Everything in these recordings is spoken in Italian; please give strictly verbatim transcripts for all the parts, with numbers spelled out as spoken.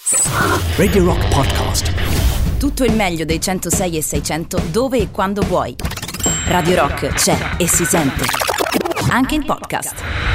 Radio Rock Podcast. Tutto il meglio dei centosei e seicento dove e quando vuoi. Radio Rock c'è e si sente anche in podcast.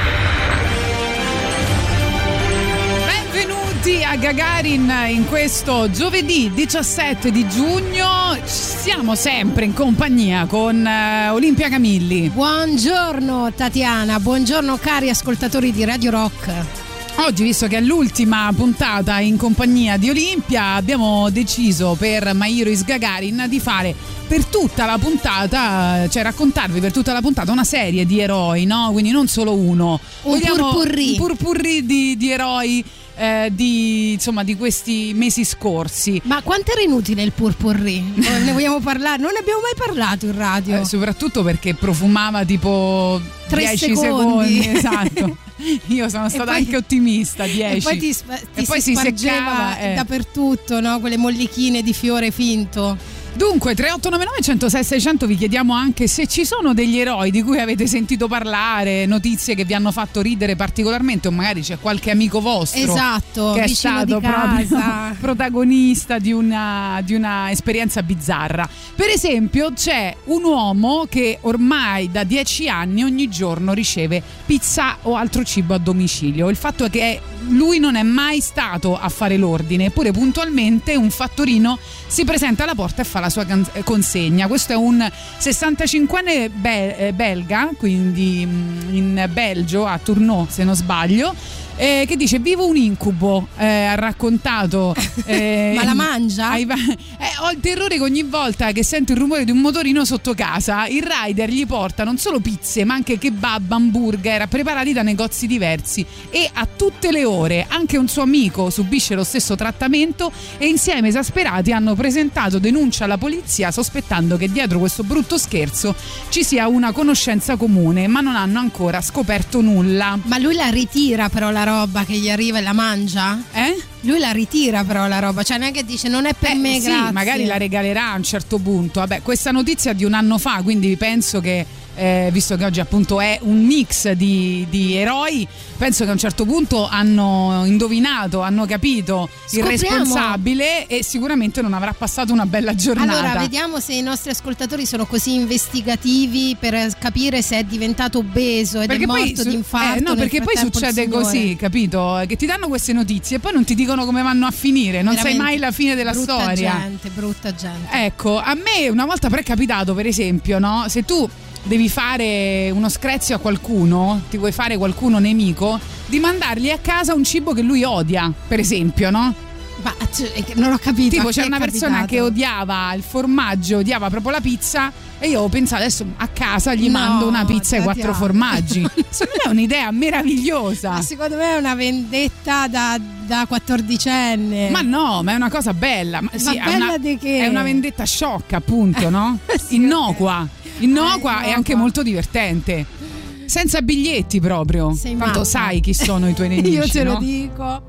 Benvenuti a Gagarin in questo giovedì diciassette di giugno. Siamo sempre in compagnia con uh, Olimpia Camilli. Buongiorno Tatiana, buongiorno cari ascoltatori di Radio Rock. Oggi, visto che è l'ultima puntata in compagnia di Olimpia, abbiamo deciso per My Hero is Gagarin di fare per tutta la puntata, cioè raccontarvi per tutta la puntata una serie di eroi, no? Quindi non solo uno. Un purpurri. Un purpurri di, di eroi eh, di, insomma, di questi mesi scorsi. Ma quanto era inutile il purpurri? Ne vogliamo parlare? Non ne abbiamo mai parlato in radio. Eh, soprattutto perché profumava tipo dieci secondi. Esatto. Io sono stata poi, anche ottimista, dieci. E poi ti, ti e poi si, si seccava eh. dappertutto, no? Quelle mollichine di fiore finto. Dunque, tre otto nove nove uno zero sei sei zero zero, vi chiediamo anche se ci sono degli eroi di cui avete sentito parlare, notizie che vi hanno fatto ridere particolarmente, o magari c'è qualche amico vostro, esatto, che è vicino stato di casa, proprio protagonista di una, di una esperienza bizzarra. Per esempio, c'è un uomo che ormai da dieci anni ogni giorno riceve pizza o altro cibo a domicilio. Il fatto è che lui non è mai stato a fare l'ordine, eppure puntualmente un fattorino si presenta alla porta e fa la sua can- consegna. Questo è un sessantacinquenne be- belga, quindi in Belgio, a Tournai se non sbaglio, eh, che dice: vivo un incubo, eh, ha raccontato. Eh, Ma la mangia? Ai, eh, ho il terrore che ogni volta che sento il rumore di un motorino sotto casa il rider gli porta non solo pizze ma anche kebab, hamburger preparati da negozi diversi, e a tutte le ore anche un suo amico subisce lo stesso trattamento, e insieme esasperati hanno presentato denuncia alla polizia sospettando che dietro questo brutto scherzo ci sia una conoscenza comune, ma non hanno ancora scoperto nulla. Ma lui la ritira però la roba che gli arriva e la mangia? Eh? Lui la ritira però la roba, cioè non è che dice non è per eh, me, sì, grazie. Magari la regalerà a un certo punto. Vabbè, questa notizia è di un anno fa, quindi penso che Eh, visto che oggi appunto è un mix di, di eroi, penso che a un certo punto hanno indovinato, hanno capito Scopriamo. il responsabile, e sicuramente non avrà passato una bella giornata. Allora vediamo se i nostri ascoltatori sono così investigativi per capire se è diventato obeso ed perché è morto poi su- di infarto. eh, no, perché poi succede così, capito? Che ti danno queste notizie e poi non ti dicono come vanno a finire, non veramente sai mai la fine della brutta storia. gente, brutta gente. Ecco, a me una volta però è capitato, per esempio, no? Se tu devi fare uno screzio a qualcuno, ti vuoi fare qualcuno nemico, di mandargli a casa un cibo che lui odia, per esempio, no? Ma cioè, non ho capito. Tipo c'è è una persona capitato? che odiava il formaggio, odiava proprio la pizza, e io ho pensato adesso a casa gli No, mando una pizza ai quattro Tatiana. formaggi. Secondo me è un'idea meravigliosa. Ma secondo me è una vendetta da, da quattordicenne. Ma no, ma è una cosa bella. Ma, sì, Ma è bella una, di che? è una vendetta sciocca, appunto, no? Sì, Innocua. Innocua Ah, e anche innocua. molto divertente. Senza biglietti proprio. Sei Tanto matta. sai chi sono i tuoi nemici. Io te lo no? dico.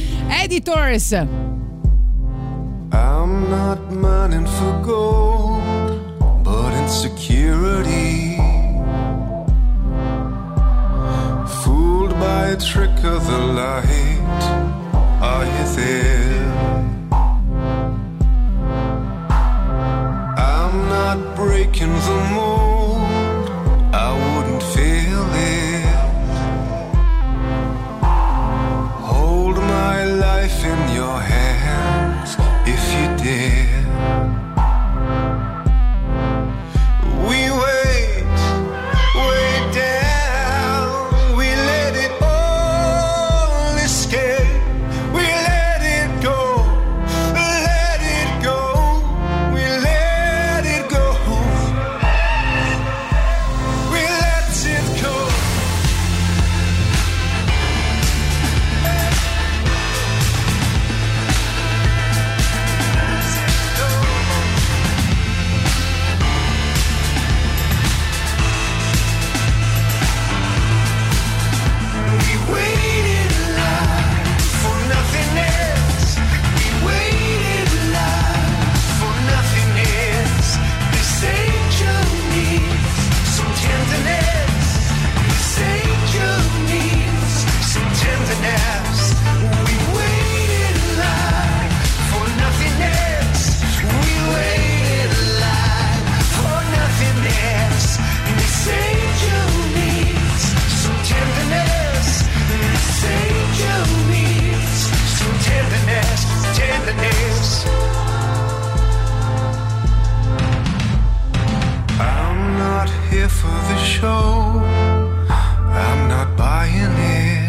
Editors. I'm not mining for gold, but insecurity. Fooled by a trick of the light. Are you there? I'm not breaking the mold, I wouldn't feel it. Hold my life in your hands if you dare. We wait, way down. We let it all escape. We let it tenderness. I'm not here for the show, I'm not buying it.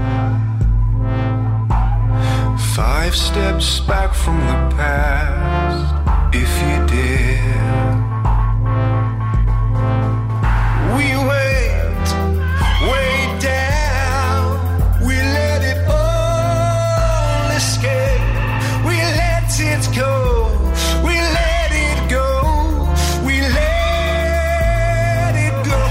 Five steps back from the past, if you did. We went way down, we let it all escape. We let it go, we let it go, we let it go.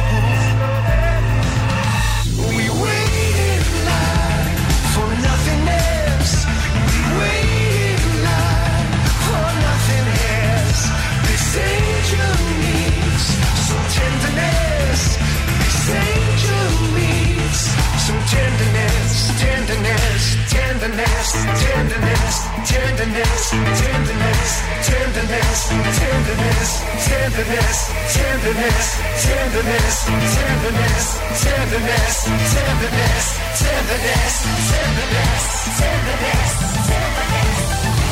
We waited in line for nothing else. We waited in line for nothing else. This angel needs some tenderness. This angel needs some tenderness, tenderness, tenderness, tenderness, tenderness, tenderness, tenderness, tenderness, tenderness, tenderness, tenderness, tenderness, tenderness, tenderness, tenderness, tenderness, tenderness, tenderness.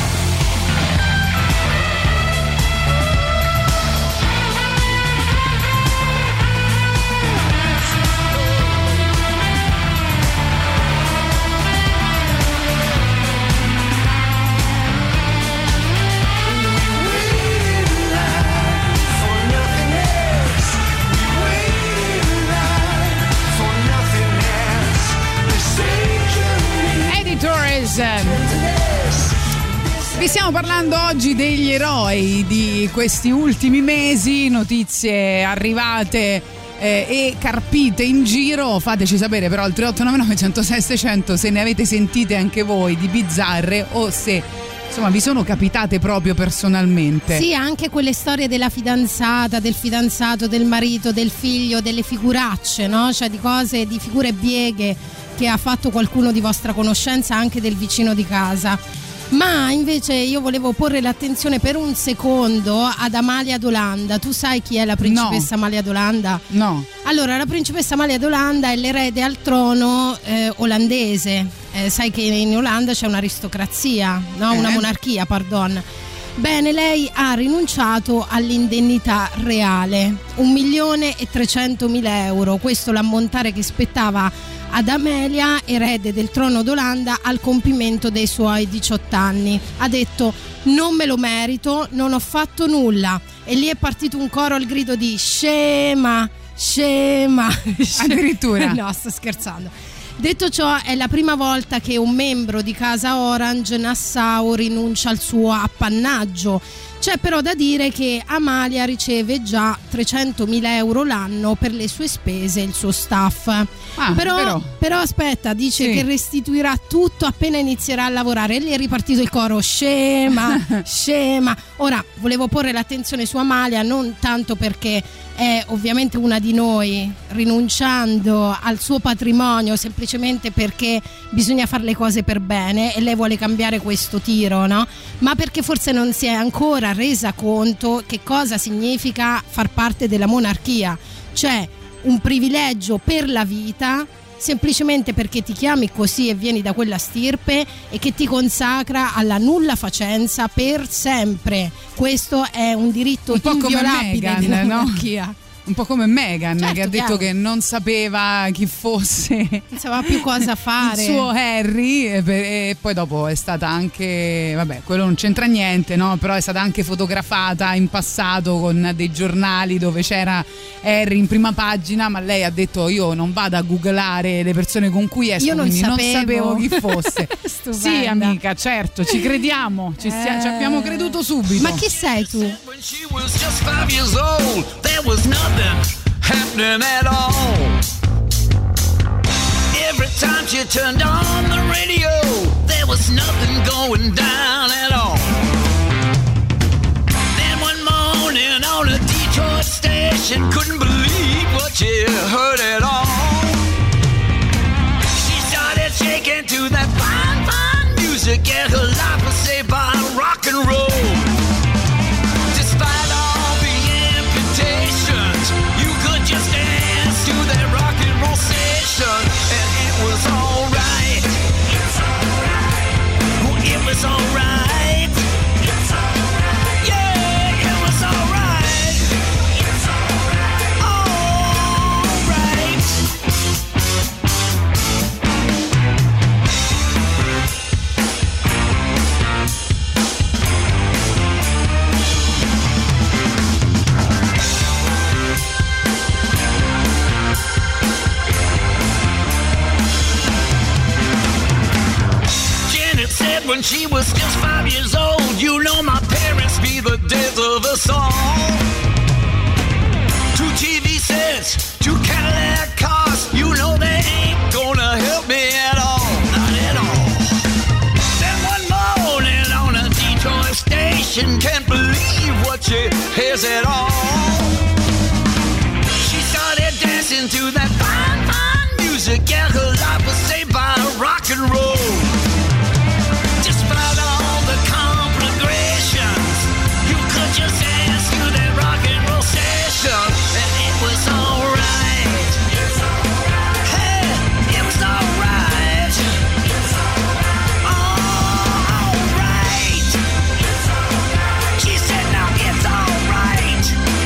Vi stiamo parlando oggi degli eroi di questi ultimi mesi, notizie arrivate eh, e carpite in giro. Fateci sapere però al tre otto nove nove, uno zero sei, sei zero zero se ne avete sentite anche voi di bizzarre o se insomma vi sono capitate proprio personalmente. Sì, anche quelle storie della fidanzata, del fidanzato, del marito, del figlio, delle figuracce, no? Cioè di cose, di figure bieghe che ha fatto qualcuno di vostra conoscenza, anche del vicino di casa. Ma invece io volevo porre l'attenzione per un secondo ad Amalia d'Olanda. Tu sai chi è la principessa no. Amalia d'Olanda? No. Allora, la principessa Amalia d'Olanda è l'erede al trono eh, olandese. Eh, sai che in Olanda c'è un'aristocrazia, no? Eh. Una monarchia, pardon. Bene, lei ha rinunciato all'indennità reale, un milione e trecentomila euro, questo l'ammontare che spettava ad Amelia, erede del trono d'Olanda, al compimento dei suoi diciotto anni. Ha detto: non me lo merito, non ho fatto nulla. E lì è partito un coro al grido di scema, scema. Addirittura? No, sto scherzando. Detto ciò, è la prima volta che un membro di casa Orange Nassau rinuncia al suo appannaggio. C'è però da dire che Amalia riceve già trecentomila euro l'anno per le sue spese e il suo staff. Ah, però, però. però aspetta, dice sì. che restituirà tutto appena inizierà a lavorare. E lì è ripartito il coro scema, scema. Ora, volevo porre l'attenzione su Amalia non tanto perché è ovviamente una di noi, rinunciando al suo patrimonio semplicemente perché bisogna fare le cose per bene e lei vuole cambiare questo tiro, no? Ma perché forse non si è ancora resa conto che cosa significa far parte della monarchia, cioè un privilegio per la vita, semplicemente perché ti chiami così e vieni da quella stirpe e che ti consacra alla nulla facenza per sempre. Questo è un diritto un po' inviolabile come della Meghan, monarchia. No? Un po' come Meghan, certo, che ha detto chiaro. che non sapeva chi fosse, non sapeva più cosa fare, il suo Harry, e, per, e poi dopo è stata anche, vabbè, quello non c'entra niente, no? Però è stata anche fotografata in passato con dei giornali dove c'era Harry in prima pagina, ma lei ha detto: io non vado a googlare le persone con cui esco, io non quindi sapevo. non sapevo chi fosse. Stupenda. Sì, amica, certo, ci crediamo, ci, stia, eh. ci abbiamo creduto subito. Ma chi sei tu? When she was just five years old, there was nothing happening at all. Every time she turned on the radio, there was nothing going down at all. Then one morning on a Detroit station, couldn't believe what she heard at all. She started shaking to that fine, fine music, and her life was saved by rock and roll. Despite all the amputations, you could just dance to that rock and roll station, and it was alright. It was was just five years old. You know my parents be the death of us all. Two T V sets, two Cadillac cars. You know they ain't gonna help me at all. Not at all. Then one morning on a Detroit station, can't believe what she hears at all. She started dancing to that fine, fine music. Yeah, her life was saved by rock and roll. Despite all the conflagrations, you could just dance to that rock and roll session, and it was alright. Hey, it was alright. Alright. She said, now it's alright.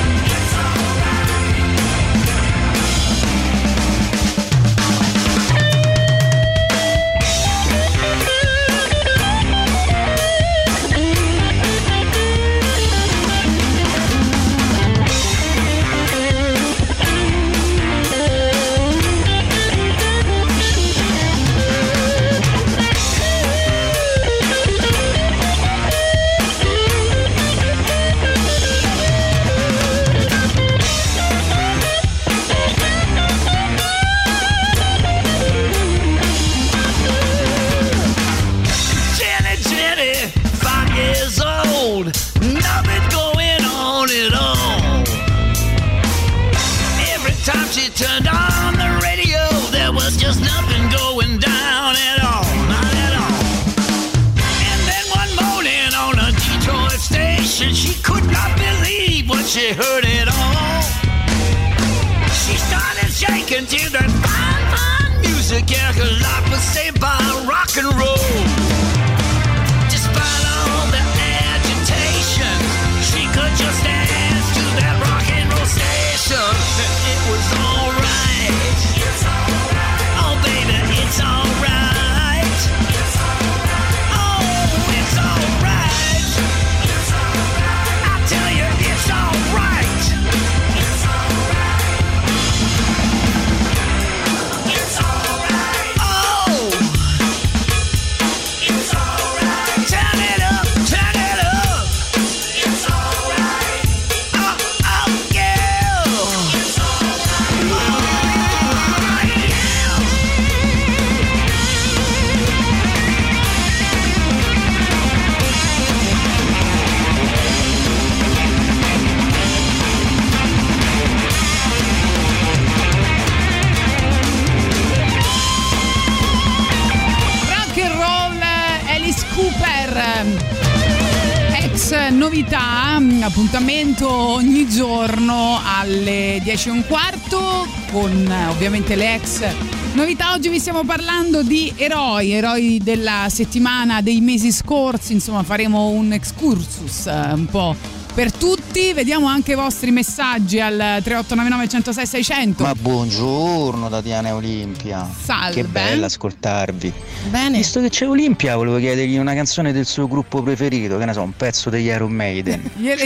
Jenny, Jenny, five years old, nothing going on at all. Every time she turned on the radio, there was just nothing going down at all, not at all. And then one morning on a Detroit station, she could not believe what she heard at all. She started shaking to that fine, fine music. Yeah, her life was saved by rock and roll. Despite all the agitation, she could just dance to that rock and roll station. It was alright. Oh, baby, it's alright. Oh, it's alright. I tell you, it's alright. It's alright. Oh, it's alright. Turn it up, turn it up. It's alright. Oh, oh, yeah. It's alright. Oh, yeah. Rock and roll, Alice Cooper. Ex novità, appuntamento ogni giorno alle dieci e un quarto con eh, ovviamente le ex novità. Oggi vi stiamo parlando di eroi, eroi della settimana, dei mesi scorsi, insomma faremo un excursus eh, un po' per tutti. Vediamo anche i vostri messaggi al tre otto nove nove uno zero sei sei zero zero. Ma buongiorno Tatiana e Olimpia. Salve. Che bello ascoltarvi. Bene. Visto che c'è Olimpia, volevo chiedergli una canzone del suo gruppo preferito, che ne so, un pezzo degli Iron Maiden.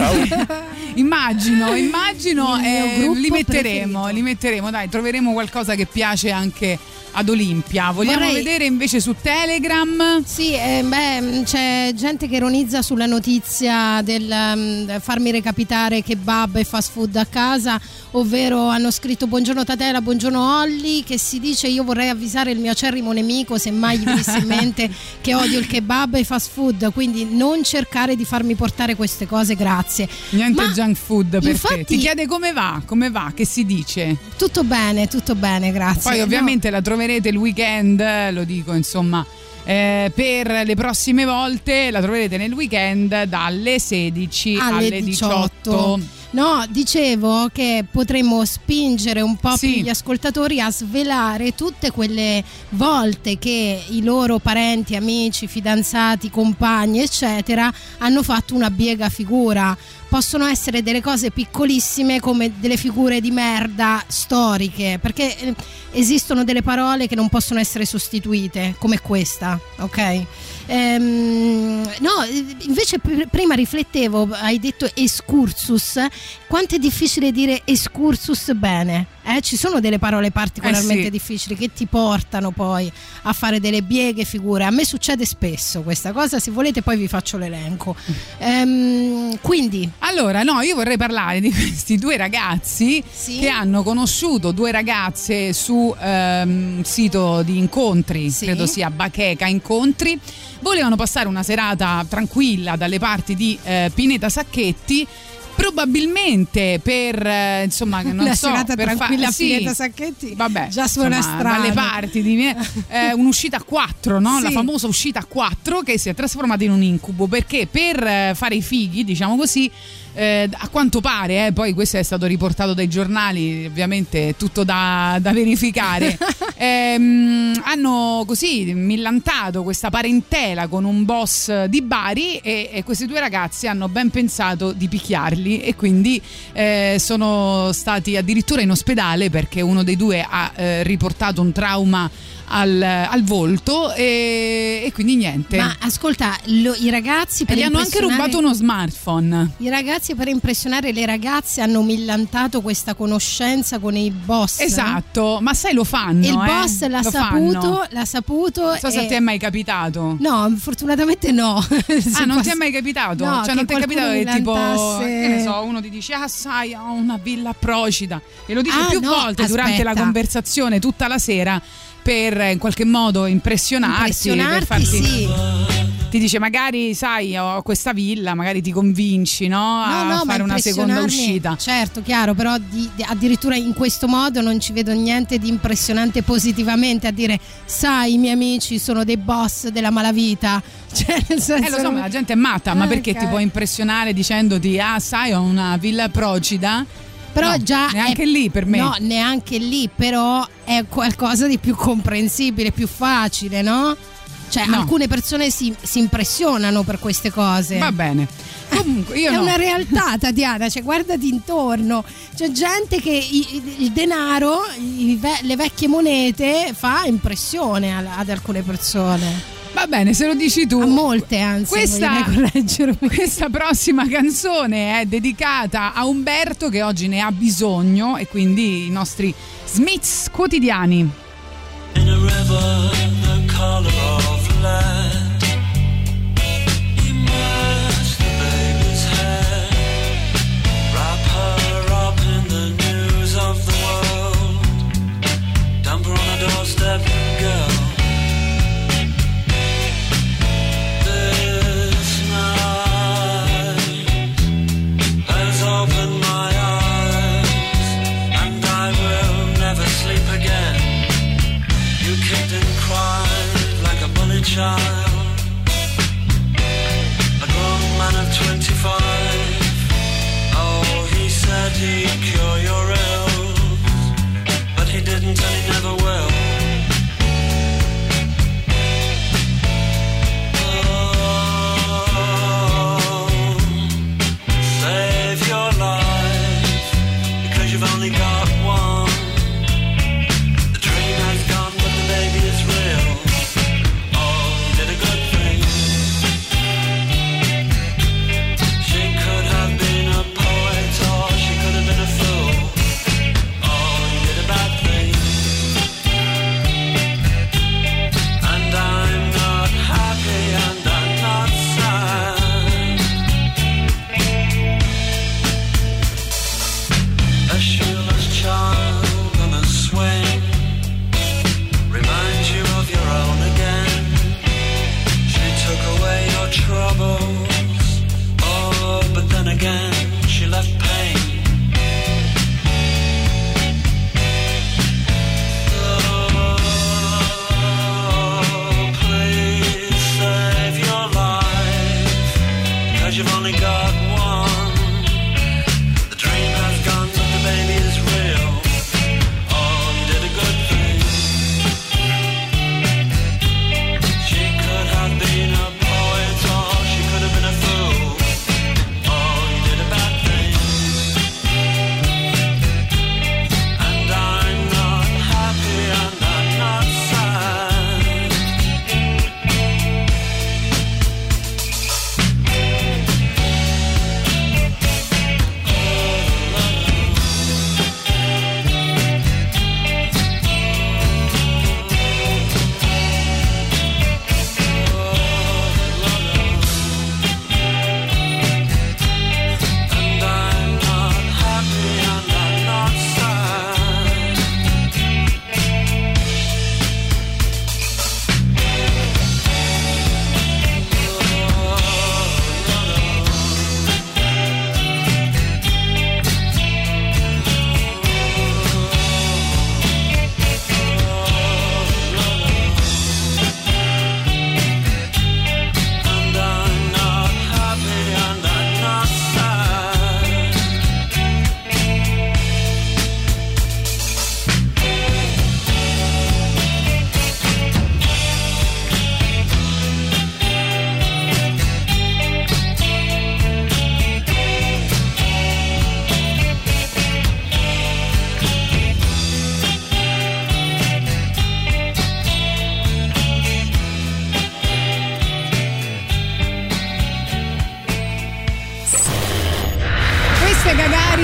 immagino, immagino Il mio eh, gruppo li metteremo, preferito. li metteremo, dai, troveremo qualcosa che piace anche ad Olimpia. Vogliamo Vorrei- vedere invece su Telegram? Sì, eh, beh, c'è gente che ironizza sulla notizia del um, farmi recapitare kebab e fast food a casa, ovvero hanno scritto buongiorno Tatela, buongiorno Olli, che si dice io vorrei avvisare il mio acerrimo nemico se mai gli venisse in mente che odio il kebab e i fast food, quindi non cercare di farmi portare queste cose, grazie. Niente Ma junk food per infatti- te. Ti chiede come va, come va, che si dice? Tutto bene, tutto bene, grazie. Poi No. ovviamente la troverete il weekend, eh, lo dico insomma, eh, per le prossime volte la troverete nel weekend dalle sedici alle, alle diciotto. diciotto. No, dicevo che potremmo spingere un po' Sì. più gli ascoltatori a svelare tutte quelle volte che i loro parenti, amici, fidanzati, compagni, eccetera, hanno fatto una biega figura. Possono essere delle cose piccolissime come delle figure di merda storiche, perché eh, esistono delle parole che non possono essere sostituite, come questa, ok? Ehm, no, invece pr- prima riflettevo, hai detto excursus, quanto è difficile dire excursus bene. Eh, ci sono delle parole particolarmente Eh sì. difficili che ti portano poi a fare delle bieghe figure. A me succede spesso questa cosa, se volete poi vi faccio l'elenco. Ehm, quindi Allora, no, io vorrei parlare di questi due ragazzi Sì. che hanno conosciuto due ragazze su ehm, un sito di incontri, Sì. credo sia Bacheca Incontri. Volevano passare una serata tranquilla dalle parti di eh, Pineta Sacchetti. Probabilmente per eh, insomma non una so serata per tranquilla fa- a sì, Pineta Sacchetti vabbè, già suona insomma, strano. dalle parti di me, eh, un'uscita a quattro, no? Sì. La famosa uscita a quattro che si è trasformata in un incubo, perché per eh, fare i fighi, diciamo così, eh, a quanto pare, eh, poi questo è stato riportato dai giornali, ovviamente è tutto da, da verificare, ehm, hanno così millantato questa parentela con un boss di Bari e, e questi due ragazzi hanno ben pensato di picchiarli e quindi eh, sono stati addirittura in ospedale perché uno dei due ha eh, riportato un trauma al, al volto e, e quindi niente. Ma ascolta, lo- i ragazzi E per gli hanno anche impressionare- rubato uno smartphone. I ragazzi per impressionare le ragazze hanno millantato questa conoscenza con i boss. Esatto, ma sai lo fanno. E il eh? boss l'ha Lo saputo, fanno. l'ha saputo. Non so se e- ti è mai capitato. No, fortunatamente no. Ah, non ti è mai capitato? No, cioè, che non ti è qualcuno capitato che tipo, millantasse- che ne so, uno ti dice, ah, sai, ho una villa a Procida. E lo dice Ah, più no, volte durante la aspetta. conversazione, tutta la sera, per eh, in qualche modo impressionarti. per Impressionarti, farti, sì. Ti dice, magari, sai, ho questa villa, magari ti convinci, no? A No, no, ma fare una seconda impressionarmi- uscita. Certo, chiaro, però di- di- addirittura in questo modo non ci vedo niente di impressionante positivamente a dire, sai, i miei amici sono dei boss della malavita. Cioè, nel senso, Eh lo so, ma la gente è matta, ma Ah, perché ok. ti può impressionare dicendoti, ah, sai, ho una villa a Procida? Però No, già neanche è- lì per me. No, neanche lì, però è qualcosa di più comprensibile, più facile, no? Cioè, No. alcune persone si, si impressionano per queste cose. Va bene. Comunque, io è no. una realtà, Tatiana, cioè guardati intorno, c'è gente che i- il denaro, i ve- le vecchie monete fa impressione al- ad alcune persone, Va bene, se lo dici tu. a molte anzi, Questa, vorrei correggermi. questa prossima canzone è dedicata a Umberto che oggi ne ha bisogno e quindi i nostri Smiths quotidiani. In a river, the color of lead, immerse the baby's head, wrap her up in the news of the world, dump her on a doorstep, girl. This night has opened my eyes, and I will never sleep again. You kicked and cried like a bully child.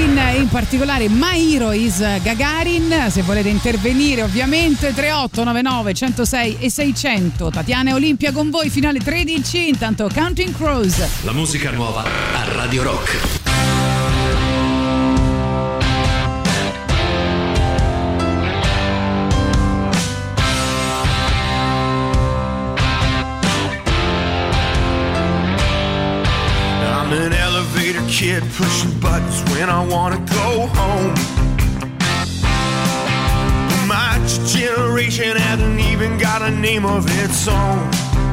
Gagarin, in particolare My Hero is Gagarin. Se volete intervenire ovviamente tre otto nove nove uno zero sei e seicento. Tatiana e Olimpia con voi fino alle tredici. Intanto Counting Crows. La musica nuova a Radio Rock. An elevator kid pushing buttons when I wanna go home. My generation hasn't even got a name of its own.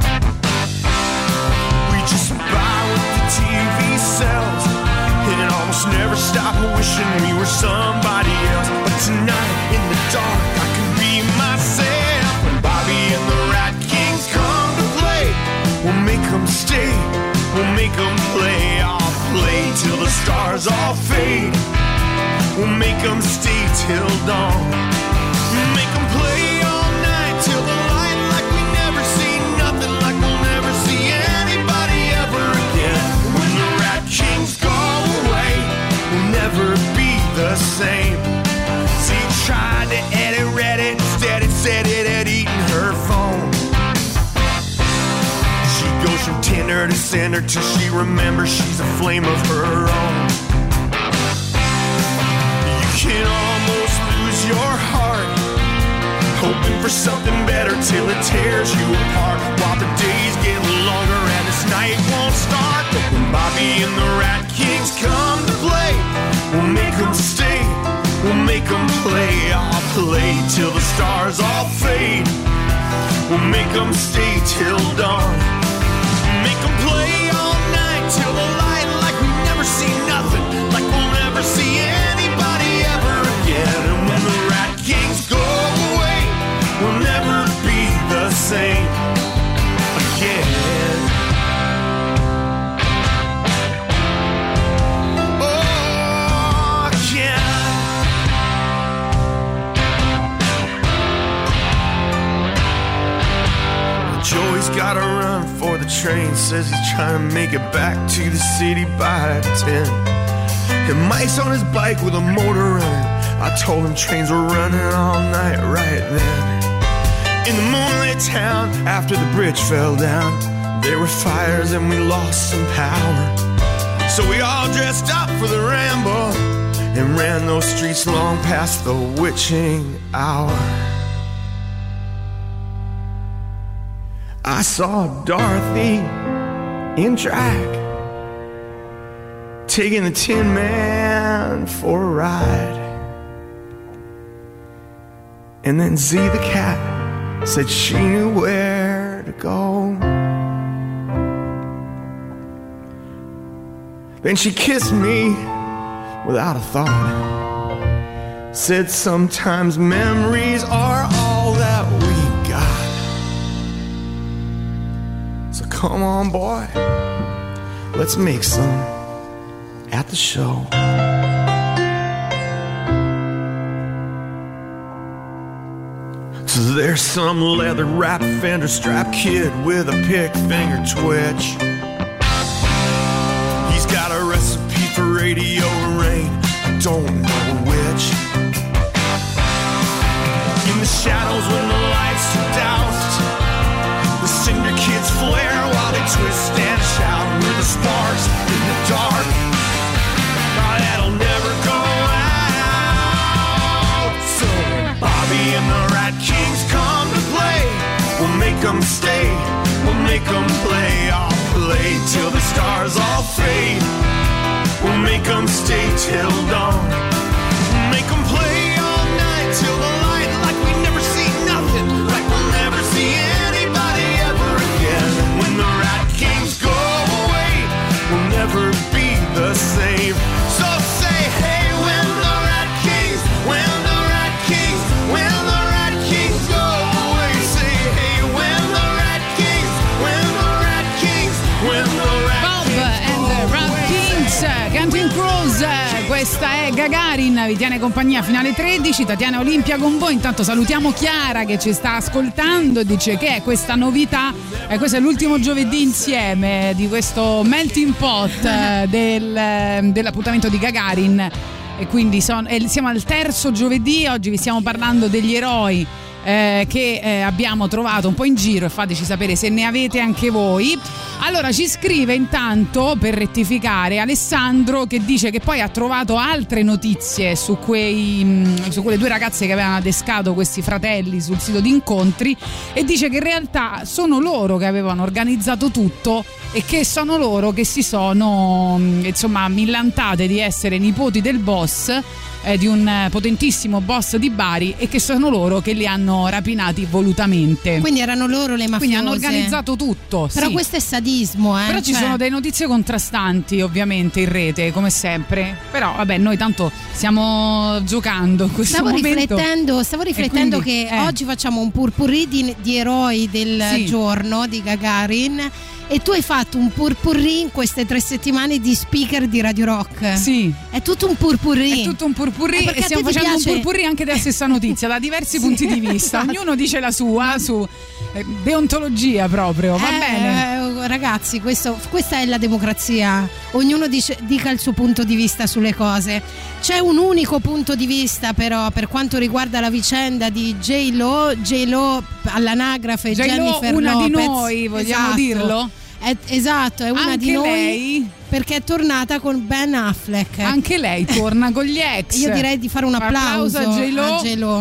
We just buy what the T V sells and almost never stop wishing we were somebody else. But tonight in the dark I can be myself. When Bobby and the Rat Kings come to play, we'll make them stay. We'll make them play, I'll play till the stars all fade. We'll make them stay till dawn. Make them play all night till the light, like we never see nothing, like we'll never see anybody ever again. When the Rat Kings go away, we'll never be the same. See, tried to edit Reddit, instead it said it had eaten her phone. Goes from Tinder to Cinder till she remembers she's a flame of her own. You can almost lose your heart, hoping for something better till it tears you apart. While the days get longer and this night won't start. But when Bobby and the Rat Kings come to play, we'll make them stay, we'll make them play. I'll play till the stars all fade. We'll make them stay till dawn. Make them play all night till the light, like we never see nothing, like we'll never see anybody ever again. And when the Rat Kings go away, we'll never be the same again. Oh, again. Joey's gotta run for the train, says he's trying to make it back to the city by ten. And Mike's on his bike with a motor running. I told him trains were running all night right then. In the moonlit town, after the bridge fell down, there were fires and we lost some power. So we all dressed up for the ramble and ran those streets long past the witching hour. I saw Dorothy in drag, taking the Tin Man for a ride. And then Z the cat said she knew where to go. Then she kissed me without a thought, said sometimes memories are all that we got. Come on, boy, let's make some at the show. So there's some leather-wrapped fender-strap kid with a pick finger twitch. He's got a recipe for radio rain, I don't know which. In the shadows when the lights are doused, the cinder kids flare while they twist and shout. We're the sparks in the dark, oh, that'll never go out. So when Bobby and the Rat Kings come to play, we'll make them stay, we'll make them play. I'll play till the stars all fade. We'll make them stay till dawn. Make them play all night till the light, like we never see nothing, like we'll never see anybody ever again. When the Rat Kings go away, we'll never be the same. So say hey when the Rat Kings, when the Rat Kings, when the Rat Kings go away. Say hey when the Rat Kings, when the Rat Kings, when the Rat Bob Kings and the Rat Kings Counting Crows, questa è Gagarin, vi tiene compagnia finale tredici, Tatiana Olimpia con voi. Intanto salutiamo Chiara che ci sta ascoltando e dice che è questa novità, eh, questo è l'ultimo giovedì insieme di questo melting pot eh, del, dell'appuntamento di Gagarin e quindi son, eh, siamo al terzo giovedì, oggi vi stiamo parlando degli eroi Eh, che eh, abbiamo trovato un po' in giro e fateci sapere se ne avete anche voi. Allora ci scrive intanto, per rettificare, Alessandro, che dice che poi ha trovato altre notizie su quei mh, su quelle due ragazze che avevano adescato questi fratelli sul sito di incontri e dice che in realtà sono loro che avevano organizzato tutto e che sono loro che si sono mh, insomma millantate di essere nipoti del boss, eh, di un potentissimo boss di Bari, e che sono loro che li hanno rapinati volutamente. Quindi erano loro le mafiose. Quindi hanno organizzato tutto. Però sì. questo è sadismo, eh. Però cioè... ci sono delle notizie contrastanti ovviamente in rete, come sempre. Però vabbè, noi tanto stiamo giocando in questo stavo momento. Riflettendo, stavo riflettendo quindi, che eh. oggi facciamo un purpurri di, di eroi del Sì. giorno di Gagarin. E tu hai fatto un purpurri in queste tre settimane di speaker di Radio Rock. Sì. È tutto un purpurri. È tutto un purpurri Eh, e stiamo a te ti facendo piace... un purpurri anche della stessa notizia, da diversi Sì, punti di vista. esatto. Ognuno dice la sua su eh, deontologia proprio, va Eh, bene. eh, ragazzi, questo, questa è la democrazia. Ognuno dice, dica il suo punto di vista sulle cose. C'è un unico punto di vista però per quanto riguarda la vicenda di J-Lo, J-Lo all'anagrafe J-Lo, Jennifer una Lopez. di noi, vogliamo Esatto. dirlo? È, esatto, è una Anche di noi lei? perché è tornata con Ben Affleck. Anche lei torna con gli ex. Io direi di fare un applauso, applauso a J-Lo. a J-Lo.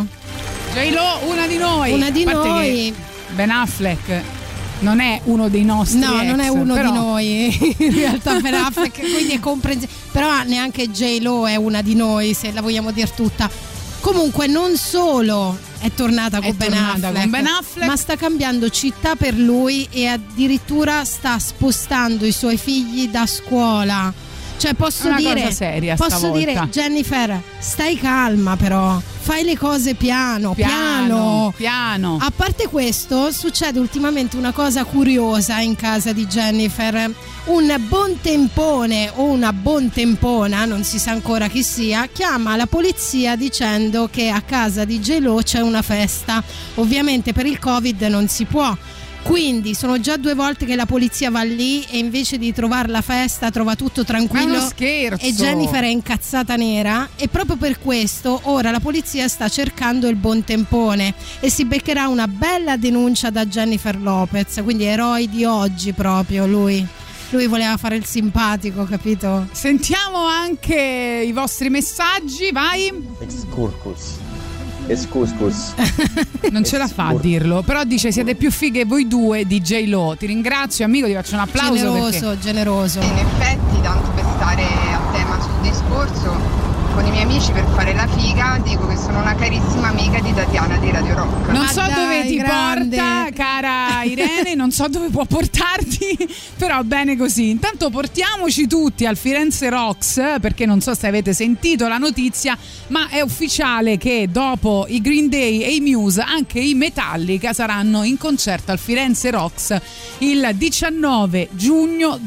J-Lo, una di noi. Una di A parte noi. che Ben Affleck non è uno dei nostri No, ex, non è uno però... di noi in realtà Ben Affleck, quindi è comprensibile. Però neanche J-Lo è una di noi, se la vogliamo dire tutta. Comunque non solo è tornata, con, È ben tornata Affleck, con Ben Affleck, ma sta cambiando città per lui e addirittura sta spostando i suoi figli da scuola. Cioè posso Una dire cosa seria posso stavolta. dire Jennifer, stai calma però, fai le cose piano, piano, piano. piano. A parte questo, succede ultimamente una cosa curiosa in casa di Jennifer. Un buontempone o una buontempona, non si sa ancora chi sia, chiama la polizia dicendo che a casa di J-Lo c'è una festa. Ovviamente per il Covid non si può. Quindi sono già due volte che la polizia va lì e invece di trovare la festa trova tutto tranquillo. È uno scherzo. E Jennifer è incazzata nera e proprio per questo ora la polizia sta cercando il buontempone e si beccherà una bella denuncia da Jennifer Lopez, quindi eroi di oggi proprio lui. Lui voleva fare il simpatico, capito? Sentiamo anche i vostri messaggi, vai. Excurcus. Excuscus. Non ce la fa a dirlo, però dice siete più fighe voi due di J-Lo. Ti ringrazio amico, ti faccio un applauso. Generoso, perché... generoso. In effetti, tanto per stare a tema sul discorso, con i miei amici per fare la figa dico che sono una carissima amica di Tatiana di Radio Rock. Non Ma so dai, dove ti grande. porta, cara Irene, non so dove può portarti, però bene così. Intanto portiamoci tutti al Firenze Rocks, perché non so se avete sentito la notizia, ma è ufficiale che dopo i Green Day e i Muse anche i Metallica saranno in concerto al Firenze Rocks il diciannove giugno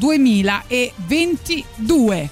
duemilaventidue.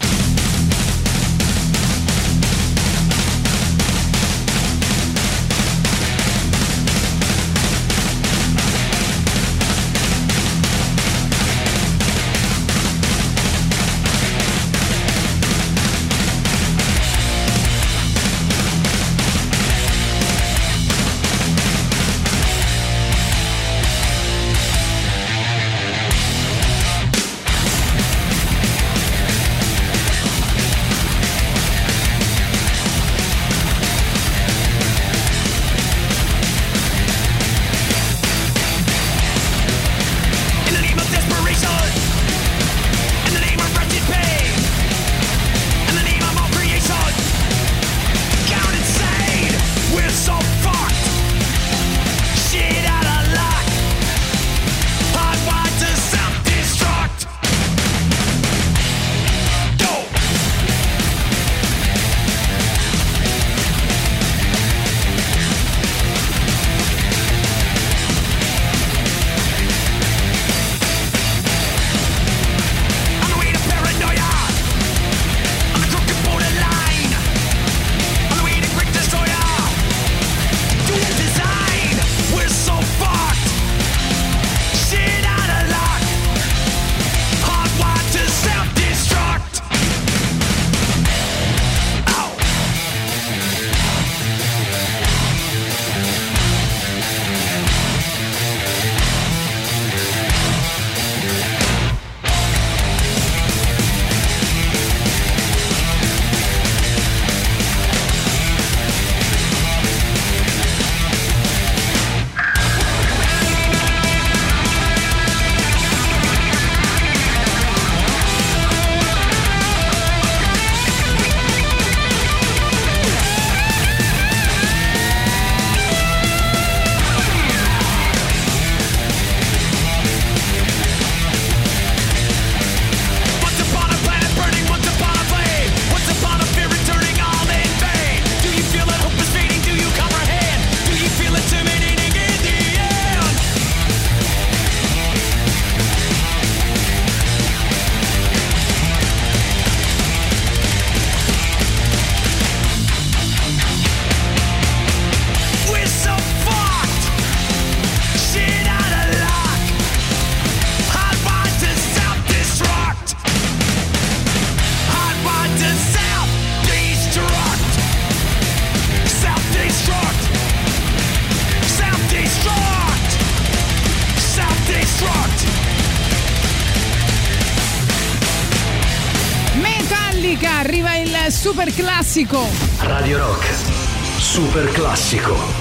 domenica arriva il super classico. Radio Rock, super classico.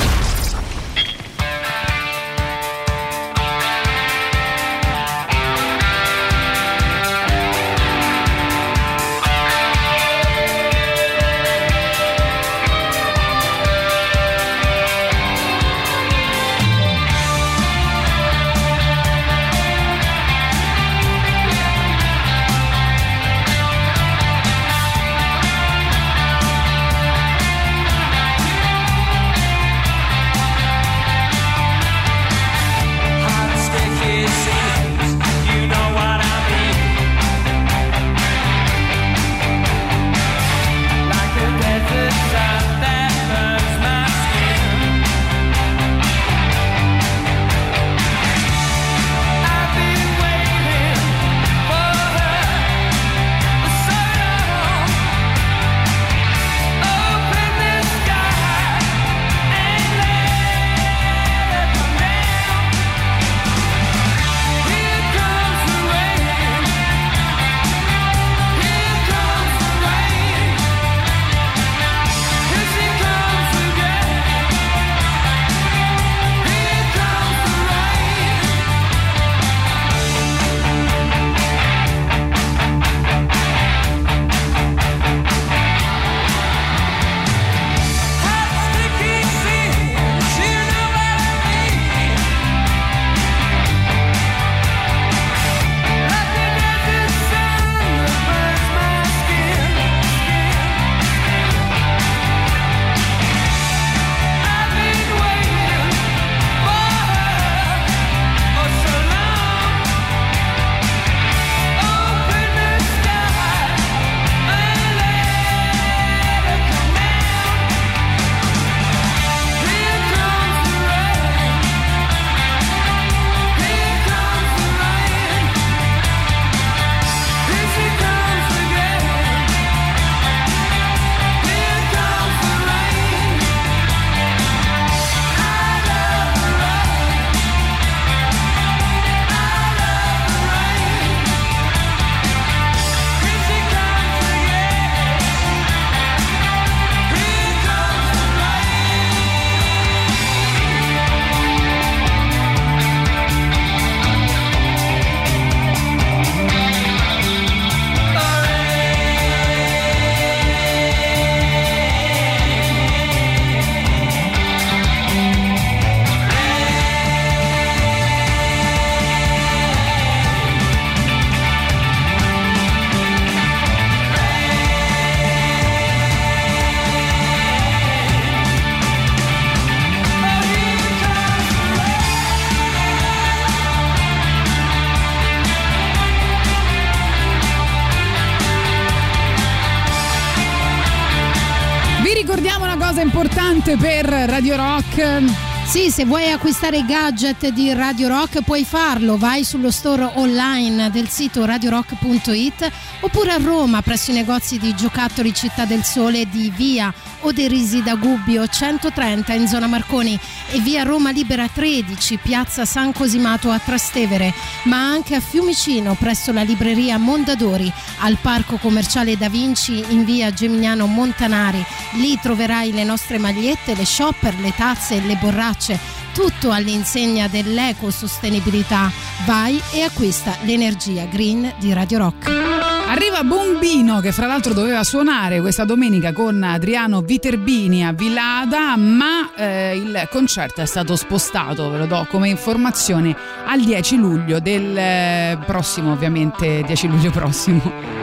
Importante per Radio Rock. Sì, se vuoi acquistare i gadget di Radio Rock puoi farlo, vai sullo store online del sito radio rock punto it oppure a Roma presso i negozi di giocattoli Città del Sole di via Oderisi da Gubbio centotrenta in zona Marconi e via Roma Libera tredici, piazza San Cosimato a Trastevere, ma anche a Fiumicino presso la libreria Mondadori, al parco commerciale Da Vinci in via Gemignano Montanari. Lì troverai le nostre magliette, le shopper, le tazze, le borracce, tutto all'insegna dell'ecosostenibilità. Vai e acquista l'energia green di Radio Rock. Arriva Bombino, che fra l'altro doveva suonare questa domenica con Adriano Viterbini a Villada, ma eh, il concerto è stato spostato, ve lo do come informazione, al dieci luglio del eh, prossimo, ovviamente dieci luglio prossimo.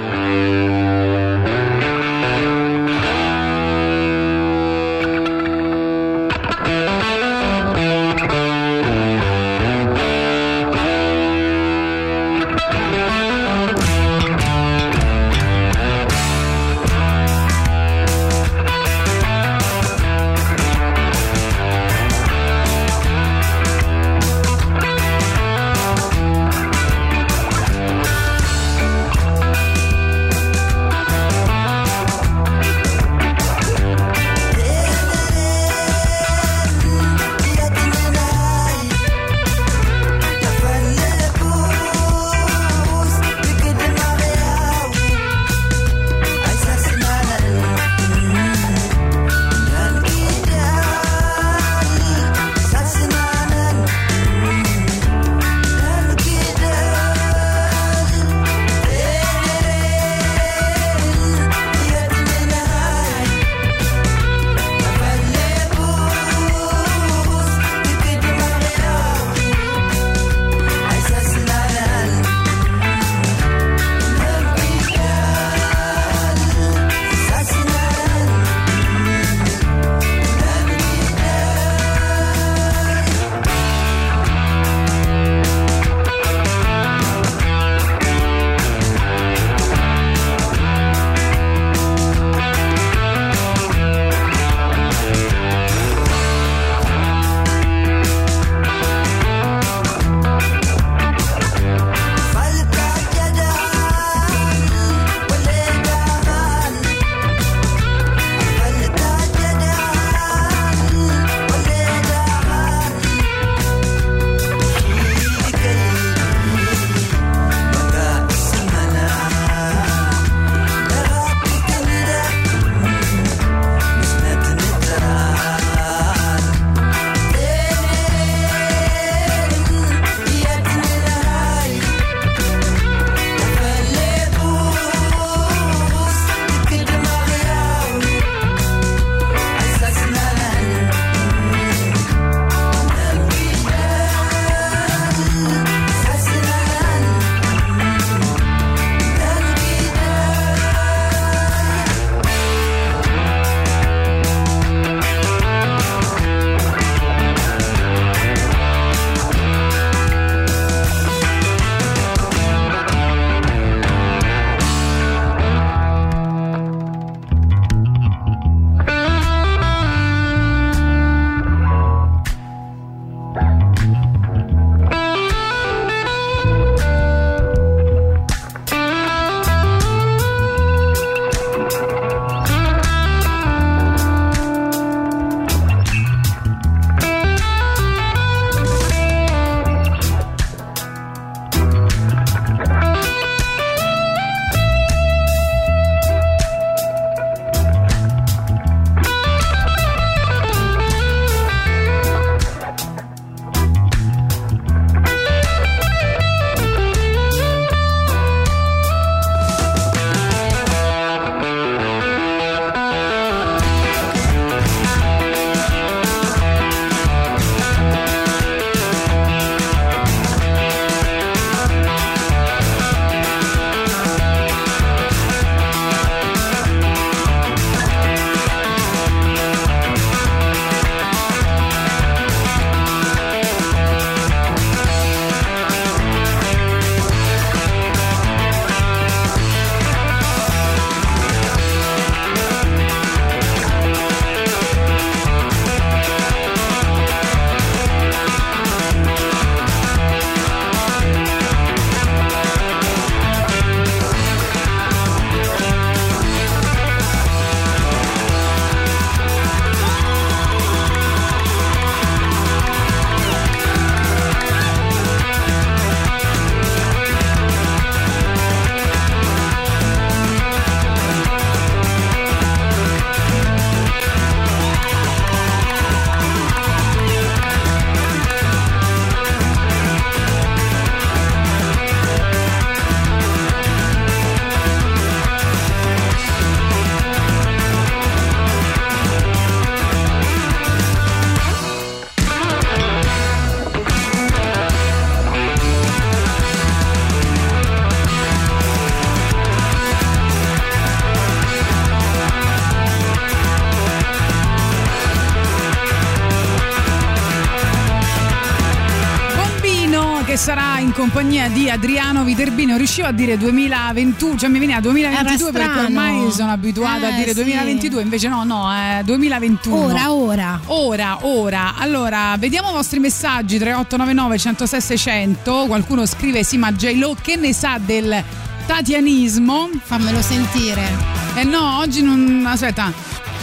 compagnia di Adriano Viterbino. Riuscivo a dire duemilaventuno, cioè mi veniva duemilaventidue perché ormai sono abituata eh, a dire sì. duemilaventidue, invece no, no, è duemilaventuno. Ora, ora. Ora, ora. Allora, vediamo i vostri messaggi tre otto nove nove uno zero sei sei zero zero. Qualcuno scrive sì, ma J-Lo che ne sa del tatianismo? Fammelo sentire. Eh no, oggi non... aspetta.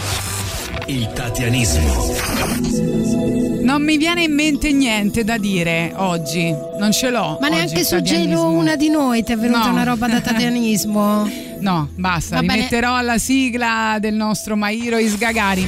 Il tatianismo. Non mi viene in mente niente da dire oggi, non ce l'ho. Ma oggi neanche su tatianismo. J-Lo una di noi ti è venuta No. una roba da tatianismo? No, basta, Va bene. rimetterò alla sigla del nostro Mairo Isgagari.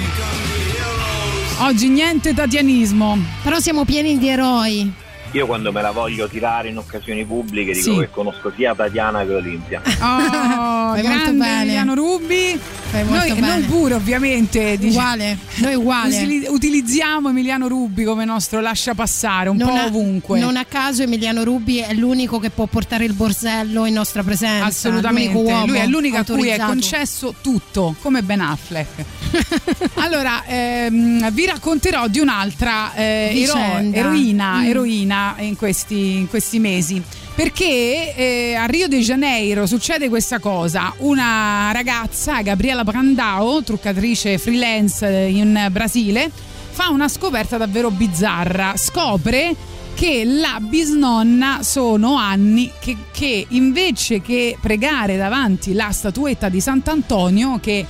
Oggi niente tatianismo. Però siamo pieni di eroi. Io quando me la voglio tirare in occasioni pubbliche dico Sì. che conosco sia Tatiana che Olimpia. Oh, Fai molto grande bene. Emiliano Rubi. Fai molto Noi, bene. noi pure ovviamente dice- Uguale, noi uguale. Usili- utilizziamo Emiliano Rubi come nostro lascia passare un Non po' a, ovunque. non a caso Emiliano Rubi è l'unico che può portare il borsello in nostra presenza. Assolutamente, l'unico uomo lui è l'unico a cui è autorizzato. concesso tutto, come Ben Affleck. Allora, ehm, vi racconterò di un'altra eh, ero- Vicenda. eroina, Mm. eroina in questi, in questi mesi. Perché eh, a Rio de Janeiro succede questa cosa: una ragazza, Gabriela Brandao, truccatrice freelance in Brasile, fa una scoperta davvero bizzarra. Scopre che la bisnonna sono anni che, che invece che pregare davanti la statuetta di Sant'Antonio, che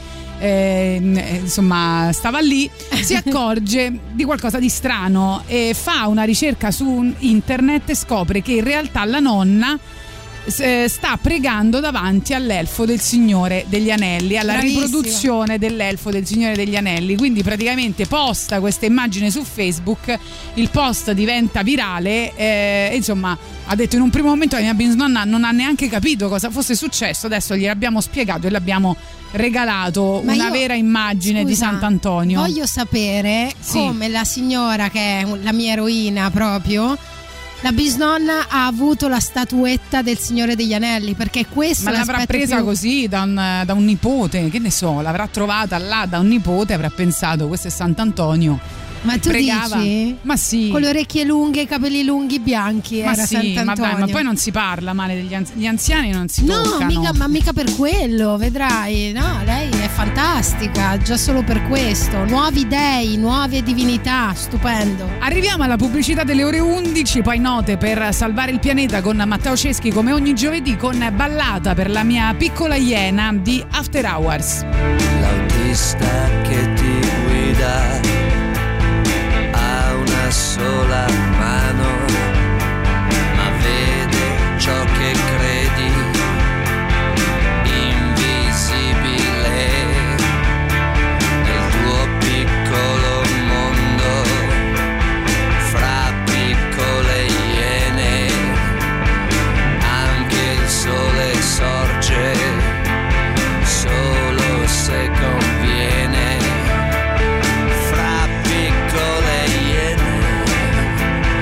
eh, insomma stava lì, si accorge di qualcosa di strano e fa una ricerca su internet e scopre che in realtà la nonna eh, sta pregando davanti all'elfo del Signore degli Anelli, alla Bravissima. riproduzione dell'elfo del Signore degli Anelli. Quindi praticamente posta questa immagine su Facebook, il post diventa virale e insomma ha detto in un primo momento la mia bisnonna non ha neanche capito cosa fosse successo, adesso gliel'abbiamo spiegato e l'abbiamo regalato Ma una io- vera immagine scusa, di Sant'Antonio. Voglio sapere Sì. come la signora, che è la mia eroina proprio, la bisnonna ha avuto la statuetta del Signore degli Anelli, perché questo Ma è l'avrà l'aspetto presa più... così da un, da un nipote, che ne so, l'avrà trovata là da un nipote, avrà pensato questo è Sant'Antonio. Ma tu pregava. dici? Ma sì. Con le orecchie lunghe, i capelli lunghi bianchi, Ma era sì, Sant'Antonio. vabbè, ma poi non si parla male degli anzi- gli anziani, non si No, toccano. mica, ma mica per quello, vedrai. No, lei è fantastica, già solo per questo. Nuovi dei, nuove divinità, stupendo. Arriviamo alla pubblicità delle ore undici, poi note per salvare il pianeta con Matteo Ceschi come ogni giovedì, con Ballata per la mia piccola iena di After Hours. L'autista che ti guida ha una sola mano, ma vede ciò che credi invisibile nel tuo piccolo mondo, fra piccole iene. Anche il sole sorge solo se conviene, fra piccole iene.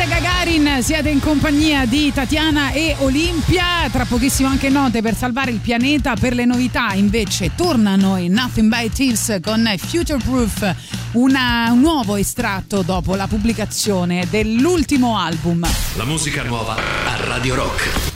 Gagarin, siete in compagnia di Tatiana e Olimpia. Tra pochissimo anche note per salvare il pianeta. Per le novità invece tornano i Nothing But Thieves con Future Proof, una, un nuovo estratto dopo la pubblicazione dell'ultimo album. La musica nuova a Radio Rock.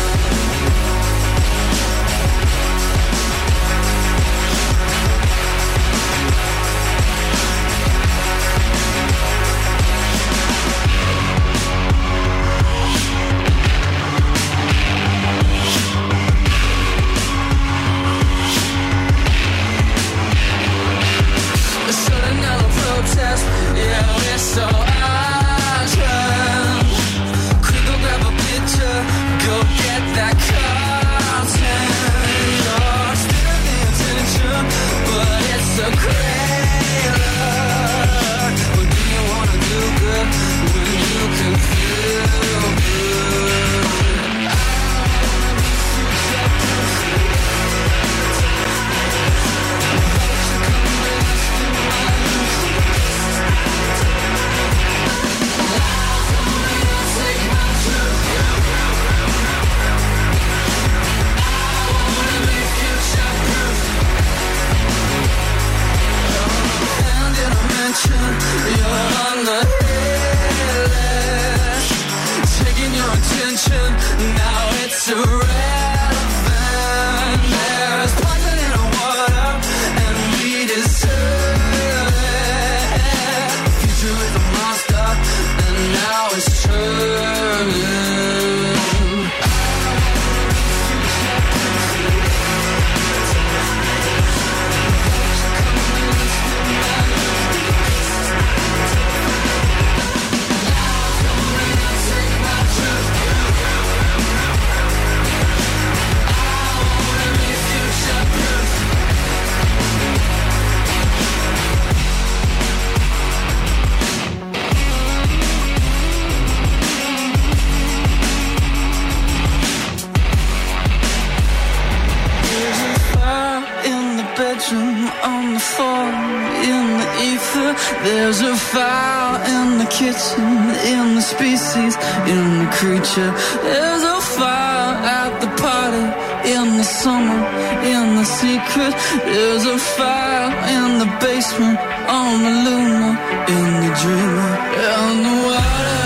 There's a fire in the kitchen, in the species, in the creature. There's a fire at the party, in the summer, in the secret. There's a fire in the basement, on the luna, in the dreamer, in the water,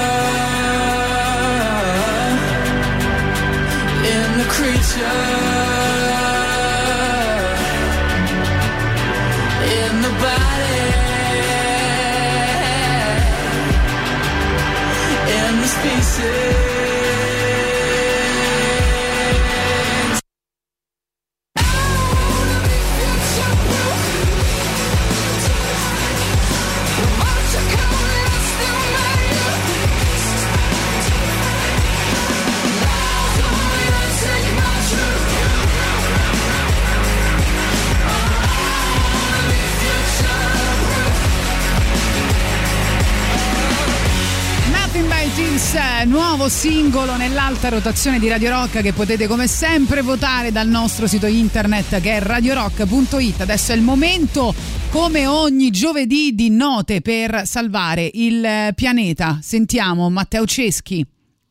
in the creature, in the body, in the species. Nuovo singolo nell'alta rotazione di Radio Rock, che potete come sempre votare dal nostro sito internet che è radio rock punto it. Adesso è il momento, come ogni giovedì, di note per salvare il pianeta. Sentiamo Matteo Ceschi.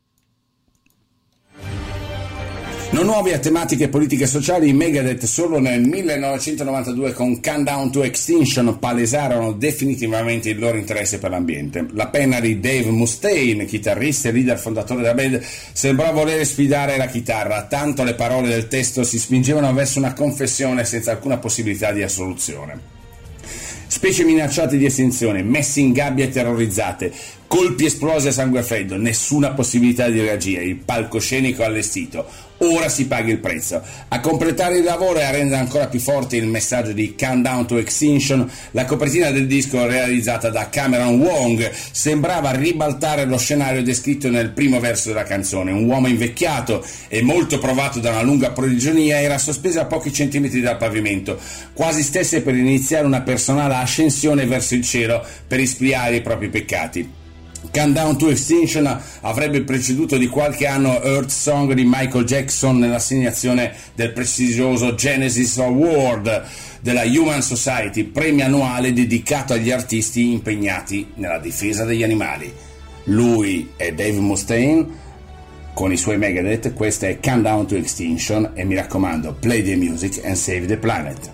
Non nuovi a tematiche politiche e sociali, i Megadeth solo nel millenovecentonovantadue con Countdown to Extinction palesarono definitivamente il loro interesse per l'ambiente. La penna di Dave Mustaine, chitarrista e leader fondatore della band, sembrò volere sfidare la chitarra, tanto le parole del testo si spingevano verso una confessione senza alcuna possibilità di assoluzione. Specie minacciate di estinzione, messe in gabbia e terrorizzate, colpi esplosi a sangue freddo, nessuna possibilità di reagire, il palcoscenico allestito. Ora si paga il prezzo. A completare il lavoro e a rendere ancora più forte il messaggio di Countdown to Extinction, la copertina del disco realizzata da Cameron Wong sembrava ribaltare lo scenario descritto nel primo verso della canzone. Un uomo invecchiato e molto provato da una lunga prigionia era sospeso a pochi centimetri dal pavimento, quasi stesse per iniziare una personale ascensione verso il cielo per espiare i propri peccati. Countdown to Extinction avrebbe preceduto di qualche anno Earth Song di Michael Jackson nell'assegnazione del prestigioso Genesis Award della Human Society, premio annuale dedicato agli artisti impegnati nella difesa degli animali. Lui è Dave Mustaine con i suoi Megadeth. Questa è Countdown to Extinction e mi raccomando, play the music and save the planet.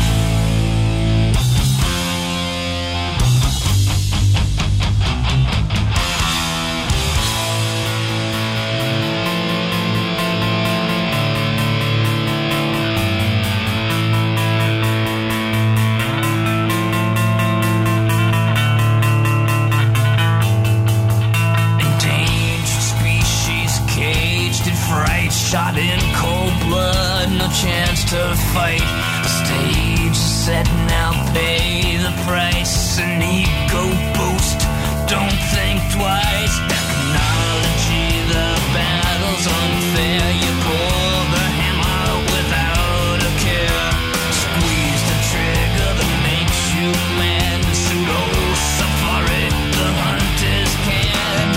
Shot in cold blood, no chance to fight. The stage is set, now pay the price. An ego boost, don't think twice. Technology, the battle's unfair. You pull the hammer without a care. Squeeze the trigger that makes you mad. Pseudo safari, the hunt is canned.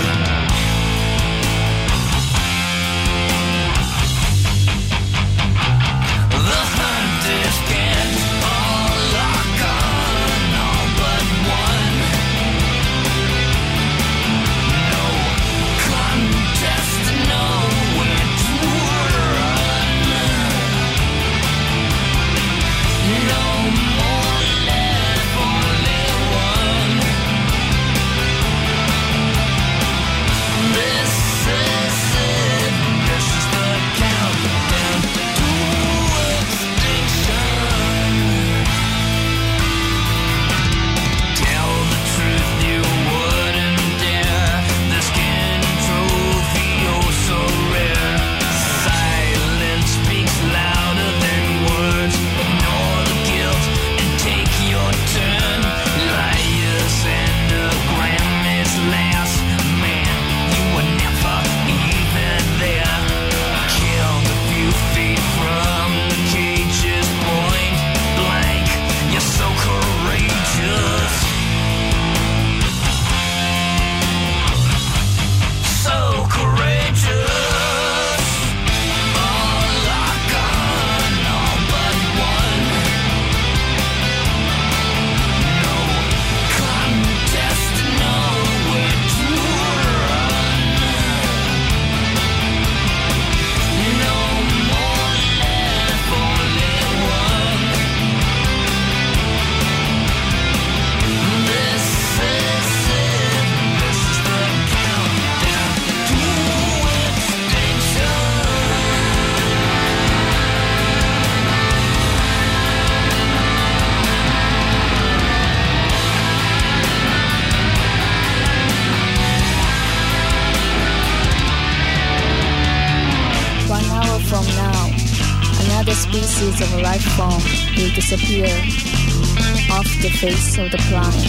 Species of life form will disappear off the face of the planet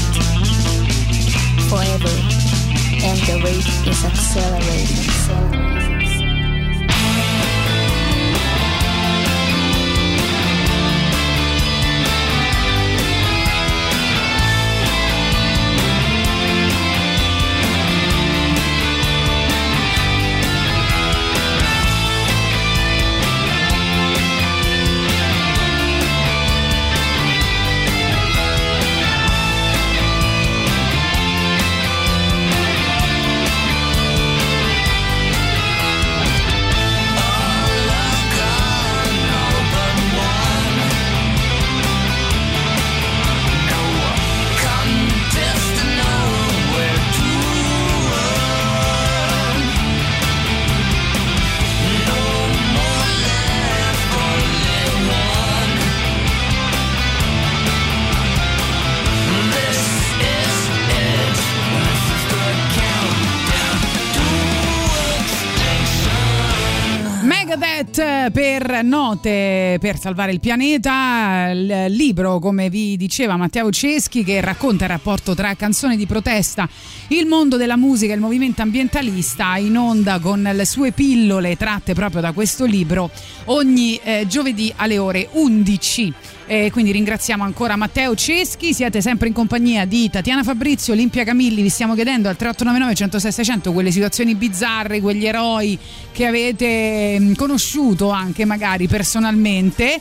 forever, and the rate is accelerating. Per Note per salvare il pianeta, il libro, come vi diceva Matteo Ceschi, che racconta il rapporto tra canzoni di protesta, il mondo della musica e il movimento ambientalista, in onda con le sue pillole tratte proprio da questo libro ogni eh, giovedì alle ore undici. E quindi ringraziamo ancora Matteo Ceschi. Siete sempre in compagnia di Tatiana Fabrizio, Olimpia Camilli. Vi stiamo chiedendo al tre otto nove nove uno zero sei sei zero zero quelle situazioni bizzarre, quegli eroi che avete conosciuto anche magari personalmente.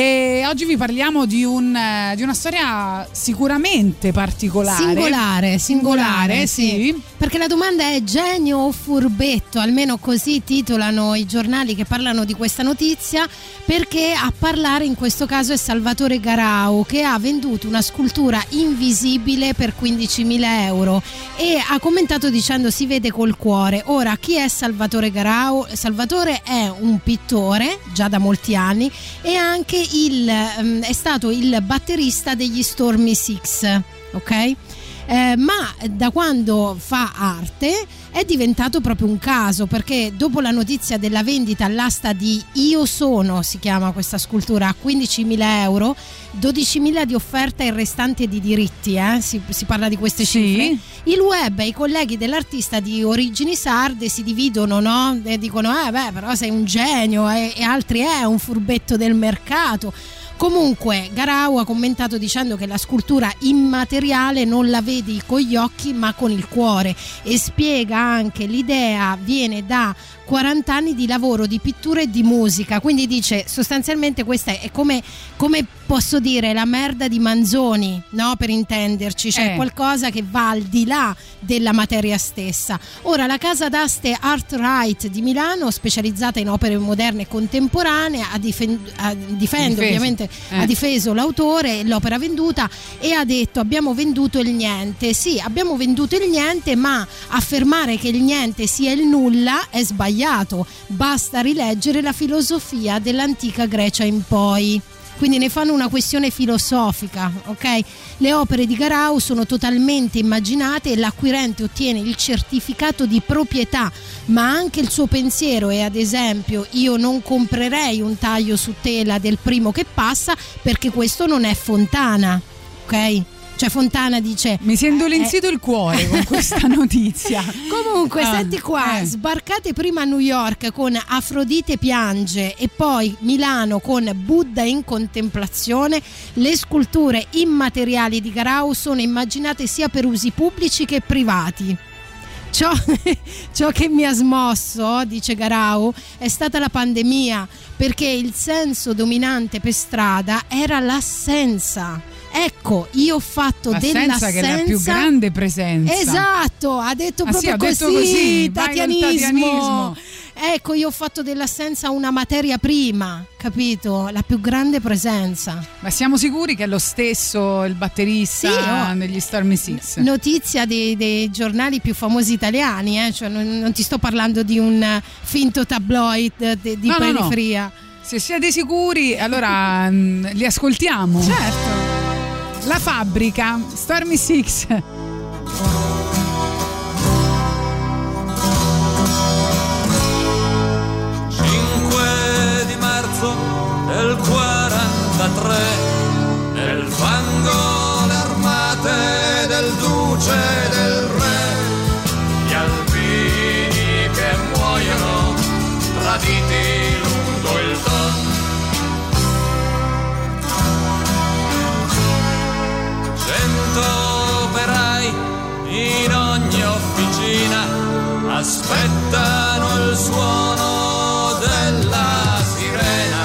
E oggi vi parliamo di, un, di una storia sicuramente particolare. Singolare, singolare, sì. sì. Perché la domanda è genio o furbetto? Almeno così titolano i giornali che parlano di questa notizia, perché a parlare in questo caso è Salvatore Garau, che ha venduto una scultura invisibile per quindicimila euro e ha commentato dicendo si vede col cuore. Ora, chi è Salvatore Garau? Salvatore è un pittore già da molti anni e anche il, um, è stato il batterista degli Stormy Six, ok? Eh, ma da quando fa arte è diventato proprio un caso, perché dopo la notizia della vendita all'asta di Io Sono, si chiama questa scultura, a quindicimila euro, dodicimila di offerta e il restante di diritti, eh? si, si parla di queste cifre. Sì. Il web e i colleghi dell'artista di origini sarde si dividono, no? E dicono eh beh, però sei un genio, eh? E altri è eh, un furbetto del mercato. Comunque Garau ha commentato dicendo che la scultura immateriale non la vedi con gli occhi ma con il cuore, e spiega anche l'idea viene da quaranta anni di lavoro di pittura e di musica, quindi dice sostanzialmente questa è come, come posso dire la merda di Manzoni, no? Per intenderci, cioè eh. qualcosa che va al di là della materia stessa. Ora la casa d'aste Art Right di Milano, specializzata in opere moderne e contemporanee, ha, difen- ha difende ovviamente eh. ha difeso l'autore e l'opera venduta e ha detto abbiamo venduto il niente. Sì, abbiamo venduto il niente, ma affermare che il niente sia il nulla è sbagliato. Basta rileggere la filosofia dell'antica Grecia in poi. Quindi ne fanno una questione filosofica, ok? Le opere di Garau sono totalmente immaginate e l'acquirente ottiene il certificato di proprietà, ma anche il suo pensiero è, ad esempio, io non comprerei un taglio su tela del primo che passa perché questo non è Fontana, ok? Cioè Fontana dice mi si è indolenzito eh, il cuore con questa notizia. Comunque ah, senti qua, eh. sbarcate prima a New York con Afrodite piange e poi Milano con Buddha in contemplazione, le sculture immateriali di Garau sono immaginate sia per usi pubblici che privati. Ciò, ciò che mi ha smosso, dice Garau, è stata la pandemia, perché il senso dominante per strada era l'assenza. Ecco, io ho fatto l'assenza dell'assenza che è la più grande presenza. Esatto, ha detto ah, proprio sì, ho così, detto così tatianismo. tatianismo. Ecco, io ho fatto dell'assenza una materia prima, capito? La più grande presenza. Ma siamo sicuri che è lo stesso il batterista sì, oh, negli Stormy Six? Notizia dei, dei giornali più famosi italiani, eh? Cioè non, non ti sto parlando di un finto tabloid de, di no, periferia. No, no. Se siete sicuri, allora li ascoltiamo. Certo. La fabbrica, Stormy Six. cinque di marzo del quarantatré, nel fango le armate del duce e del re, gli alpini che muoiono traditi lungo il Don. Cento operai in ogni officina aspettano il suono della sirena,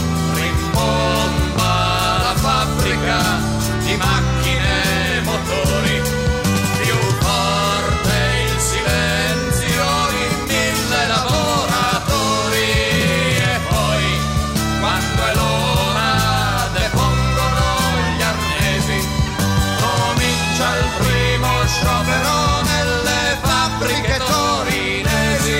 rimbomba la fabbrica di macchine e motori, più forte il silenzio di mille lavoratori, e poi quando è l'ora depongono gli arnesi, comincia il primo sciopero nelle fabbriche torinesi.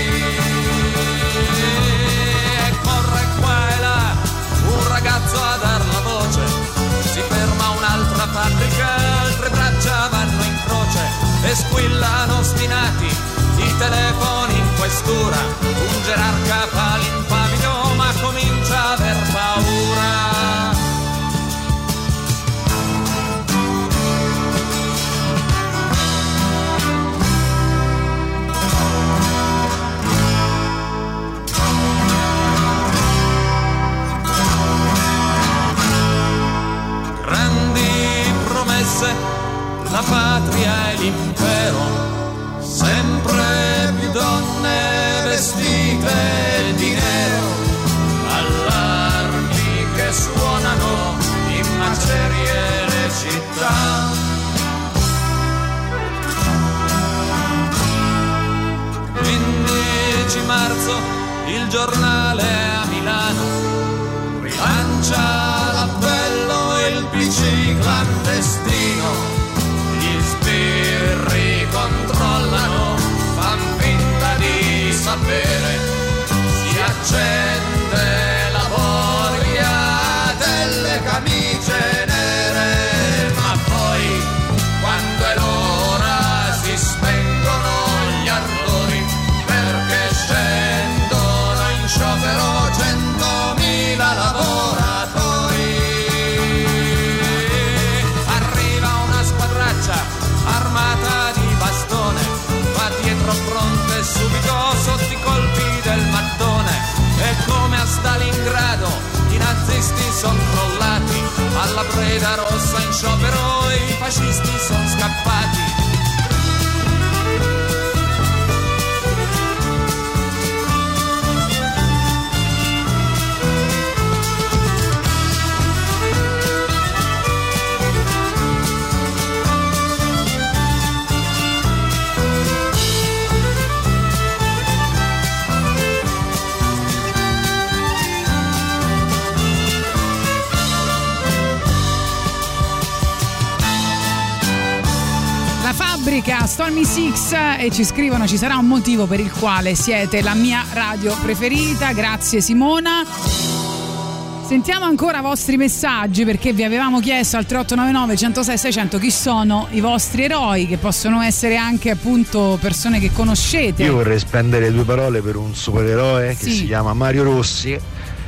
E corre qua e là un ragazzo a dar la voce, si ferma un'altra fabbrica, altre braccia vanno in croce e squillano ostinati i telefoni in questura, un gerarca fa l'impavido ma comincia a aver paura. l'impero, sempre più donne vestite di nero, allarmi che suonano in macerie le città. quindici marzo il giornale a Milano rilancia l'appello e il P C clandestino, gli sbirri controllano, fan finta di sapere, si accende la voglia delle camicie nere, ma poi quando è l'ora si spengono gli ardori, perché scendono in sciopero centomila lavoratori. Arriva una squadraccia armata di bastone, va dietro fronte subito sotto i colpi del mattone, e come a Stalingrado i nazisti son crollati, alla Breda Rossa in sciopero i fascisti son scappati. Stormy Six, e ci scrivono: ci sarà un motivo per il quale siete la mia radio preferita. Grazie Simona. Sentiamo ancora i vostri messaggi, perché vi avevamo chiesto al tre otto nove nove uno zero sei sei zero zero chi sono i vostri eroi, che possono essere anche appunto persone che conoscete. Io vorrei spendere due parole per un supereroe che sì. si chiama Mario Rossi,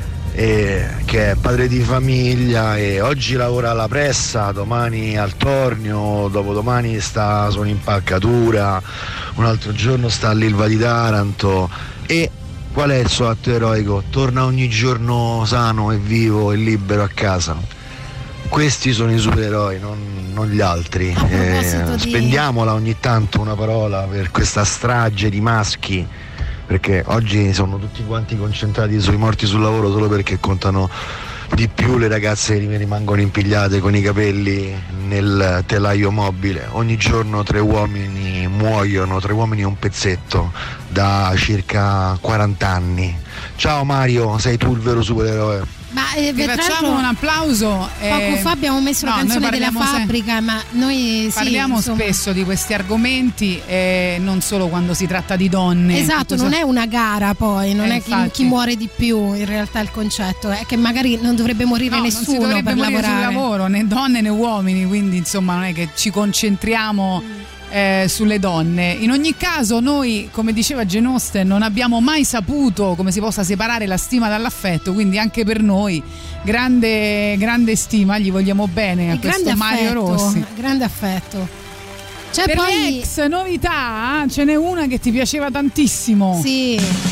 e che è padre di famiglia e oggi lavora alla Pressa, domani al Tornio, dopodomani sta su un'impalcatura, un altro giorno sta all'Ilva di Taranto. E qual è il suo atto eroico? Torna ogni giorno sano e vivo e libero a casa. Questi sono i supereroi, non, non gli altri. Eh, di... Spendiamola ogni tanto una parola per questa strage di maschi, perché oggi sono tutti quanti concentrati sui morti sul lavoro solo perché contano di più le ragazze che rimangono impigliate con i capelli nel telaio mobile. Ogni giorno tre uomini muoiono, tre uomini e un pezzetto, da circa quaranta anni. Ciao Mario, sei tu il vero supereroe. Ma eh, vi facciamo un applauso. Poco eh... fa abbiamo messo no, la canzone della fabbrica, se... ma noi parliamo sì, spesso di questi argomenti, e non solo quando si tratta di donne. Esatto, non è una gara, poi non eh, è chi, chi muore di più. In realtà il concetto è che magari non dovrebbe morire no, nessuno non si dovrebbe per morire lavorare sul lavoro, né donne né uomini, quindi insomma non è che ci concentriamo mm. Eh, sulle donne. In ogni caso noi, come diceva Jane Austen, non abbiamo mai saputo come si possa separare la stima dall'affetto, quindi anche per noi grande, grande stima, gli vogliamo bene a questo Mario Rossi. Grande affetto. C'è per poi... le ex novità ce n'è una che ti piaceva tantissimo. Sì.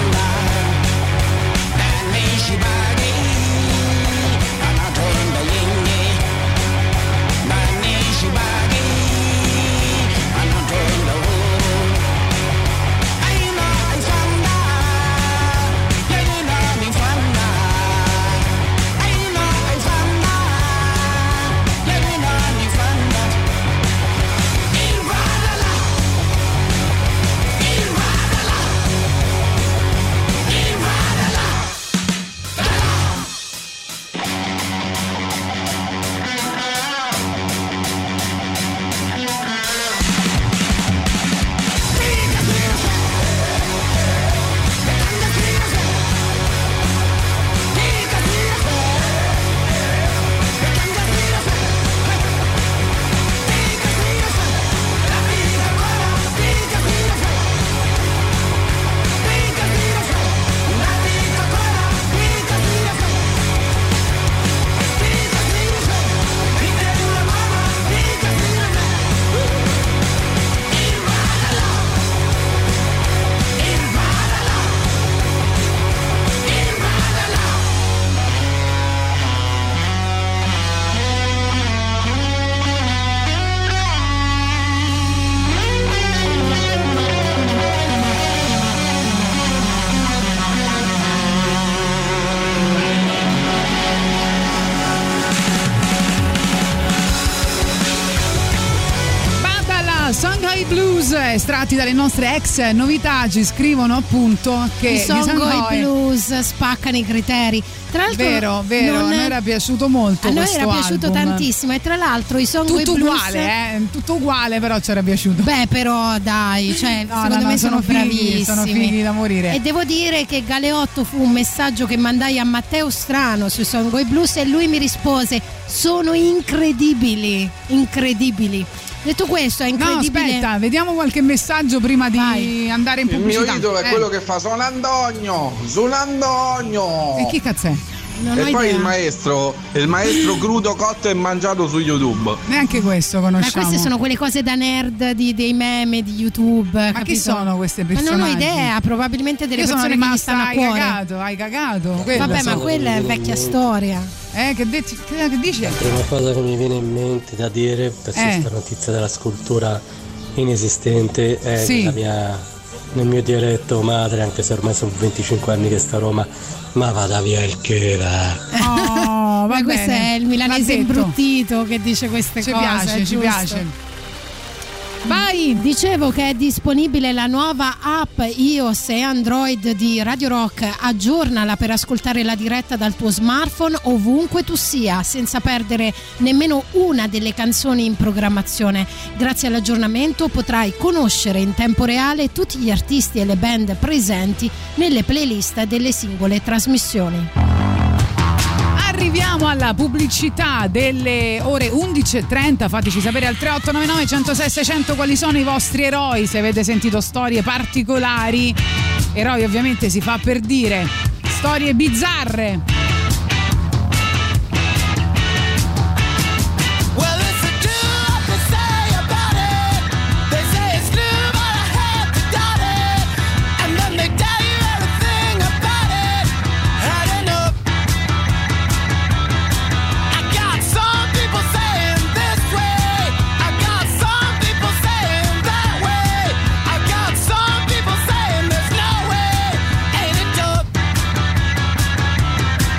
Body, I'm not torn by estratti dalle nostre ex novità, ci scrivono appunto che i Songo Sangoe- e Blues spaccano i criteri. Tra l'altro, vero, vero, non- a noi era piaciuto molto a noi questo era piaciuto album. tantissimo, e tra l'altro i Songo e Tutto Blues uguale, eh? Tutto uguale, però ci era piaciuto. Beh, però dai, cioè, No, secondo no, no, me sono, sono fighi, bravissimi. sono fighi da morire. E devo dire che Galeotto fu un messaggio che mandai a Matteo Strano sui Songo e Blues, e lui mi rispose: sono incredibili, incredibili. Detto questo, è No, incredibile. aspetta, vediamo qualche messaggio prima di Vai. andare in Il pubblicità. mio idolo è Eh. quello che fa Sono Andogno, Sono Andogno. E chi cazzo è? Non ho E poi idea. il maestro, il maestro crudo cotto e mangiato su YouTube. Neanche questo Ma conosciamo. queste sono quelle cose da nerd di- dei meme di YouTube. Ma chi sono queste Ma personaggi? non ho idea, probabilmente delle Io sono persone che gli rimasta, stanno a hai cuore. cagato, hai cagato. Quello Vabbè, ma sono. quella è vecchia storia. Eh, che, de- che, che dici? La prima cosa che mi viene in mente da dire per Eh. questa notizia della scultura inesistente è Sì. la mia, nel mio dialetto madre, anche se ormai sono venticinque anni che sto a Roma, ma vada via il che va. Oh, va Ma questo bene. è il milanese Va detto. imbruttito che dice queste Ci cose. piace, è ci giusto. piace. Vai, dicevo che è disponibile la nuova app iOS e Android di Radio Rock. Aggiornala per ascoltare la diretta dal tuo smartphone ovunque tu sia, senza perdere nemmeno una delle canzoni in programmazione. Grazie all'aggiornamento potrai conoscere in tempo reale tutti gli artisti e le band presenti nelle playlist delle singole trasmissioni. Arriviamo alla pubblicità delle ore undici e trenta. Fateci sapere al tre otto nove nove, centosei, seicento quali sono i vostri eroi, se avete sentito storie particolari. Eroi ovviamente si fa per dire, storie bizzarre. Well, it's a do what they say about it. They say it's new, but I have to doubt it. And then they tell you everything about it. Adding up. I got some people saying this way. I got some people saying that way. I got some people saying there's no way. Ain't it dope?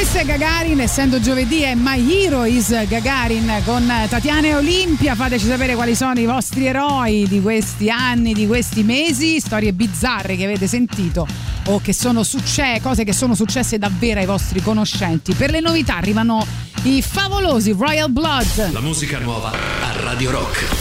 Questo è Gagarin, essendo giovedì è My Hero is Gagarin con Tatiana e Olimpia. Fateci sapere quali sono i vostri eroi di questi anni, di questi mesi, storie bizzarre che avete sentito o che sono successe, cose che sono successe davvero ai vostri conoscenti. Per le novità arrivano i favolosi Royal Blood. La musica nuova a Radio Rock.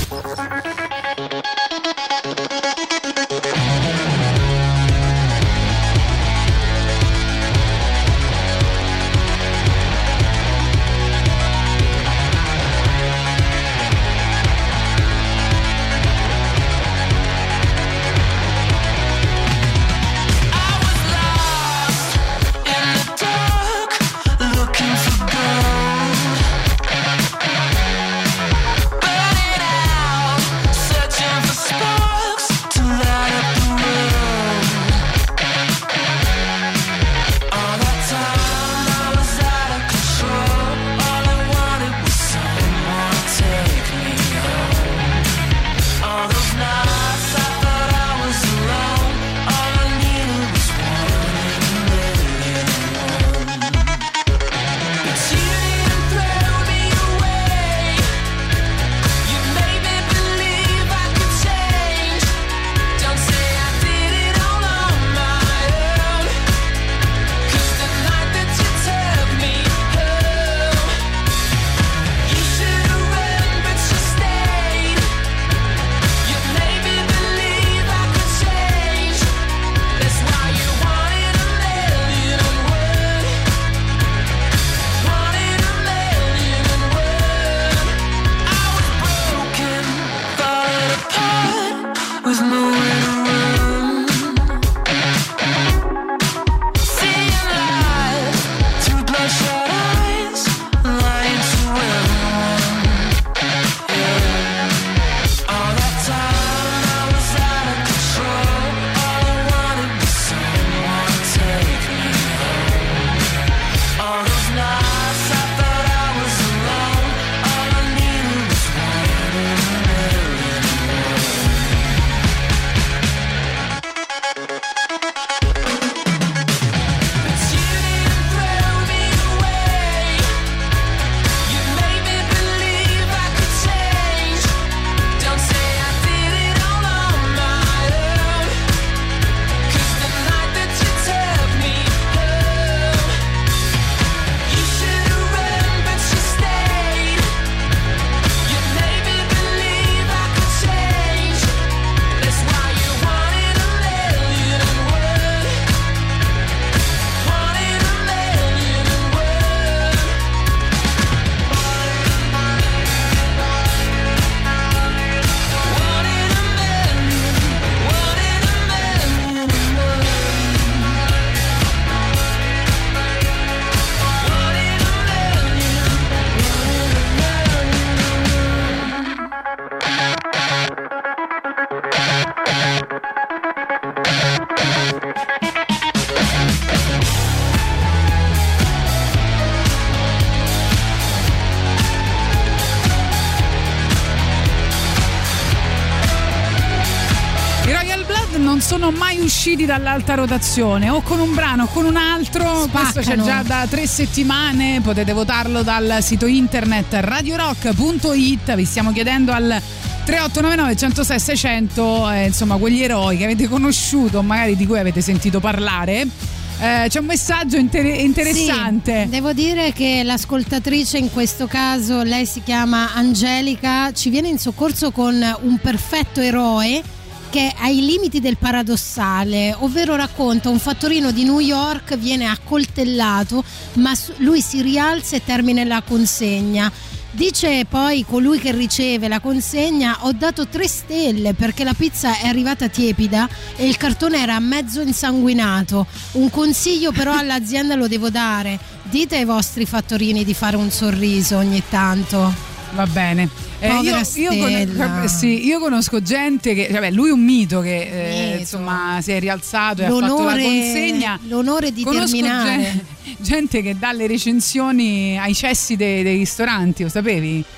Non sono mai usciti dall'alta rotazione, o con un brano o con un altro. Spaccano. Questo c'è già da tre settimane. Potete votarlo dal sito internet radio rock punto it. Vi stiamo chiedendo al tre otto nove nove uno zero sei sei zero zero eh, insomma quegli eroi che avete conosciuto, magari di cui avete sentito parlare. Eh, c'è un messaggio inter- interessante. Sì, devo dire che l'ascoltatrice in questo caso, lei si chiama Angelica, ci viene in soccorso con un perfetto eroe che è ai limiti del paradossale, ovvero racconta un fattorino di New York viene accoltellato, ma lui si rialza e termina la consegna. Dice poi colui che riceve la consegna: ho dato tre stelle perché la pizza è arrivata tiepida e il cartone era mezzo insanguinato. Un consiglio però all'azienda lo devo dare: dite ai vostri fattorini di fare un sorriso ogni tanto. Va bene. Eh, io, io, con, sì, io conosco gente che, vabbè, lui è un mito che eh, insomma si è rialzato e l'onore, ha fatto la consegna. L'onore di conosco terminare. Gente, gente che dà le recensioni ai cessi dei, dei ristoranti, lo sapevi?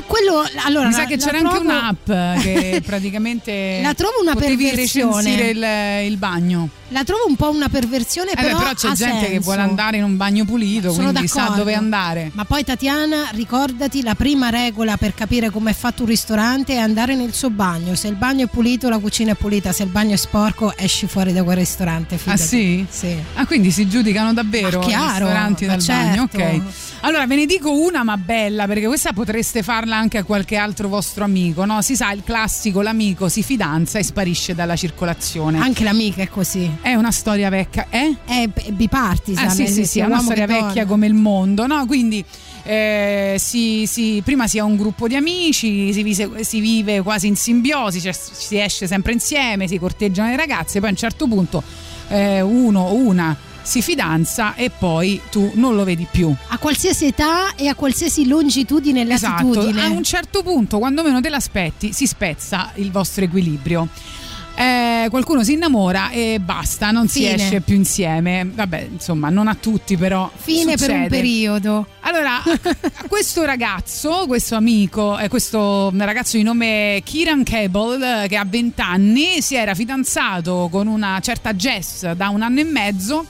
quello allora mi sa la, che c'era trovo... anche un'app che praticamente la trovo una potevi perversione. recensire il, il bagno. La trovo un po' una perversione, eh però, beh, però c'è ha gente senso. che vuole andare in un bagno pulito, Sono quindi d'accordo. sa dove andare. Ma poi Tatiana, ricordati, la prima regola per capire come è fatto un ristorante è andare nel suo bagno. Se il bagno è pulito, la cucina è pulita. Se il bagno è sporco, esci fuori da quel ristorante. Fidati. Ah sì? Sì. Ah, quindi si giudicano davvero Ma i chiaro, ristoranti ma dal certo. bagno, ok. Allora ve ne dico una ma bella, perché questa potreste farla anche a qualche altro vostro amico, no? Si sa, il classico, l'amico si fidanza e sparisce dalla circolazione. Anche l'amica è così. È una storia vecchia, eh? È bipartisan. Ah, sì, sì, sì, è una storia vecchia come il mondo, no? Quindi eh, si, si, prima si ha un gruppo di amici, si vive, si vive quasi in simbiosi, cioè si esce sempre insieme, si corteggiano le ragazze, poi a un certo punto eh, uno o una si fidanza e poi tu non lo vedi più. A qualsiasi età e a qualsiasi longitudine e latitudine. Esatto, a un certo punto, quando meno te l'aspetti, si spezza il vostro equilibrio. Eh, qualcuno si innamora e basta, non Fine. si esce più insieme. Vabbè, insomma, non a tutti, però Fine succede. per un periodo. Allora, questo ragazzo, questo amico, eh, questo ragazzo di nome Kieran Cable, che ha venti anni, si era fidanzato con una certa Jess da un anno e mezzo.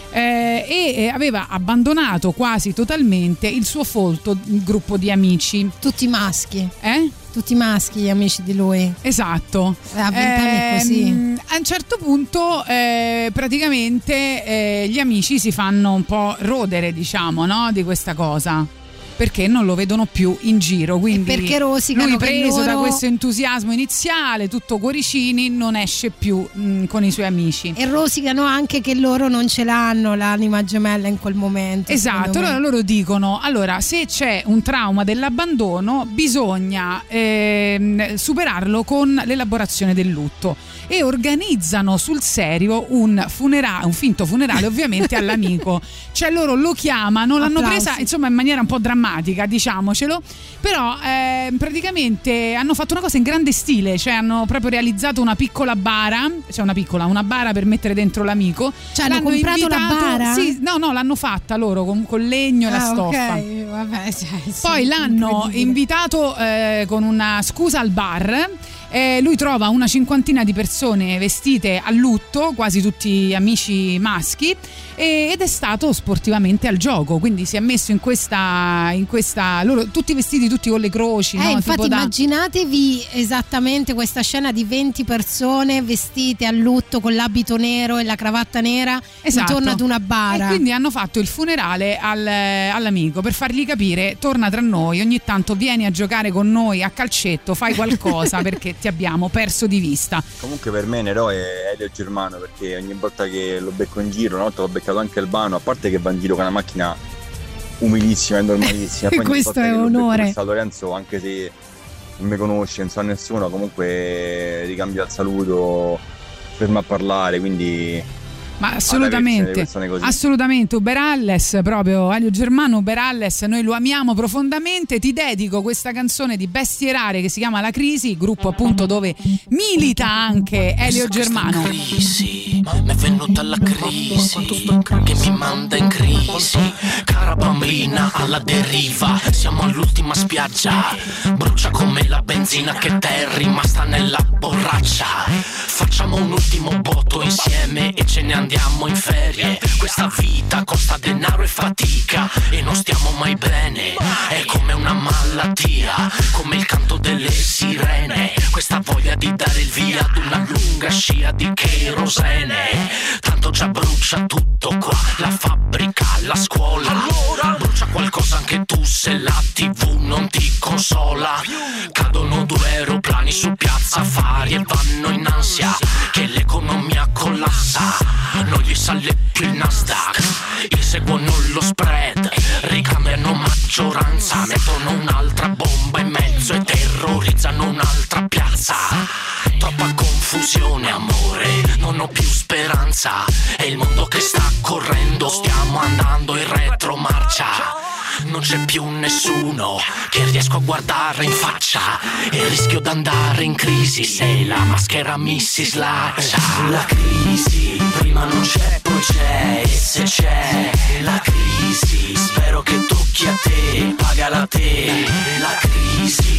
Eh, e aveva abbandonato quasi totalmente il suo folto gruppo di amici. Tutti maschi. Eh? Tutti maschi gli amici di lui. Esatto. A vent'anni è così. A un certo punto eh, praticamente eh, gli amici si fanno un po' rodere, diciamo, no? Di questa cosa, perché non lo vedono più in giro, quindi e perché rosicano lui, che preso loro... da questo entusiasmo iniziale, tutto cuoricini, non esce più mh, con i suoi amici. E rosicano anche che loro non ce l'hanno l'anima gemella in quel momento. Esatto, allora loro dicono, allora se c'è un trauma dell'abbandono bisogna ehm, superarlo con l'elaborazione del lutto, e organizzano sul serio un funerale, un finto funerale ovviamente all'amico. Cioè loro lo chiamano, l'hanno Applausi. presa insomma in maniera un po' drammatica, diciamocelo, però eh, praticamente hanno fatto una cosa in grande stile, cioè hanno proprio realizzato una piccola bara, cioè una piccola, una bara per mettere dentro l'amico. Cioè hanno L'hanno comprato invitato, la bara? Sì, no, no, l'hanno fatta loro con, con legno e la Ah, stoffa. ok, vabbè, cioè, Poi l'hanno incredibile. invitato eh, con una scusa al bar. Eh, lui trova una cinquantina di persone vestite a lutto, quasi tutti amici maschi, e, ed è stato sportivamente al gioco, quindi si è messo in questa, in questa loro tutti vestiti, tutti con le croci. Eh, no? infatti Tipo da... immaginatevi esattamente questa scena di venti persone vestite a lutto con l'abito nero e la cravatta nera, Esatto. intorno ad una bara. E quindi hanno fatto il funerale al, all'amico per fargli capire: torna tra noi, ogni tanto vieni a giocare con noi a calcetto, fai qualcosa perché ti abbiamo perso di vista. Comunque per me un eroe è Elio Germano, perché ogni volta che lo becco in giro, una volta l'ho beccato anche Albano, a parte che va in giro con una macchina umilissima e normalissima, poi ogni Questo volta è che lo onore. becco San Lorenzo, anche se non mi conosce, non so nessuno, comunque ricambia il saluto, ferma a parlare, quindi Ma assolutamente, assolutamente. Uberalles, proprio Elio Germano, Uberalles, noi lo amiamo profondamente. Ti dedico questa canzone di Bestie Rare che si chiama La Crisi, gruppo appunto dove milita anche Elio Germano. Crisi, mi è venuta la crisi che mi manda in crisi. Cara bambina alla deriva, siamo all'ultima spiaggia, brucia come la benzina che t'è rimasta nella borraccia. Facciamo un ultimo botto insieme e ce ne andiamo in ferie. Questa vita costa denaro e fatica e non stiamo mai bene. È come una malattia, come il canto delle sirene. Questa voglia di dare il via ad una lunga scia di cherosene. Tanto già brucia tutto qua, la fabbrica, la scuola. Allora brucia qualcosa anche tu se la tivù non ti consola. Cadono due aeroplani su piazza Affari e vanno in ansia che l'economia collassa. Non gli sale più il Nasdaq, inseguono lo spread, ricambiano maggioranza, mettono un'altra bomba in mezzo e terrorizzano un'altra piazza. Troppa confusione, amore, non ho più speranza. È il mondo che sta correndo, stiamo andando in retromarcia. Non c'è più nessuno che riesco a guardare in faccia e rischio d'andare in crisi se la maschera mi si slaccia. La crisi, prima non c'è, poi c'è, e se c'è la crisi, spero che tocchi a te, pagala te. La crisi,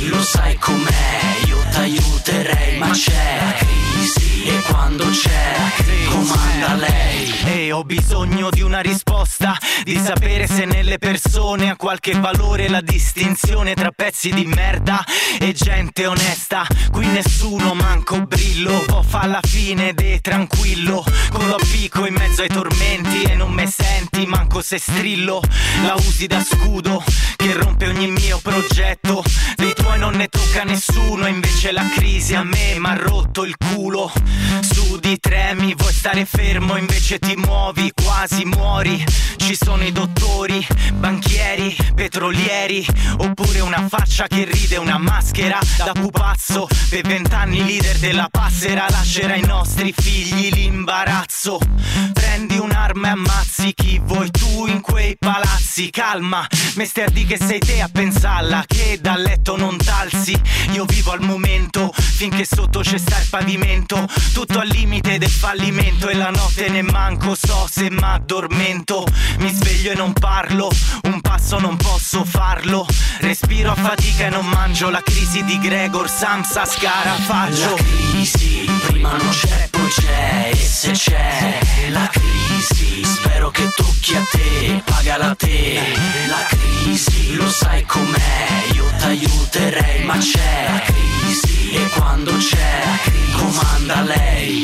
e ho bisogno di una risposta, di sapere se nelle persone ha qualche valore la distinzione tra pezzi di merda e gente onesta. Qui nessuno manco brillo, può fa alla fine de tranquillo, con lo appico in mezzo ai tormenti e non me senti manco se strillo. La usi da scudo che rompe ogni mio progetto, dei tuoi non ne tocca nessuno, invece la crisi a me m'ha rotto il culo. Sudi, tremi, vuoi stare fermo, invece ti muovi, quasi muori. Ci sono i dottori, banchieri, petrolieri, oppure una faccia che ride, una maschera da pupazzo. Per vent'anni leader della passera, lascerà ai nostri figli l'imbarazzo. Prendi un'arma e ammazzi chi vuoi tu in quei palazzi. Calma, me stai a di che sei te a pensarla, che dal letto non t'alzi. Io vivo al momento, finché sotto c'è sta il pavimento, tutto al limite del fallimento, e la notte ne manco so se m'addormento. Mi sveglio e non parlo, un passo non posso farlo, respiro a fatica e non mangio. La crisi di Gregor Samsa Scarafaggio. La crisi, prima non c'è poi c'è, e se c'è la crisi, spero che tocchi a te, pagala te. La crisi, lo sai com'è, io t'aiuterei, ma c'è la crisi, e quando c'è comanda lei.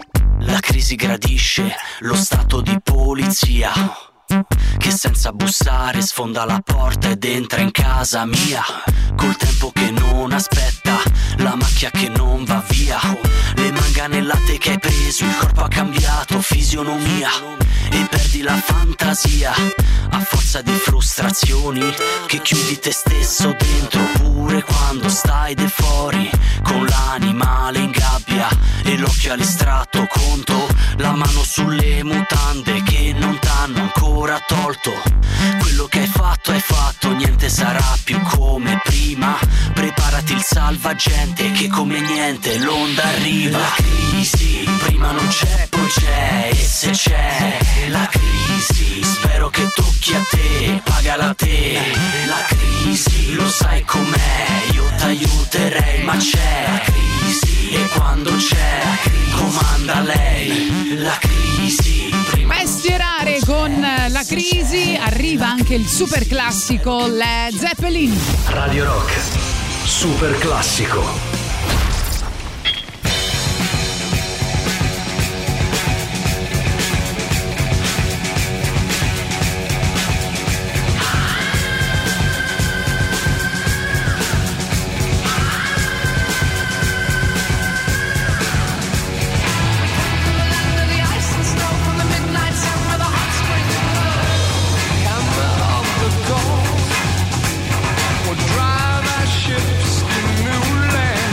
La crisi gradisce lo stato di polizia, che senza bussare sfonda la porta ed entra in casa mia. Col tempo che non aspetta, la macchia che non va via, le manganellate che hai preso, il corpo ha cambiato fisionomia, e perdi la fantasia a forza di frustrazioni, che chiudi te stesso dentro pure quando stai de fuori, con l'animale in gabbia e l'occhio all'estratto conto, la mano sulle mutande che non t'hanno ancora tolto. Quello che hai fatto hai fatto, niente sarà più come prima. Preparati il salvagente che come niente l'onda arriva. La crisi, prima non c'è poi c'è, e se c'è la crisi, spero che tocchi a te, pagala te. La crisi, lo sai com'è, io t'aiuterei, ma c'è la crisi, e quando c'è comanda lei. La crisi, prima Mestierare con la crisi, arriva anche il super classico Led Zeppelin. Radio Rock, super classico. Drive our ships to new land.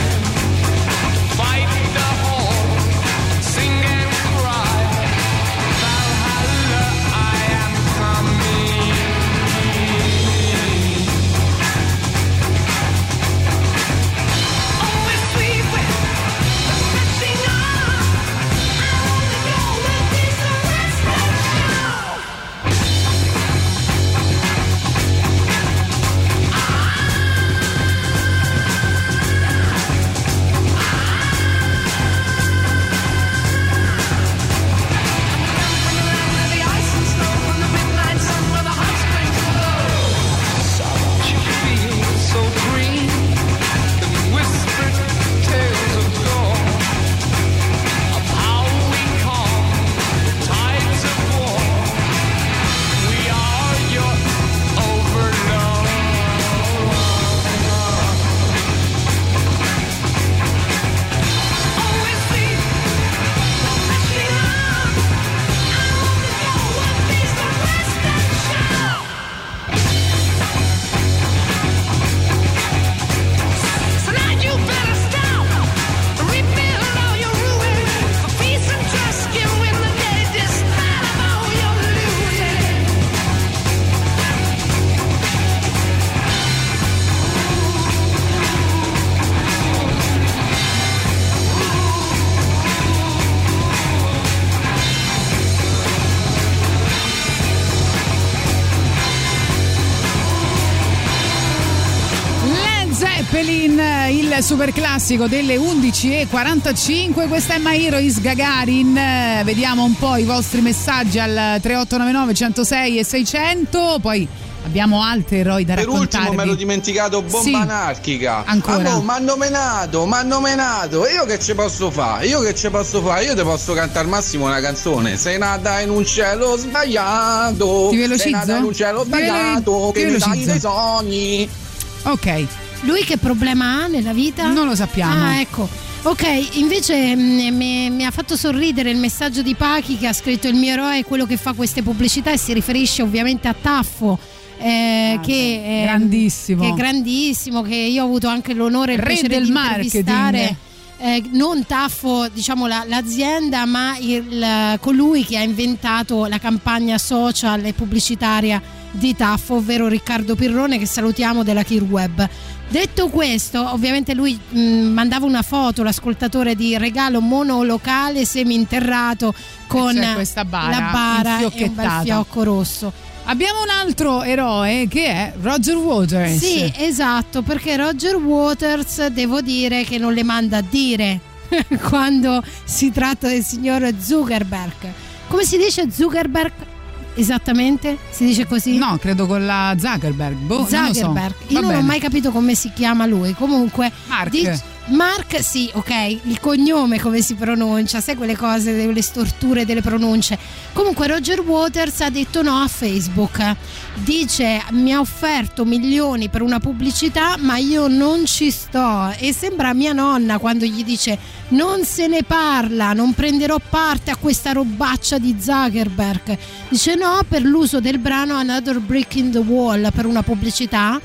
Zeppelin, il super classico delle undici e quarantacinque. Questa è My Hero is Gagarin. Vediamo un po' i vostri messaggi al tre otto nove nove uno zero sei e seicento. Poi abbiamo altri eroi da per raccontarvi. Per ultimo me l'ho dimenticato, bomba sì. anarchica. Ancora? Ah, mi hanno menato, mi hanno menato. E io che ci posso fare? Io che ci posso fare? Io ti posso cantare al massimo una canzone. Sei nata in un cielo sbagliato. Ti velocizzo? Sei nata in un cielo sbagliato. Ti che velocizzo. mi dai dei sogni. Ok. Lui che problema ha nella vita? Non lo sappiamo. Ah, ecco. Ok, invece mh, mi, mi ha fatto sorridere il messaggio di Pachi che ha scritto: il mio eroe è quello che fa queste pubblicità, e si riferisce ovviamente a Taffo. Eh, ah, che è grandissimo. Che è grandissimo, che io ho avuto anche l'onore e il Re piacere del di intervistare. marketing. Eh, non Taffo, diciamo la, l'azienda, ma il, colui che ha inventato la campagna social e pubblicitaria di Taffo, ovvero Riccardo Pirrone, che salutiamo, della Kirweb. Detto questo, ovviamente lui mh, mandava una foto, l'ascoltatore, di regalo monolocale seminterrato con questa bara, la bara e un bel infiocchettata. fiocco rosso. Abbiamo un altro eroe che è Roger Waters. Sì, esatto, perché Roger Waters, devo dire che non le manda a dire quando si tratta del signor Zuckerberg. Come si dice Zuckerberg esattamente? Si dice così? No, credo con la Zuckerberg. Boh, Zuckerberg. non lo so. Io non bene. ho mai capito come si chiama lui. Comunque Mark. dic- Mark, sì, ok, il cognome come si pronuncia, sai quelle cose, le storture delle pronunce. Comunque Roger Waters ha detto no a Facebook. Dice: mi ha offerto milioni per una pubblicità, ma io non ci sto. E sembra mia nonna quando gli dice: non se ne parla, non prenderò parte a questa robaccia di Zuckerberg. Dice no per l'uso del brano Another Brick in the Wall per una pubblicità.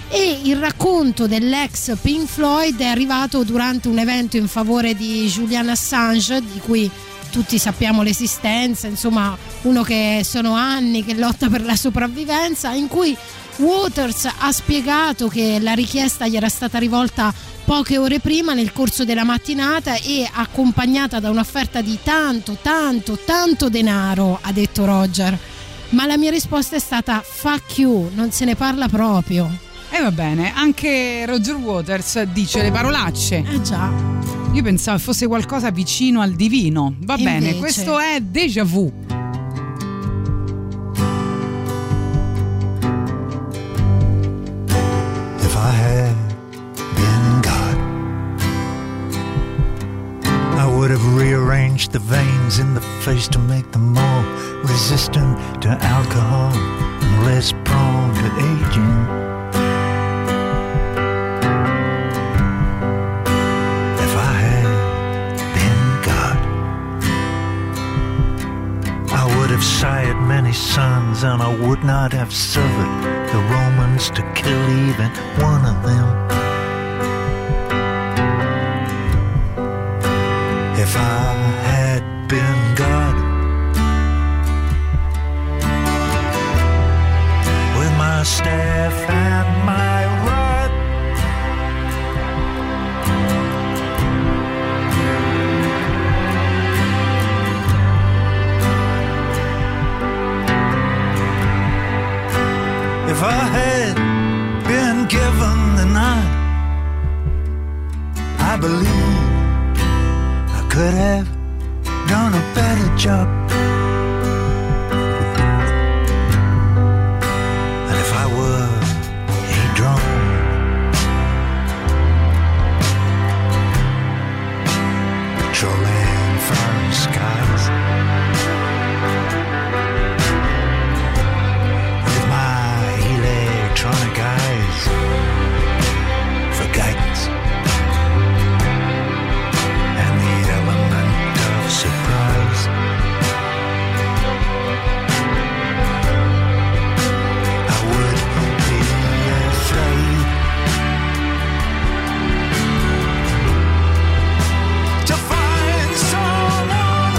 E il racconto dell'ex Pink Floyd è arrivato durante un evento in favore di Julian Assange, di cui tutti sappiamo l'esistenza, insomma uno che sono anni che lotta per la sopravvivenza, in cui Waters ha spiegato che la richiesta gli era stata rivolta poche ore prima nel corso della mattinata e accompagnata da un'offerta di tanto, tanto, tanto denaro, ha detto Roger. Ma la mia risposta è stata fuck you, non se ne parla proprio. E eh, va bene, anche Roger Waters dice le parolacce. Eh già. Io pensavo fosse qualcosa vicino al divino. Va Invece. bene, questo è Déjà Vu. If I had been God, I would have rearranged the veins in the face to make them more resistant to alcohol and less prone to aging. If I had been God, I would have sired many sons, and I would not have suffered the Romans to kill even one of them. If I had been God, with my staff and my rod, if I had been given the nod, I believe I could have done a better job. And if I were a drone, patrolling foreign skies, with my electronic eyes for guidance and the element of surprise, I would be afraid to find someone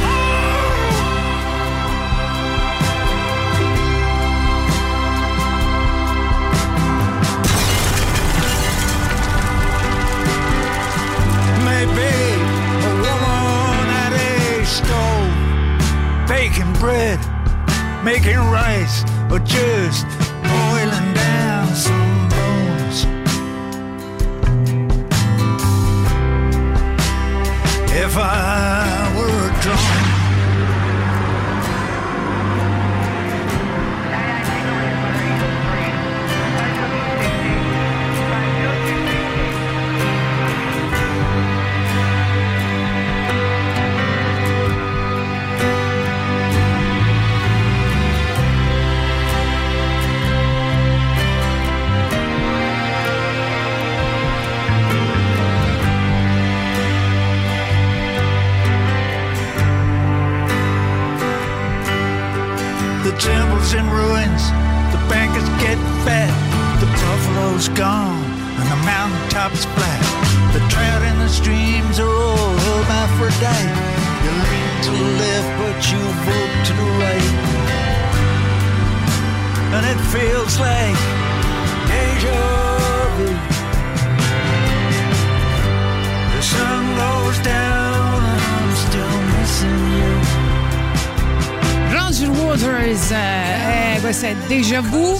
maybe a woman at a stove, baking bread, making rice, or just boiling down some bones. if I were a drum. The temple's in ruins, the bankers get fat, the buffalo's gone, and the mountaintop is flat. The trout in the streams are all hermaphrodite. You lean to the left, but you vote to the right. And it feels like deja vu. The sun goes down, and I'm still missing you. Roger Waters, eh, questa è Deja Vu.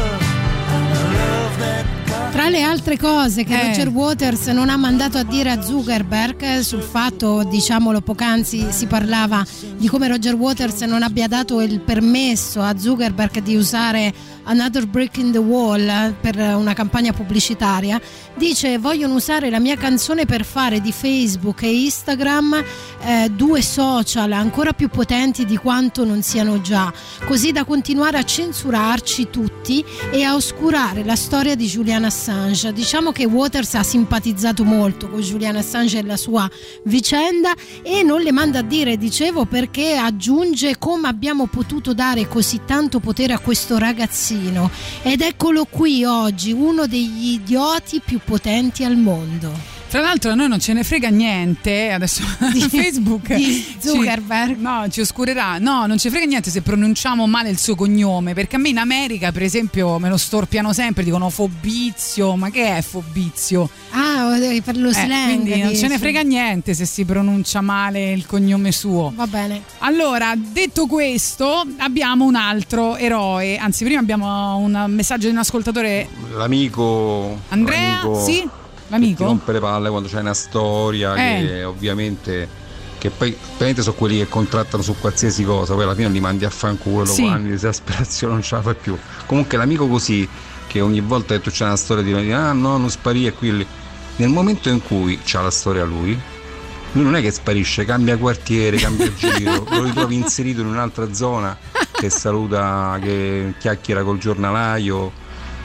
Tra le altre cose che Eh. Roger Waters non ha mandato a dire a Zuckerberg, sul fatto, diciamolo, poc'anzi si parlava di come Roger Waters non abbia dato il permesso a Zuckerberg di usare Another Brick in the Wall per una campagna pubblicitaria. Dice: vogliono usare la mia canzone per fare di Facebook e Instagram eh, due social ancora più potenti di quanto non siano già, così da continuare a censurarci tutti e a oscurare la storia di Julian Assange. Diciamo che Waters ha simpatizzato molto con Julian Assange e la sua vicenda, e non le manda a dire, dicevo, perché aggiunge: come abbiamo potuto dare così tanto potere a questo ragazzino, ed eccolo qui oggi, uno degli idioti più potenti al mondo. Tra l'altro a noi non ce ne frega niente adesso di Facebook, di Zuckerberg. Ci, no, ci oscurerà. No, non ci frega niente se pronunciamo male il suo cognome, perché a me in America, per esempio, me lo storpiano sempre, dicono Fobizio. Ma che è Fobizio? Ah, per lo slang. Eh, quindi non dici. ce ne frega niente se si pronuncia male il cognome suo. Va bene. Allora, detto questo, abbiamo un altro eroe. Anzi, prima abbiamo un messaggio di un ascoltatore. L'amico Andrea, l'amico sì? Che L'amico? ti rompe le palle quando c'è una storia Eh. che ovviamente, che poi ovviamente sono quelli che contrattano su qualsiasi cosa, poi alla fine li mandi a fanculo dopo Sì. anni di esasperazione, non ce la fai più. Comunque l'amico così, che ogni volta che tu c'è una storia di ah no, non sparì e qui lì. Nel momento in cui c'ha la storia lui, lui non è che sparisce, cambia quartiere, cambia giro, lo ritrovi inserito in un'altra zona, che saluta, che chiacchiera col giornalaio,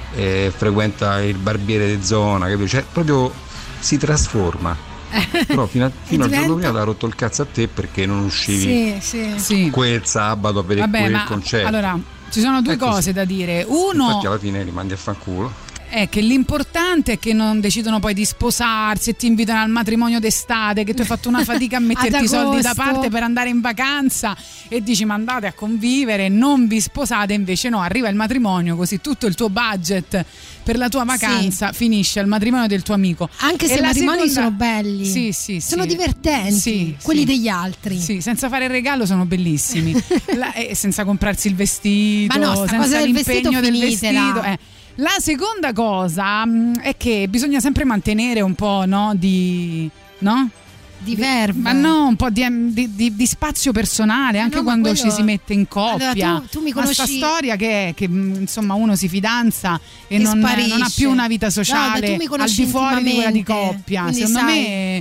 e frequenta il barbiere di zona, capito? Cioè proprio si trasforma. Però fino, a, fino al giorno prima ti ha rotto il cazzo a te perché non uscivi Sì, sì. Sì. quel sabato a vedere Vabbè, quel ma concerto. allora ci sono due È così. cose da dire. Uno Infatti alla fine li mandi a fanculo. è che l'importante è che non decidono poi di sposarsi e ti invitano al matrimonio d'estate, che tu hai fatto una fatica a metterti i soldi da agosto. parte per andare in vacanza e dici ma andate a convivere, non vi sposate, invece no, arriva il matrimonio, così tutto il tuo budget per la tua vacanza finisce al matrimonio del tuo amico. Anche se E i la matrimoni seconda- sono belli, sì, sì, sono sì. divertenti, Sì, quelli sì. degli altri. Sì, senza fare il regalo sono bellissimi. La- eh, senza comprarsi il vestito, Ma no, sta senza cosa del l'impegno vestito del finitela. vestito. eh. La seconda cosa mh, è che bisogna sempre mantenere un po', no, di no? Di verve. Ma no, un po' di, di- di- di spazio personale, anche no, ma quando quello- ci si mette in coppia. Allora, tu- tu mi Ma sta conosci- storia che, è che mh, insomma uno si fidanza e, E non, sparisce. non ha più una vita No, sociale ma tu mi al conosci di fuori di quella di intimamente, coppia. quindi Secondo sai. me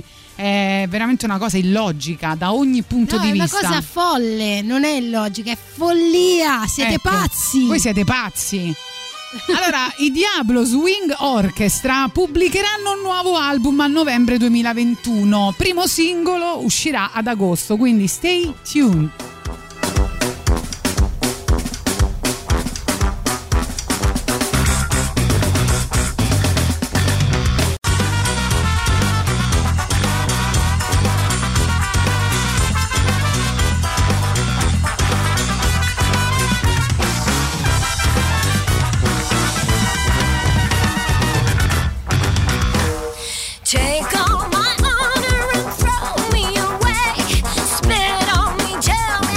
è veramente una cosa illogica da ogni punto No, di è una vista. cosa folle, non è illogica, è follia, siete Ecco, pazzi. Voi siete pazzi. Allora, i Diablo Swing Orchestra pubblicheranno un nuovo album a novembre duemilaventuno. Primo singolo uscirà ad agosto, quindi stay tuned. Take all my honor and throw me away. Spit on me, tell me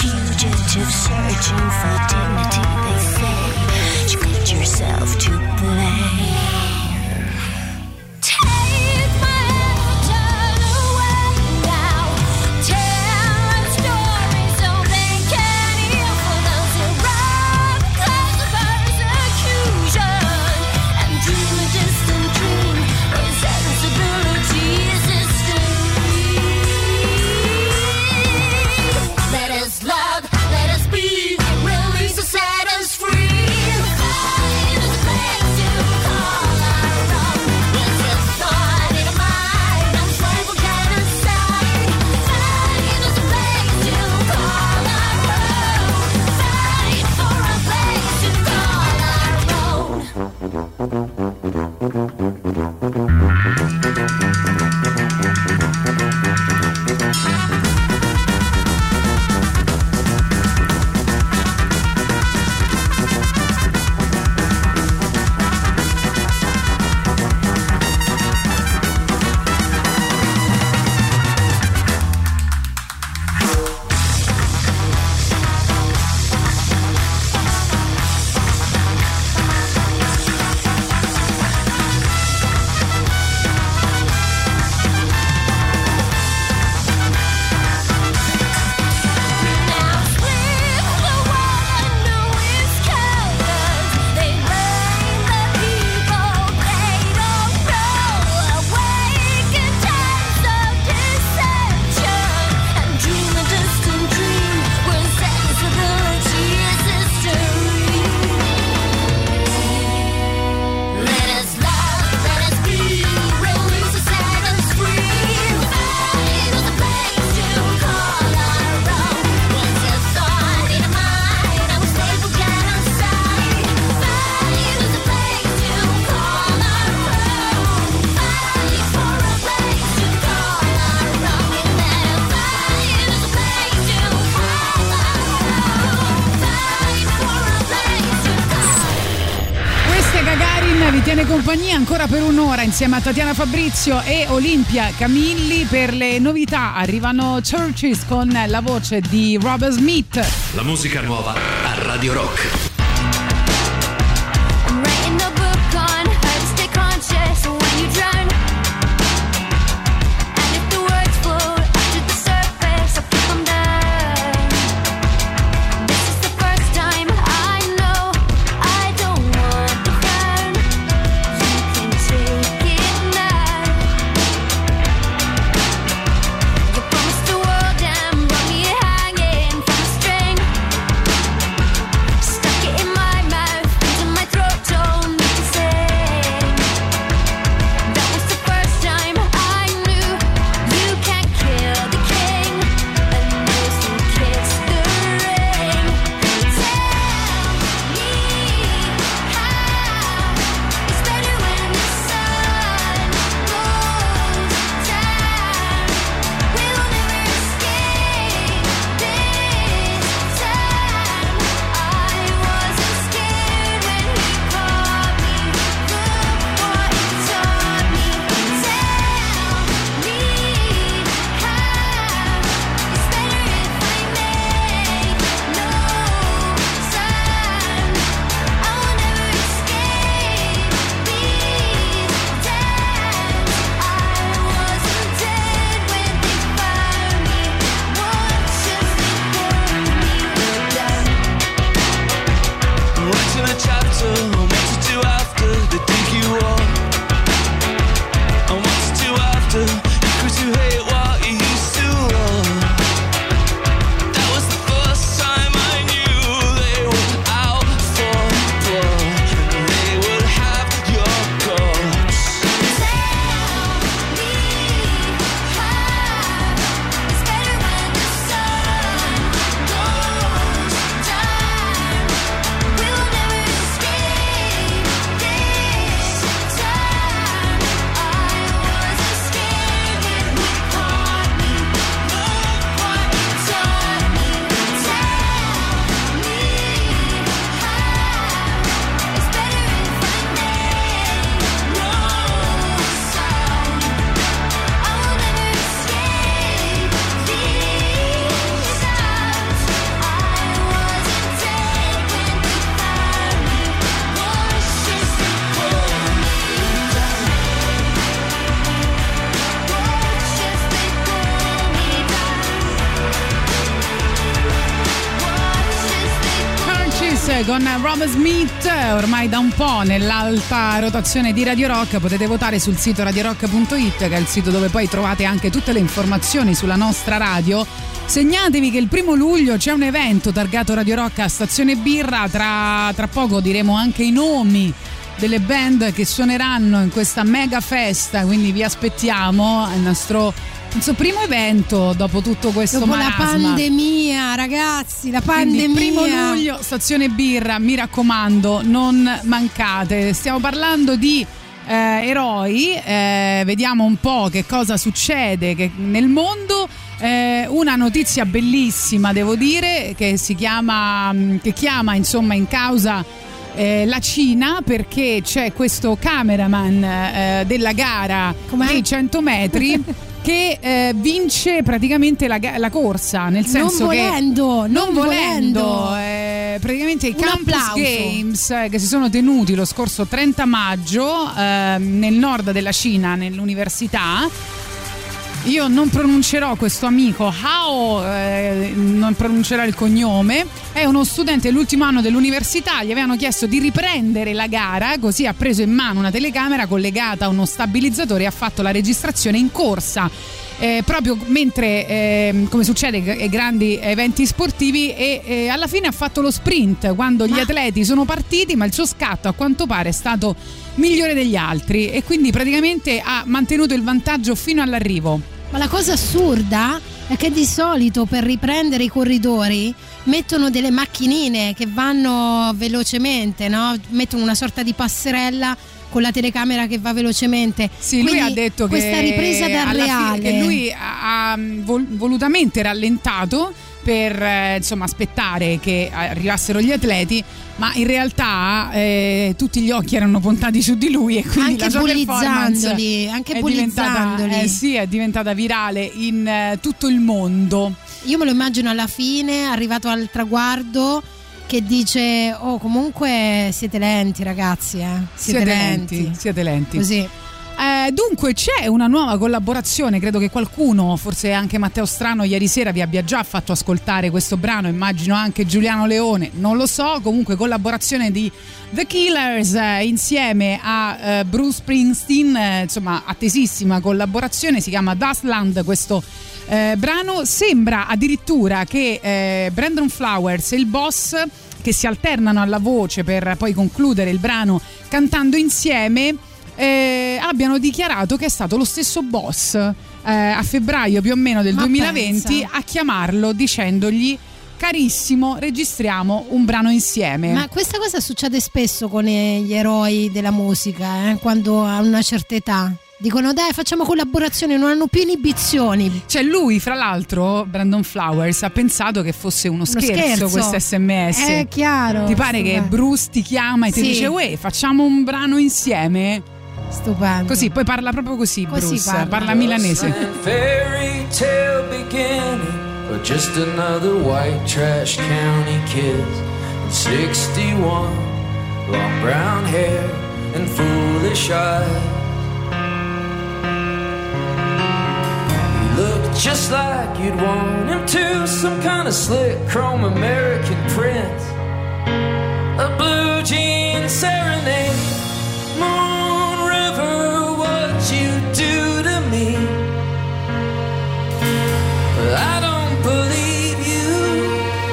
fugitive searching for dignity, they say. You put yourself to blame. Take my hand, turn away now. Tell stories so they can heal for those who rob because of persecution. And dream a distant dream where sensibility is history. Let us love, let us be, release us, set us free. Find us a place to call our own. It's a thought in a mind, I'm slave of genocide. Find us a place to call our own. Fight for a place to call our own. vi tiene compagnia ancora per un'ora insieme a Tatiana Fabrizio e Olimpia Camilli. Per le novità arrivano Churches con la voce di Robert Smith. La musica nuova a Radio Rock. Stuck Killers con Robert Smith, ormai da un po' nell'alta rotazione di Radio Rock. Potete votare sul sito radio rock punto it, che è il sito dove poi trovate anche tutte le informazioni sulla nostra radio. Segnatevi che il primo luglio c'è un evento targato Radio Rock a Stazione Birra. Tra, tra poco diremo anche i nomi delle band che suoneranno in questa mega festa, quindi vi aspettiamo al nostro, il suo primo evento dopo tutto questo dopo marasma. la pandemia, ragazzi, la pandemia. Quindi, primo luglio, Stazione Birra, mi raccomando, non mancate. Stiamo parlando di eh, eroi, eh, vediamo un po' che cosa succede che nel mondo. Eh, una notizia bellissima, devo dire, che si chiama, che chiama insomma in causa Eh, la Cina, perché c'è questo cameraman eh, della gara Com'è? dei cento metri che eh, vince praticamente la, la corsa, nel senso non volendo, che non volendo, volendo. Eh, praticamente i Un Campus applauso. Games eh, che si sono tenuti lo scorso trenta maggio eh, nel nord della Cina, nell'università. Io non pronuncerò questo amico Hao, eh, non pronuncerò il cognome. È uno studente dell'ultimo anno dell'università. Gli avevano chiesto di riprendere la gara, così ha preso in mano una telecamera collegata a uno stabilizzatore e ha fatto la registrazione in corsa. Eh, proprio mentre, eh, come succede ai grandi eventi sportivi, e eh, alla fine ha fatto lo sprint quando gli Ma... atleti sono partiti, ma il suo scatto a quanto pare è stato migliore degli altri e quindi praticamente ha mantenuto il vantaggio fino all'arrivo. Ma la cosa assurda è che di solito per riprendere i corridori mettono delle macchinine che vanno velocemente, no? Mettono una sorta di passerella con la telecamera che va velocemente. Sì, Quindi lui ha detto questa che ripresa dal alla reale fine, che lui ha, ha vol- volutamente rallentato per eh, insomma aspettare che arrivassero gli atleti, ma in realtà eh, tutti gli occhi erano puntati su di lui e quindi anche la sua performance bullizzandoli, anche è diventata, bullizzandoli. eh, sì, è diventata virale in eh, tutto il mondo. Io me lo immagino alla fine, arrivato al traguardo, che dice: oh, comunque siete lenti, ragazzi, eh. siete, Siete lenti. lenti, siete lenti. Così. Eh, dunque c'è una nuova collaborazione, credo che qualcuno, forse anche Matteo Strano ieri sera vi abbia già fatto ascoltare questo brano, immagino anche Giuliano Leone, non lo so, comunque collaborazione di The Killers eh, insieme a eh, Bruce Springsteen, eh, insomma attesissima collaborazione, si chiama Dustland questo eh, brano. Sembra addirittura che eh, Brandon Flowers e il boss, che si alternano alla voce per poi concludere il brano cantando insieme, Eh, abbiano dichiarato che è stato lo stesso boss eh, a febbraio più o meno del Ma duemilaventi pensa. a chiamarlo dicendogli: carissimo, registriamo un brano insieme. Ma questa cosa succede spesso con eh, gli eroi della musica, eh, quando hanno una certa età. Dicono: dai, facciamo collaborazione, non hanno più inibizioni. Cioè lui, fra l'altro, Brandon Flowers, ha pensato che fosse uno, Uno scherzo, scherzo. questo sms. È chiaro. Ti pare che Stupendo. Bruce ti chiama e ti Sì. dice: uè, facciamo un brano insieme? Stupendo. Così, poi parla proprio così, Così Bruce, parla. parla milanese. Fairy tale beginning, or just another white trash county kid. sixty-one, long brown hair and foolish eyes. He looked just like you'd want him to, some kind of slick chrome American prince. A blue jean serenade, Moon River, what you do to me. I don't believe you.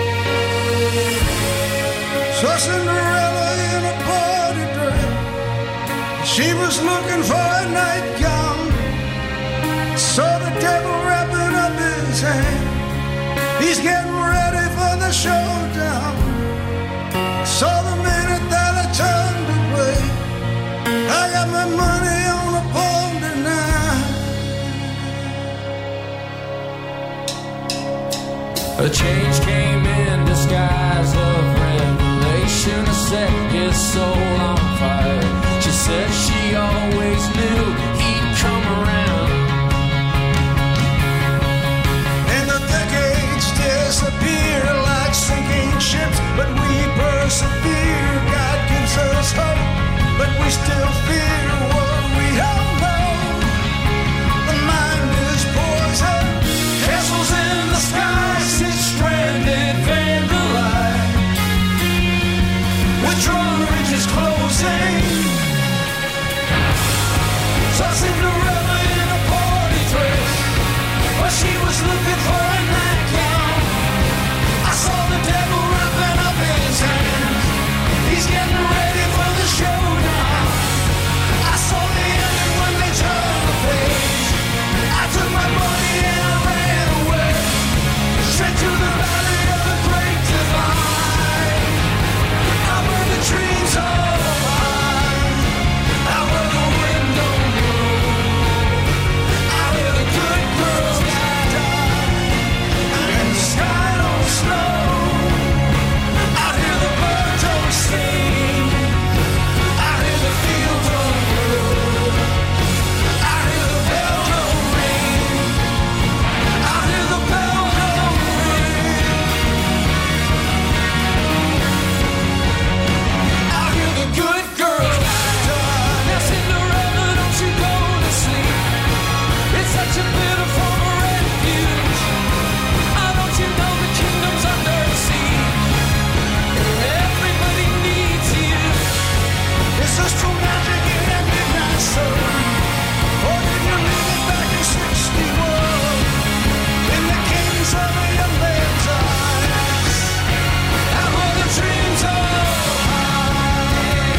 So Cinderella in a party dress, she was looking for a nightgown. Saw the devil wrapping up his hand, he's getting ready for the showdown. Saw the minute that I turned away, I got my money on a pole tonight. A change came in disguise of revelation, to set his soul on fire. She said she always knew he'd come around. And the decades disappear like sinking ships, but we persevere. God gives us hope, but we still fear what we don't know. The mind is poison, castles in the sky, sit stranded vandalized. sing. Saw Cinderella in a party dress, but she was looking for a nightgown. I saw the devil wrapping up his hands. He's getting ready for the showdown. I saw the ending when they turned the page. I took my money and I ran away, straight to the valley of the great divide. Out where the trees are high, out where the wind don't blow, out where the good girls die, and the sky don't snow. Out here the birds don't sing, out here the fields don't grow, out here the bell don't ring, out here the bell don't ring, out here the good girls die. Now Cinderella, don't you go to sleep, it's such a beautiful refuge. Oh, don't you know the kingdom's under siege? Everybody needs you. It's just too magic in that midnight sun. Or did you live it back in sixty-one? In the kings of the young man's eyes, out where the dreams are high.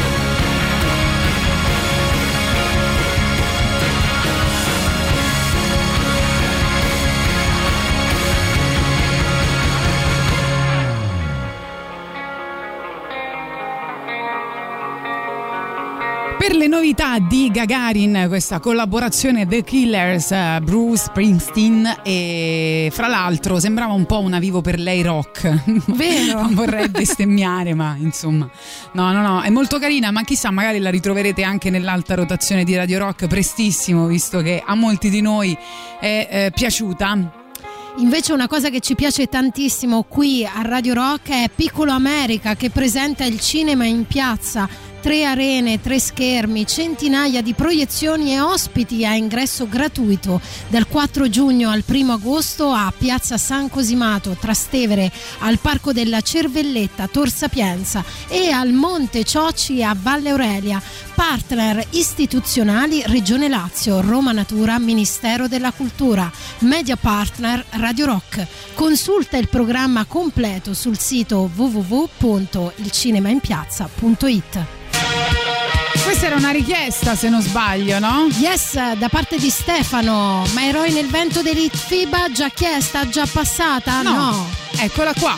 Per le novità di Gagarin, questa collaborazione The Killers, eh, Bruce Springsteen, e fra l'altro sembrava un po' una Vivo per lei rock. Vero? Non vorrei bestemmiare, ma insomma, no, no, no, è molto carina, ma chissà, magari la ritroverete anche nell'alta rotazione di Radio Rock prestissimo, visto che a molti di noi è eh, piaciuta. Invece una cosa che ci piace tantissimo qui a Radio Rock è Piccolo America, che presenta il cinema in piazza. Tre arene, tre schermi, centinaia di proiezioni e ospiti a ingresso gratuito dal quattro giugno al primo agosto a Piazza San Cosimato, Trastevere, al Parco della Cervelletta, Tor Sapienza, e al Monte Ciocci a Valle Aurelia. Partner istituzionali Regione Lazio, Roma Natura, Ministero della Cultura. Media partner Radio Rock. Consulta il programma completo sul sito w w w punto il cinema in piazza punto i t. Questa era una richiesta, se non sbaglio, no? Yes, da parte di Stefano. Ma Eroi nel vento dell'Hitfiba già chiesta, già passata? No. No. Eccola qua.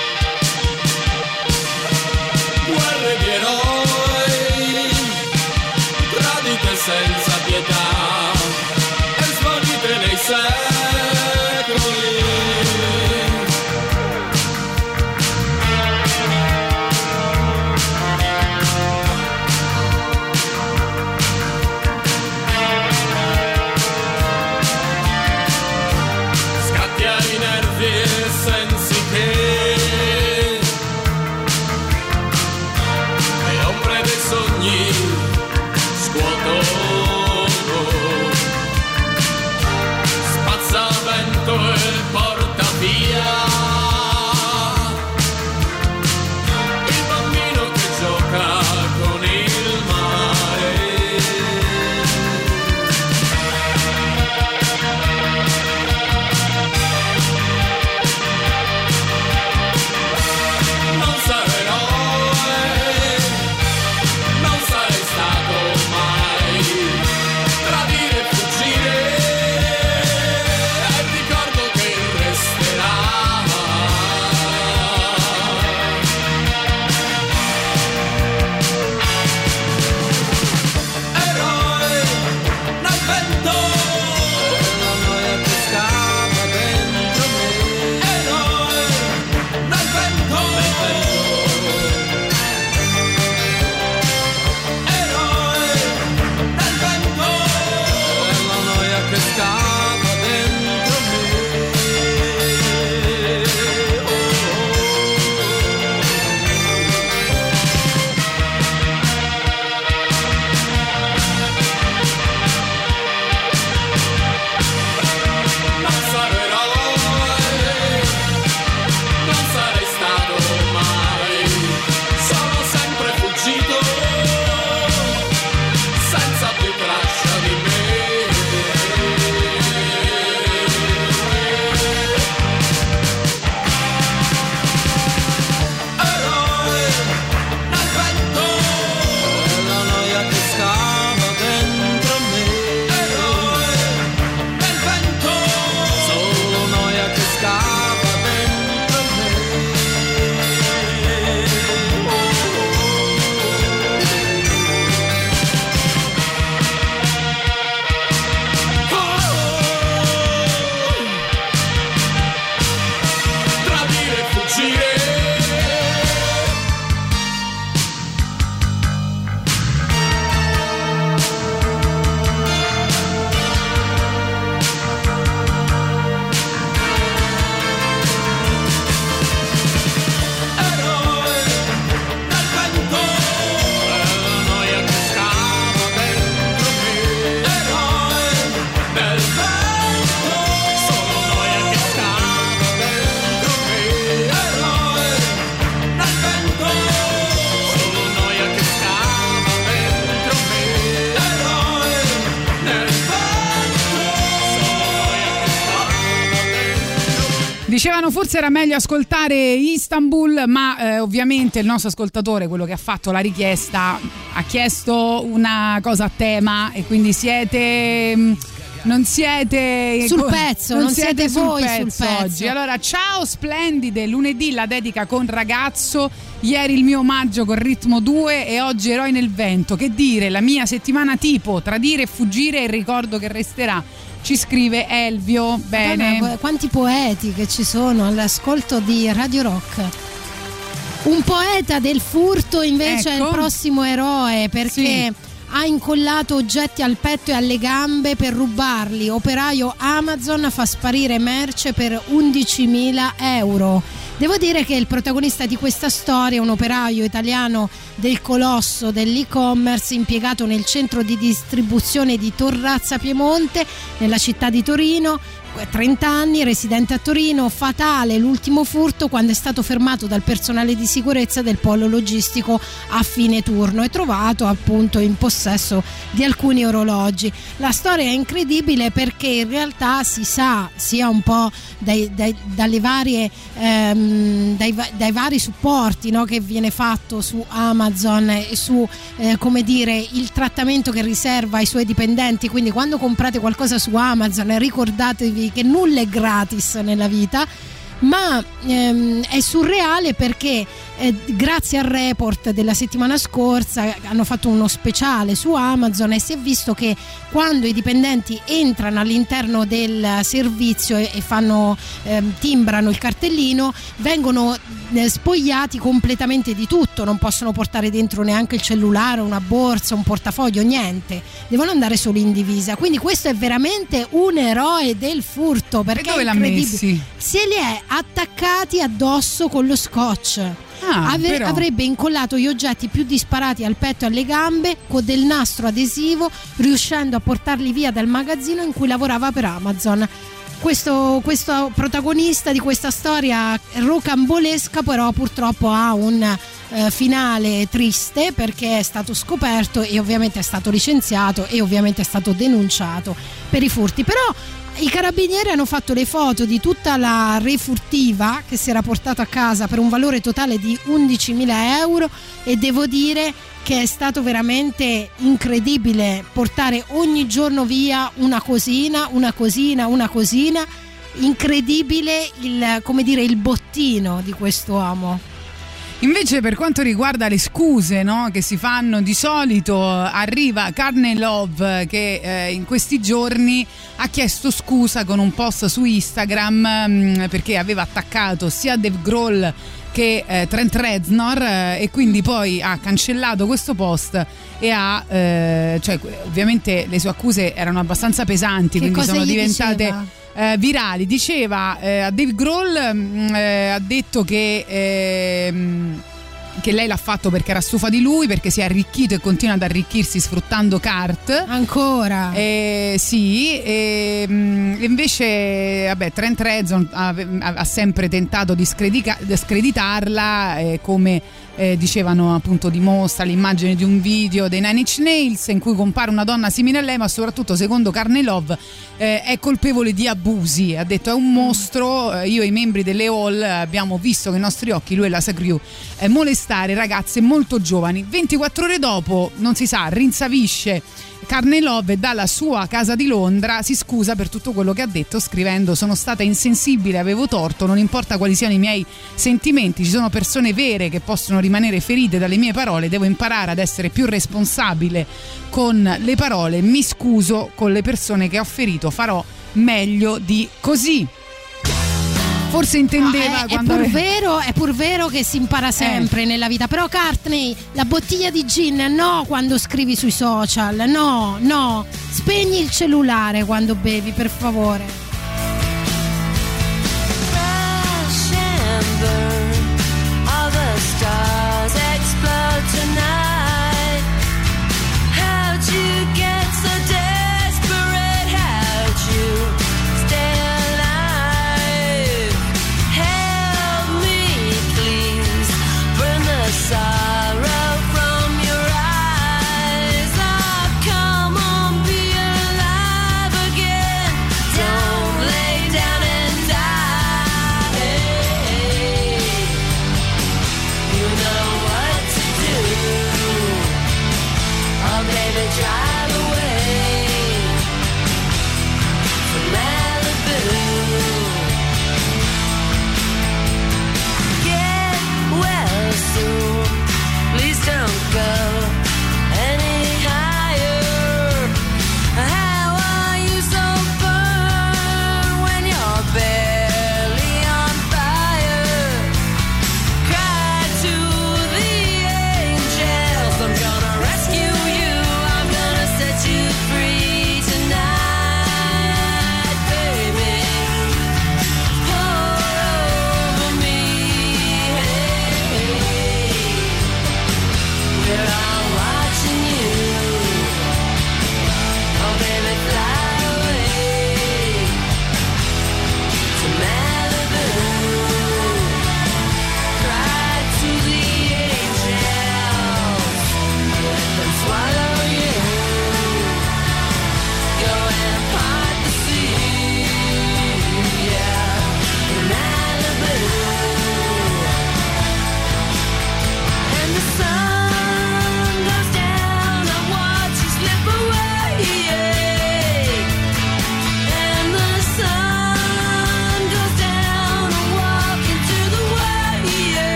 Guerre di eroi, tradite senza pietà e svanite nei secoli. Scatti ai nervi e sensi che Dicevano forse era meglio ascoltare Istanbul, ma eh, ovviamente il nostro ascoltatore, quello che ha fatto la richiesta, ha chiesto una cosa a tema e quindi siete... Mh, non siete sul pezzo, non, non siete, siete voi sul pezzo, sul pezzo oggi. Allora, ciao splendide, lunedì la dedica con ragazzo, ieri il mio omaggio con Ritmo due e oggi Eroi nel vento. Che dire, la mia settimana tipo, tradire e fuggire è il ricordo che resterà. Ci scrive Elvio. Bene. Madonna, quanti poeti che ci sono all'ascolto di Radio Rock. Un poeta del furto invece ecco. È il prossimo eroe, perché sì. Ha incollato oggetti al petto e alle gambe per rubarli. Operaio Amazon fa sparire merce per undicimila euro. Devo dire che il protagonista di questa storia è un operaio italiano del colosso dell'e-commerce impiegato nel centro di distribuzione di Torrazza Piemonte, nella città di Torino. trenta anni, residente a Torino. Fatale l'ultimo furto quando è stato fermato dal personale di sicurezza del polo logistico a fine turno e trovato appunto in possesso di alcuni orologi. La storia è incredibile perché in realtà si sa sia un po' dai, dai, dalle varie ehm, dai, dai vari supporti, no, che viene fatto su Amazon e su eh, come dire il trattamento che riserva ai suoi dipendenti. Quindi quando comprate qualcosa su Amazon ricordatevi che nulla è gratis nella vita, ma ehm, è surreale perché eh, grazie al report della settimana scorsa hanno fatto uno speciale su Amazon e si è visto che quando i dipendenti entrano all'interno del servizio e, e fanno ehm, timbrano il cartellino vengono eh, spogliati completamente di tutto, non possono portare dentro neanche il cellulare, una borsa, un portafoglio, niente, devono andare solo in divisa. Quindi questo è veramente un eroe del furto, perché e dove è l'ha messi? Se li è attaccati addosso con lo scotch. Ah, Ave- avrebbe incollato gli oggetti più disparati al petto e alle gambe con del nastro adesivo, riuscendo a portarli via dal magazzino in cui lavorava per Amazon. Questo, questo protagonista di questa storia rocambolesca però purtroppo ha un eh, finale triste, perché è stato scoperto e ovviamente è stato licenziato e ovviamente è stato denunciato per i furti. Però i carabinieri hanno fatto le foto di tutta la refurtiva che si era portato a casa per un valore totale di undicimila euro e devo dire che è stato veramente incredibile portare ogni giorno via una cosina, una cosina, una cosina. Incredibile il, come dire, il bottino di quest'uomo. Invece per quanto riguarda le scuse, no, che si fanno di solito, arriva Courtney Love che eh, in questi giorni ha chiesto scusa con un post su Instagram mh, perché aveva attaccato sia Dave Grohl che eh, Trent Reznor eh, e quindi poi ha cancellato questo post e ha eh, cioè ovviamente le sue accuse erano abbastanza pesanti, che quindi sono diventate diceva? Eh, virali. Diceva eh, a Dave Grohl mh, eh, ha detto che eh, mh, che lei l'ha fatto perché era stufa di lui, perché si è arricchito e continua ad arricchirsi sfruttando Kurt ancora. Eh, sì, e, mh, invece vabbè, Trent Reznor ha, ha sempre tentato di scredica, screditarla eh, come Eh, dicevano appunto dimostra l'immagine di un video dei Nine Inch Nails in cui compare una donna simile a lei, ma soprattutto secondo Courtney Love eh, è colpevole di abusi. Ha detto è un mostro, eh, io e i membri delle Hall abbiamo visto con i nostri occhi lui e la Crew eh, molestare ragazze molto giovani. ventiquattro ore dopo, non si sa, rinsavisce Courtney Love e dalla sua casa di Londra si scusa per tutto quello che ha detto, scrivendo: sono stata insensibile, avevo torto, non importa quali siano i miei sentimenti, ci sono persone vere che possono rimanere ferite dalle mie parole, devo imparare ad essere più responsabile con le parole, mi scuso con le persone che ho ferito, farò meglio di così. Forse intendeva no, è, quando è, pur ave... vero, è pur vero che si impara sempre eh. nella vita. Però Courtney, la bottiglia di gin no quando scrivi sui social, no, no, spegni il cellulare quando bevi, per favore. Crash and burn, all the stars explode tonight. How'd you get so desperate? How'd you stay alive? Help me, please, burn the sorrow from your eyes. Oh, come on, be alive again. Don't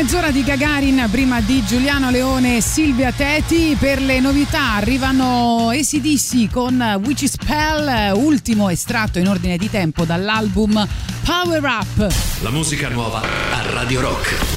mezz'ora di Gagarin prima di Giuliano Leone e Silvia Teti. Per le novità arrivano A C D C con Witch Spell, ultimo estratto in ordine di tempo dall'album Power Up. La musica nuova a Radio Rock.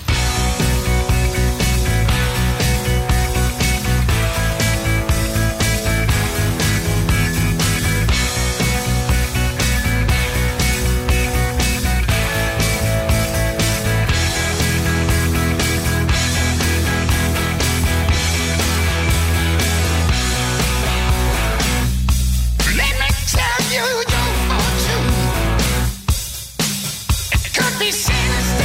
Be sinister.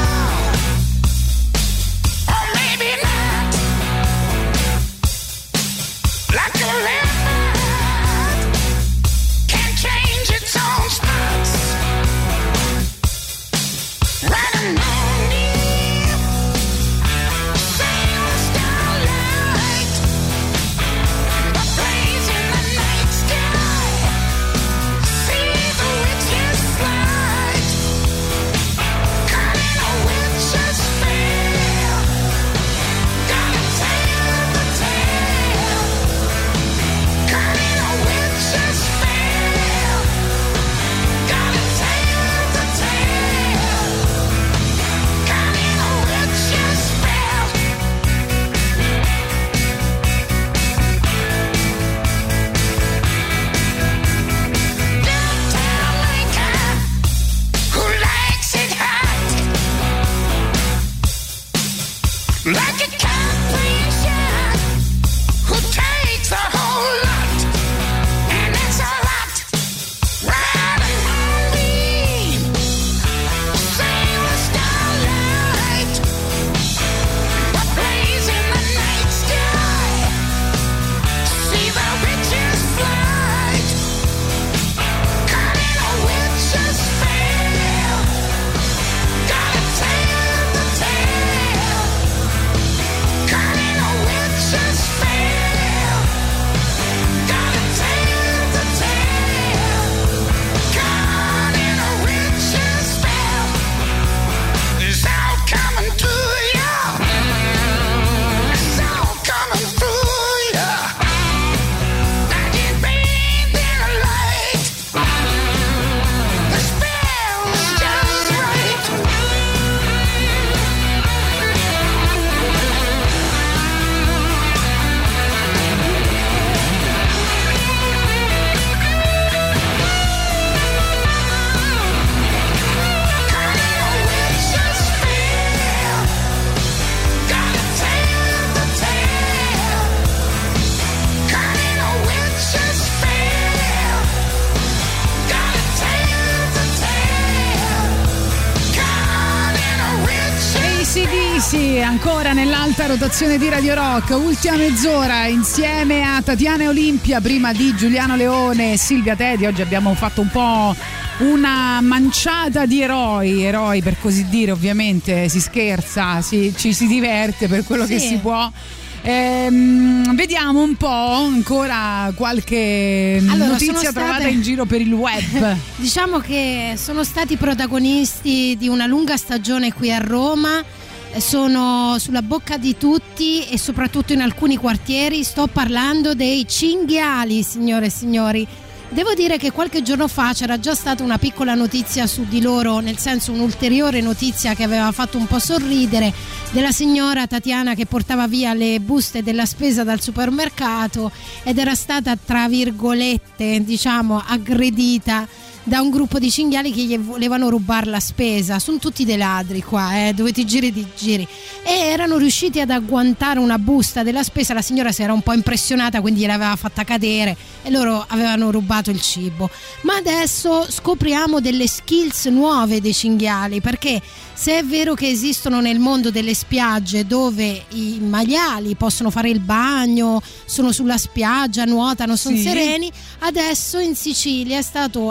Sì, ancora nell'alta rotazione di Radio Rock, ultima mezz'ora insieme a Tatiana e Olimpia, prima di Giuliano Leone e Silvia Teti. Oggi abbiamo fatto un po' una manciata di eroi, eroi per così dire, ovviamente si scherza, si, ci si diverte per quello Sì. che si può. Ehm, vediamo un po' ancora qualche Allora, notizia sono trovata state- in giro per il web. Diciamo che sono stati protagonisti di una lunga stagione qui a Roma, sono sulla bocca di tutti e soprattutto in alcuni quartieri. Sto parlando dei cinghiali, signore e signori. Devo dire che qualche giorno fa c'era già stata una piccola notizia su di loro, nel senso un'ulteriore notizia che aveva fatto un po' sorridere, della signora Tatiana che portava via le buste della spesa dal supermercato ed era stata, tra virgolette, diciamo, aggredita da un gruppo di cinghiali che gli volevano rubare la spesa. Sono tutti dei ladri qua, eh, dove ti giri ti giri, e erano riusciti ad agguantare una busta della spesa. La signora si era un po' impressionata, quindi gliel'aveva fatta cadere e loro avevano rubato il cibo. Ma adesso scopriamo delle skills nuove dei cinghiali, perché se è vero che esistono nel mondo delle spiagge dove i maiali possono fare il bagno, sono sulla spiaggia, nuotano, sono Sì. sereni, adesso in Sicilia è stato avvistato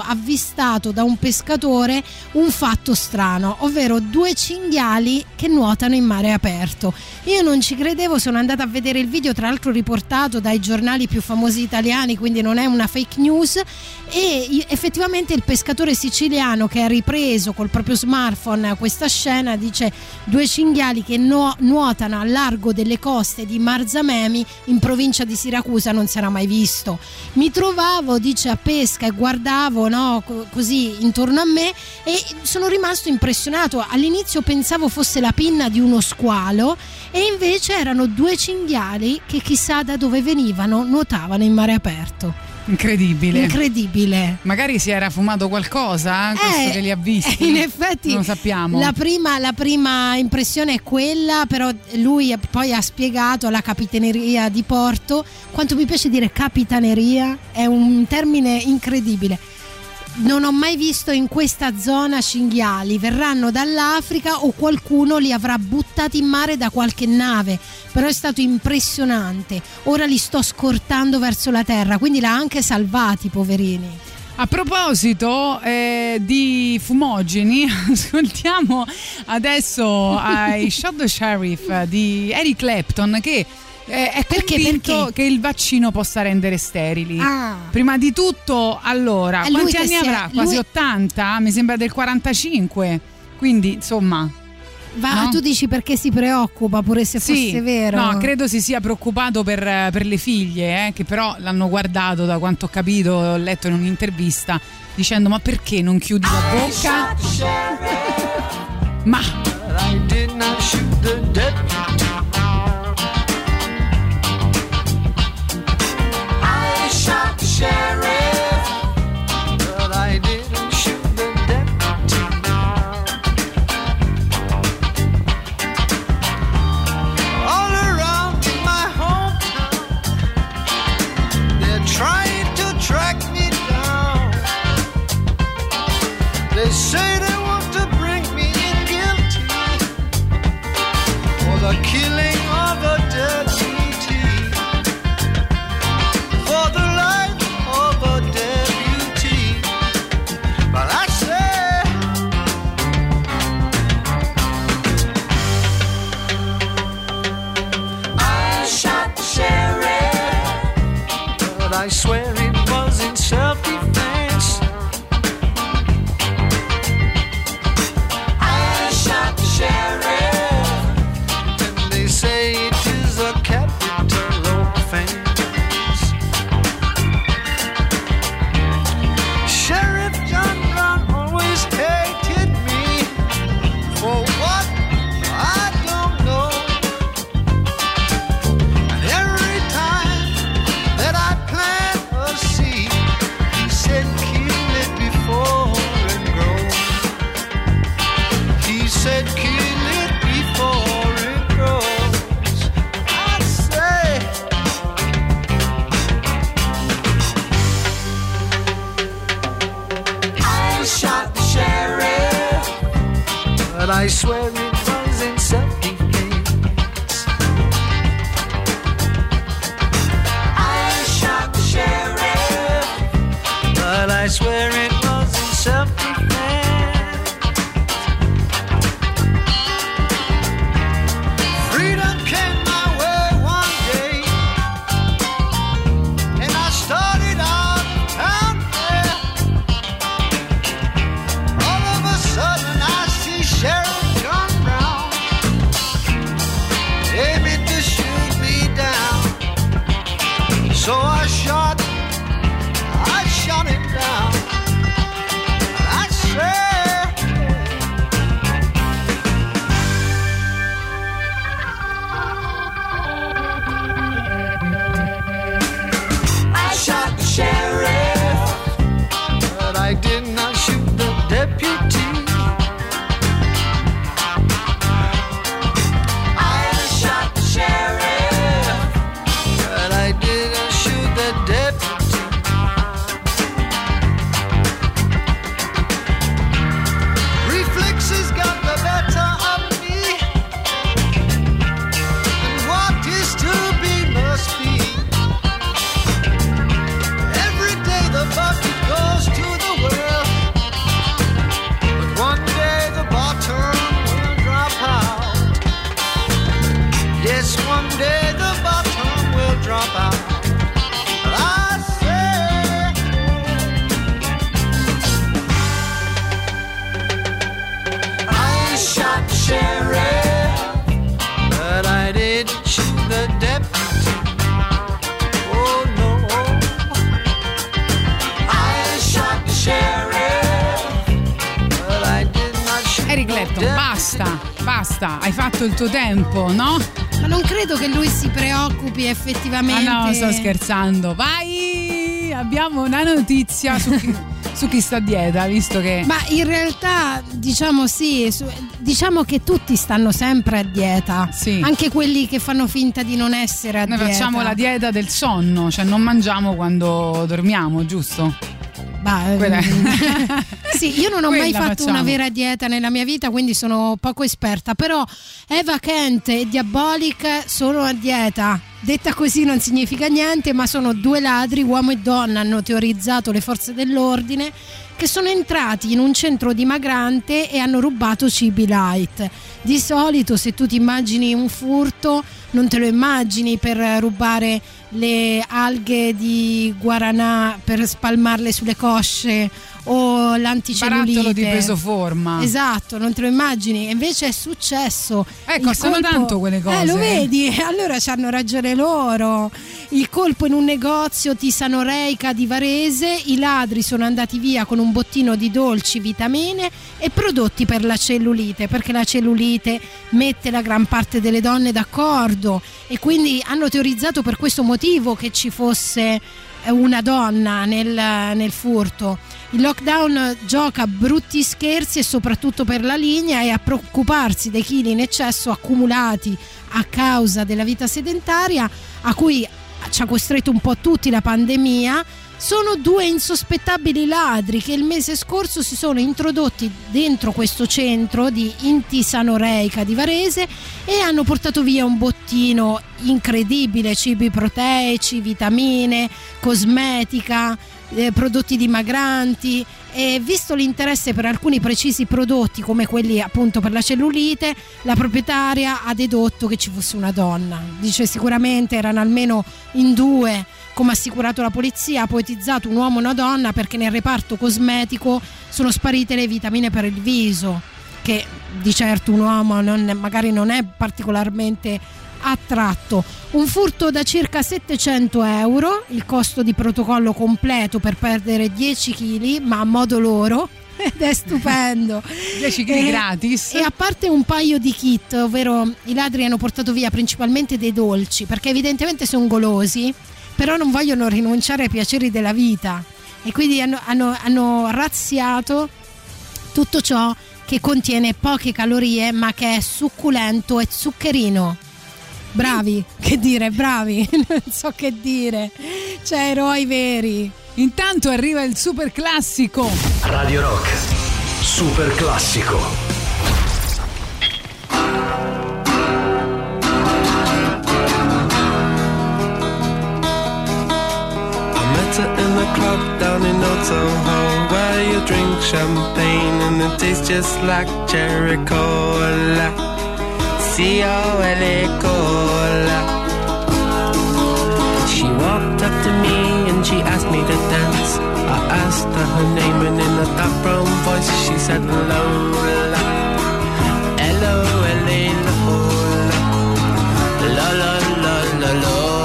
avvistato da un pescatore un fatto strano, ovvero due cinghiali che nuotano in mare aperto. Io non ci credevo, sono andata a vedere il video, tra l'altro riportato dai giornali più famosi italiani, quindi non è una fake news, e effettivamente il pescatore siciliano che ha ripreso col proprio smartphone questa scena dice: due cinghiali che nu- nuotano a largo delle coste di Marzamemi in provincia di Siracusa, non si era mai visto. Mi trovavo, dice, a pesca e guardavo, no, co- così intorno a me, e sono rimasto impressionato. All'inizio pensavo fosse la pinna di uno squalo e invece erano due cinghiali che chissà da dove venivano, nuotavano in mare aperto. Incredibile. Incredibile. Magari si era fumato qualcosa, eh, questo Eh, che li ha visti. in effetti non lo sappiamo. La prima, la prima impressione è quella, però lui poi ha spiegato alla Capitaneria di Porto. Quanto mi piace dire capitaneria, è un termine incredibile. Non ho mai visto in questa zona cinghiali, verranno dall'Africa o qualcuno li avrà buttati in mare da qualche nave, però è stato impressionante. Ora li sto scortando verso la terra, quindi l'ha anche salvati, poverini. A proposito eh, di fumogeni, ascoltiamo adesso I Shot the Sheriff di Eric Clapton, che eh, è Perché, convinto perché? che il vaccino possa rendere sterili. Ah. Prima di tutto, allora, È lui quanti che anni si è- avrà? Quasi lui- ottanta? Mi sembra del quarantacinque. Quindi, insomma, Va, no? tu dici perché si preoccupa, pure se Sì, fosse vero. no, credo si sia preoccupato per, per le figlie, eh, che però l'hanno guardato, da quanto ho capito, ho letto in un'intervista, dicendo: ma perché non chiudi la bocca? Ma I did not shoot the deputy. I shot the sheriff, but I didn't shoot the deputy. All around in my hometown, they're trying to track me down. They say they want to bring me in guilty for the killing of a deputy, for the life of a deputy. But I say, I shot the sheriff, but I swear it was in self-defense. I shot the sheriff, and they say it is a capital offense. Sheriff John Brown always hated me for what I don't know. And every time that I plant a seed, he said kill it before it grows. He said kill it before it grows. I say, I shot the sheriff, but I swear it was in self-defense. I shot the sheriff, but I swear it was in self-defense. Freedom came my way one day, and I started out of town there. All of a sudden I see Sheriff John Brown aiming to shoot me down. So I shot, I shot him down. basta, hai fatto il tuo tempo, no? Ma non credo che lui si preoccupi effettivamente. Ah no, sto scherzando. Vai! Abbiamo una notizia su chi, su chi sta a dieta, visto che... Ma in realtà diciamo sì, su, diciamo che tutti stanno sempre a dieta, sì. Anche quelli che fanno finta di non essere a Noi dieta. Noi facciamo la dieta del sonno, cioè non mangiamo quando dormiamo, giusto? Bah, Quella... sì, io non ho Quella mai fatto facciamo. una vera dieta nella mia vita, quindi sono poco esperta, però Eva Kent e Diabolic sono a dieta. Detta così non significa niente, ma sono due ladri, uomo e donna, hanno teorizzato le forze dell'ordine, che sono entrati in un centro dimagrante e hanno rubato cibi light. Di solito se tu ti immagini un furto non te lo immagini per rubare le alghe di guaranà per spalmarle sulle cosce o l'anticellulite, barattolo di peso forma. Esatto, non te lo immagini, invece è successo. Ecco, costano tanto quelle cose. Eh, lo vedi? Allora ci hanno ragione loro. Il colpo in un negozio Tisanoreica di Varese, i ladri sono andati via con un bottino di dolci, vitamine e prodotti per la cellulite, perché la cellulite mette la gran parte delle donne d'accordo, e quindi hanno teorizzato per questo motivo che ci fosse una donna nel, nel furto. Il lockdown gioca brutti scherzi, e soprattutto per la linea, e a preoccuparsi dei chili in eccesso accumulati a causa della vita sedentaria a cui ci ha costretto un po' tutti la pandemia sono due insospettabili ladri che il mese scorso si sono introdotti dentro questo centro di Tisanoreica di Varese e hanno portato via un bottino incredibile: cibi proteici, vitamine, cosmetica, eh, prodotti dimagranti. E visto l'interesse per alcuni precisi prodotti, come quelli appunto per la cellulite, la proprietaria ha dedotto che ci fosse una donna. Dice sicuramente erano almeno in due, come ha assicurato la polizia. Ha ipotizzato un uomo e una donna perché nel reparto cosmetico sono sparite le vitamine per il viso, che di certo un uomo non, magari non è particolarmente attratto. Un furto da circa settecento euro, il costo di protocollo completo per perdere dieci chili, ma a modo loro, ed è stupendo. dieci chili gratis. E a parte un paio di kit, ovvero i ladri hanno portato via principalmente dei dolci, perché evidentemente sono golosi, però non vogliono rinunciare ai piaceri della vita, e quindi hanno, hanno, hanno razziato tutto ciò che contiene poche calorie ma che è succulento e zuccherino. Bravi, che dire, bravi, non so che dire, cioè eroi veri. Intanto arriva il super classico. Radio Rock, super classico. In the club down in Old Soho, where you drink champagne and it tastes just like cherry cola. C O L A cola. She walked up to me and she asked me to dance. I asked her her name and in a dark brown voice she said Lola. L O L A Lola. La la la la Lola.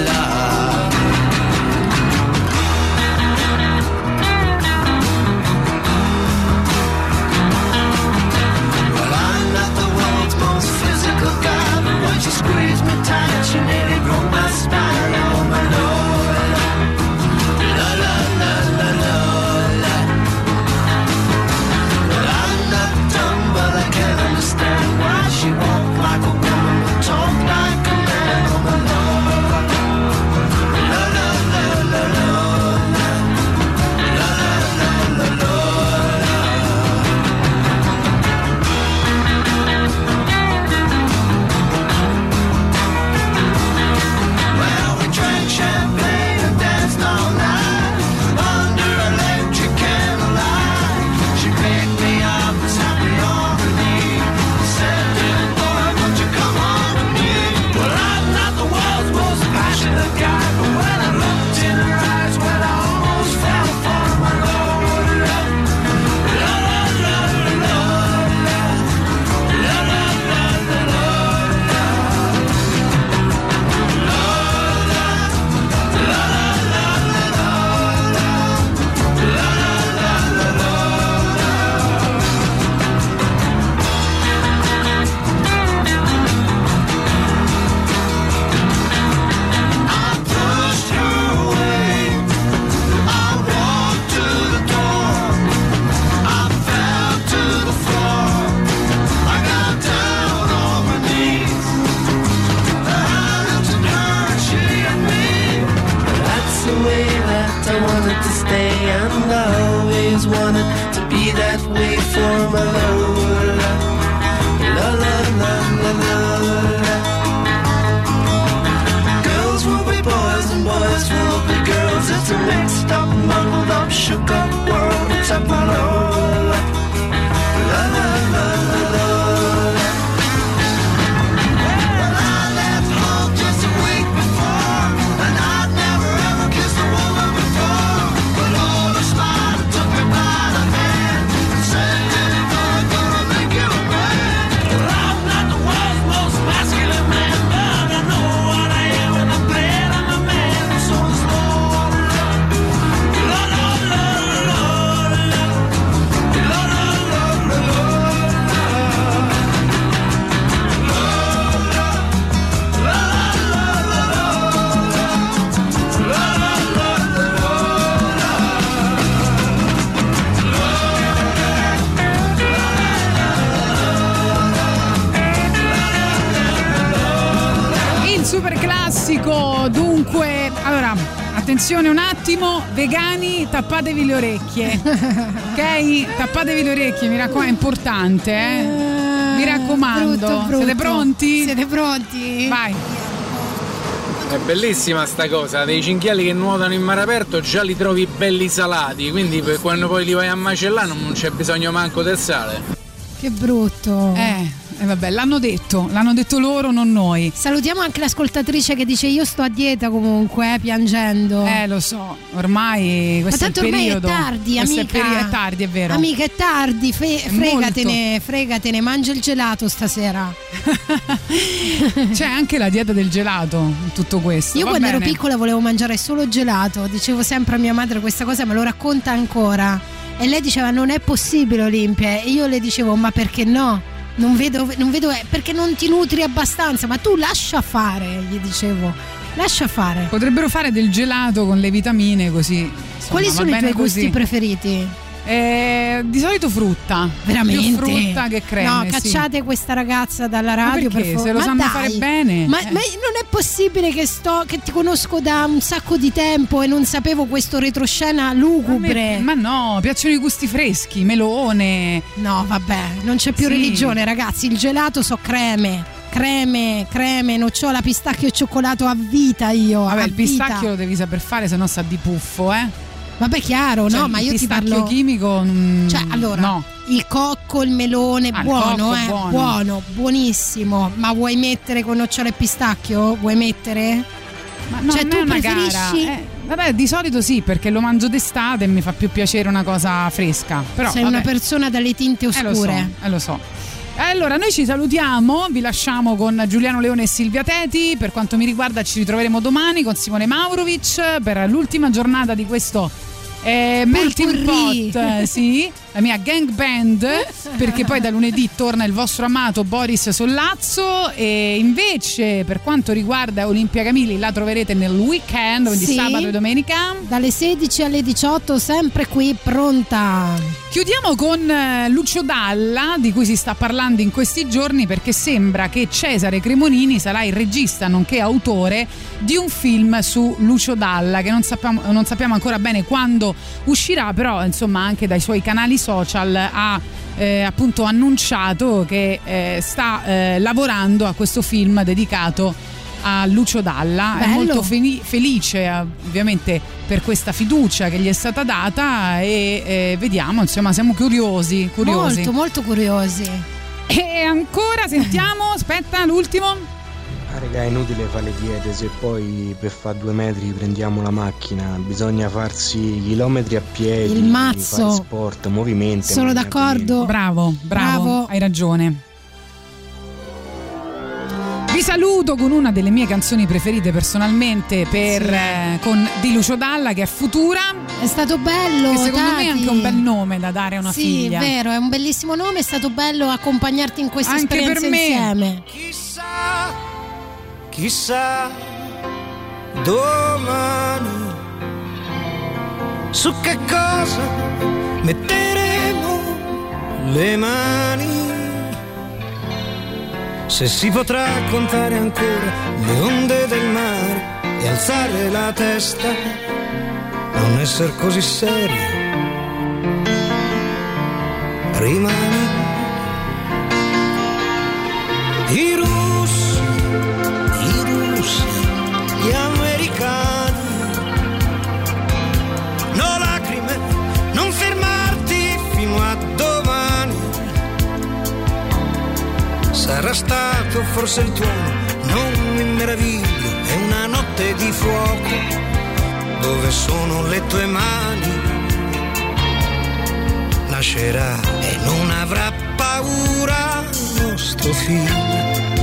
She squeezed me tight, she nearly broke my spine. Oh my Lola, la la la la Lola. Well, I'm stay and always wanted to be that way for my Lola. La la la la la la. Girls will be boys and boys will be girls. It's a mixed up, muddled up, shook up world. It's a Lola. La la la la la. Well, I left home just a week before, and I'd never ever kissed a woman before. But Lola smiled and took me by the hand and said, "Little boy, gonna make you a man." Well, I'm not the world's most masculine man, but I know what I am and I'm glad I'm a man. So it's Lola, Lola, Lola, Lola, Lola, Lola, Lola. Il super classico, dunque, allora, attenzione un attimo, vegani, tappatevi le orecchie, ok? Tappatevi le orecchie, mi raccomando, è importante, eh? Mi raccomando. brutto, brutto. Siete pronti? Siete pronti? Vai. È bellissima sta cosa, dei cinghiali che nuotano in mare aperto già li trovi belli salati, quindi per quando poi li vai a macellare non c'è bisogno manco del sale. Che brutto. Eh. E vabbè, l'hanno detto, l'hanno detto loro, non noi. Salutiamo anche l'ascoltatrice che dice io sto a dieta comunque, eh, piangendo. Eh, lo so, ormai questo Ma tanto è il ormai periodo. è tardi, questo amica. È, peri- è tardi, è vero. Amica, è tardi, fe- È fregatene, molto. fregatene, mangia il gelato stasera. C'è anche la dieta del gelato in tutto questo. Io Va quando bene. ero piccola volevo mangiare solo gelato, dicevo sempre a mia madre questa cosa, me lo racconta ancora. E lei diceva non è possibile Olimpia, e io le dicevo ma perché no? Non vedo, non vedo, perché non ti nutri abbastanza, ma tu lascia fare, gli dicevo, lascia fare. Potrebbero fare del gelato con le vitamine così. Insomma, Quali va sono i bene tuoi gusti così. preferiti? Eh, di solito frutta. Veramente? Più frutta che creme. No, sì. cacciate questa ragazza dalla radio, perché? per favore. Se lo Ma sanno dai, fare bene. Ma, Eh. ma non è possibile che sto che ti conosco da un sacco di tempo e non sapevo questo retroscena lugubre. Ma no, piacciono i gusti freschi, melone. No, vabbè, non c'è più Sì. religione, ragazzi. Il gelato so creme. Creme, creme, nocciola, pistacchio e cioccolato a vita io. Vabbè, a il vita. pistacchio lo devi saper fare, se no sa di puffo, eh. Vabbè, chiaro, Cioè, no, ma il io ti pistacchio parlo. chimico. mm, Cioè, allora, no. il cocco, il melone, Ah, il buono, cocco, eh, buono. buono, buonissimo. Ma vuoi mettere con nocciola e pistacchio? Vuoi mettere? Ma no, cioè, non tu è una preferisci? gara. Eh, vabbè, di solito sì, perché lo mangio d'estate e mi fa più piacere una cosa fresca. Però, Sei vabbè. una persona dalle tinte Eh, lo so, oscure. eh, lo so. Allora, noi ci salutiamo, vi lasciamo con Giuliano Leone e Silvia Teti. Per quanto mi riguarda, ci ritroveremo domani con Simone Maurovic per l'ultima giornata di questo eh, melting Potpourri. pot, eh, sì, la mia gang band, perché poi da lunedì torna il vostro amato Boris Sollazzo. E invece per quanto riguarda Olimpia Camilli la troverete nel weekend, quindi Sì. sabato e domenica. Dalle sedici alle diciotto, sempre qui pronta. Chiudiamo con eh, Lucio Dalla, di cui si sta parlando in questi giorni, perché sembra che Cesare Cremonini sarà il regista nonché autore di un film su Lucio Dalla, che non sappiamo, non sappiamo ancora bene quando uscirà, però insomma anche dai suoi canali social ha eh, appunto annunciato che eh, sta eh, lavorando a questo film dedicato a Lucio Dalla. È Bello. molto fe- felice eh, ovviamente per questa fiducia che gli è stata data e eh, vediamo, insomma siamo curiosi, curiosi. Molto, molto curiosi. E ancora sentiamo, aspetta l'ultimo. Ah, raga, è inutile fare le diete, se poi per fare due metri prendiamo la macchina, bisogna farsi chilometri a piedi, Il mazzo. fare sport, movimento. Sono d'accordo. Bravo, bravo, Bravo. hai ragione. Vi saluto con una delle mie canzoni preferite personalmente per, Sì. eh, con di Lucio Dalla, che è Futura, È stato bello. che secondo me Tati. è anche un bel nome da dare a una sì, figlia. è vero, è un bellissimo nome, è stato bello accompagnarti in questa Anche esperienza per me. insieme. Chissà, chissà, domani su che cosa metteremo le mani. Se si potrà contare ancora le onde del mare e alzare la testa non essere così serio, rimani. I russi, i russi, gli americani, no lacrime, non fermarti fino a domani. Sarà stato forse il tuono, non mi meraviglio, è una notte di fuoco. Dove sono le tue mani? Nascerà e non avrà paura il nostro figlio.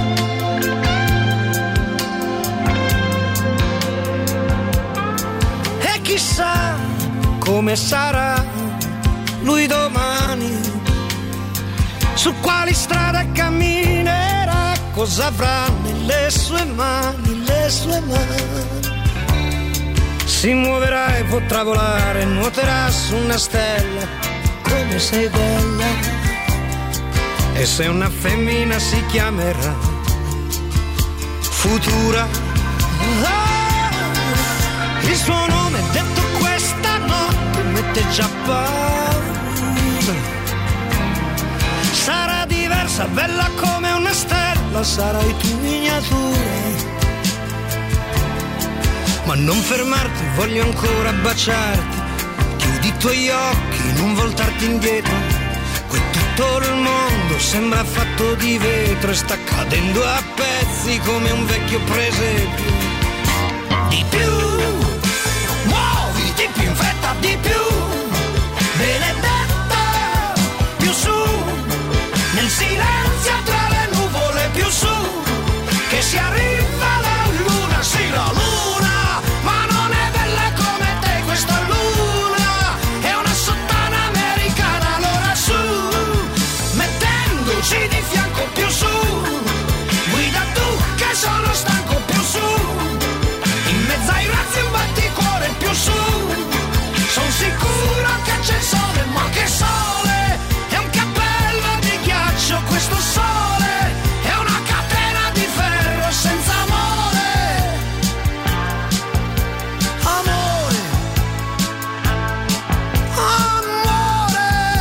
E chissà come sarà lui domani, su quali strade camminerà, cosa avrà nelle sue mani, le sue mani. Si muoverà e potrà volare, nuoterà su una stella, come sei bella. E se una femmina si chiamerà Futura, ah, il suo nome detto questa notte mette già paura. Sarà diversa, bella come una stella, sarai tu miniatura. Ma non fermarti, voglio ancora baciarti. Chiudi i tuoi occhi, non voltarti indietro. Qui tutto il mondo sembra fatto di vetro e sta cadendo a pezzi come un vecchio presepio. Di più, muovi di più in fretta, di più, benedetta, più su, nel silenzio tra le nuvole, più su, che si arriva la luna, sì la luna. Di fianco più su, guida tu che sono stanco più su, in mezzo ai razzi un batticuore più su, son sicuro che c'è il sole, ma che sole, è un cappello di ghiaccio questo sole, è una catena di ferro senza amore, amore, amore.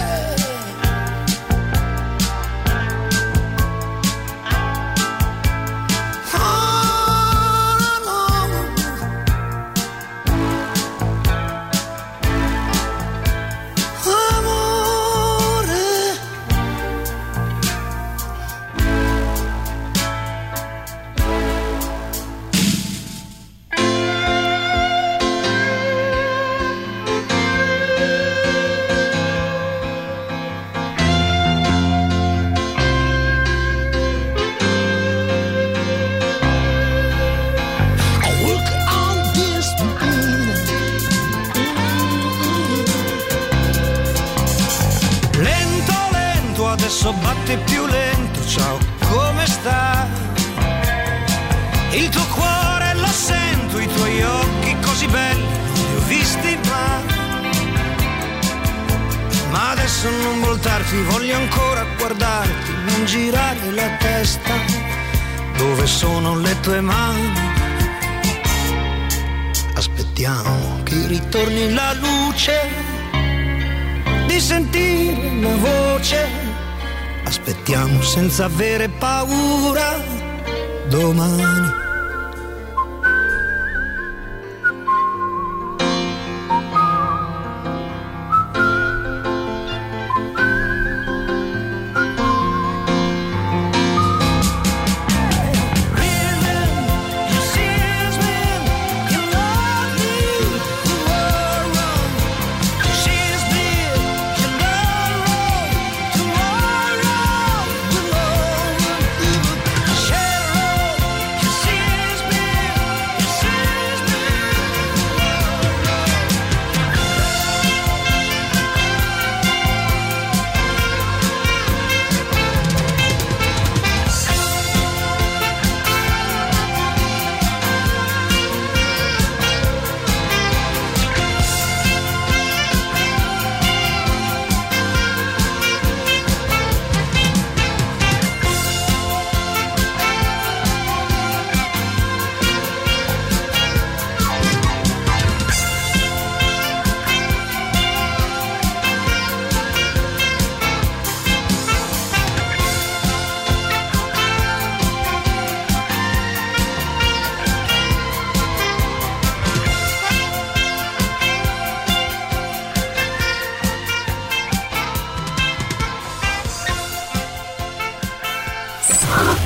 Adesso batte più lento, ciao, come stai? Il tuo cuore lo sento, i tuoi occhi così belli non li ho visti mai. Ma adesso non voltarti, voglio ancora guardarti, non girare la testa, dove sono le tue mani? Aspettiamo che ritorni la luce, di sentire una voce. Aspettiamo senza avere paura domani. See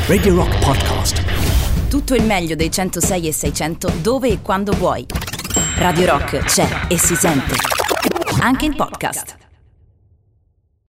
Radio Rock Podcast. Tutto il meglio dei centosei e seicento dove e quando vuoi. Radio Rock c'è e si sente. Anche in podcast.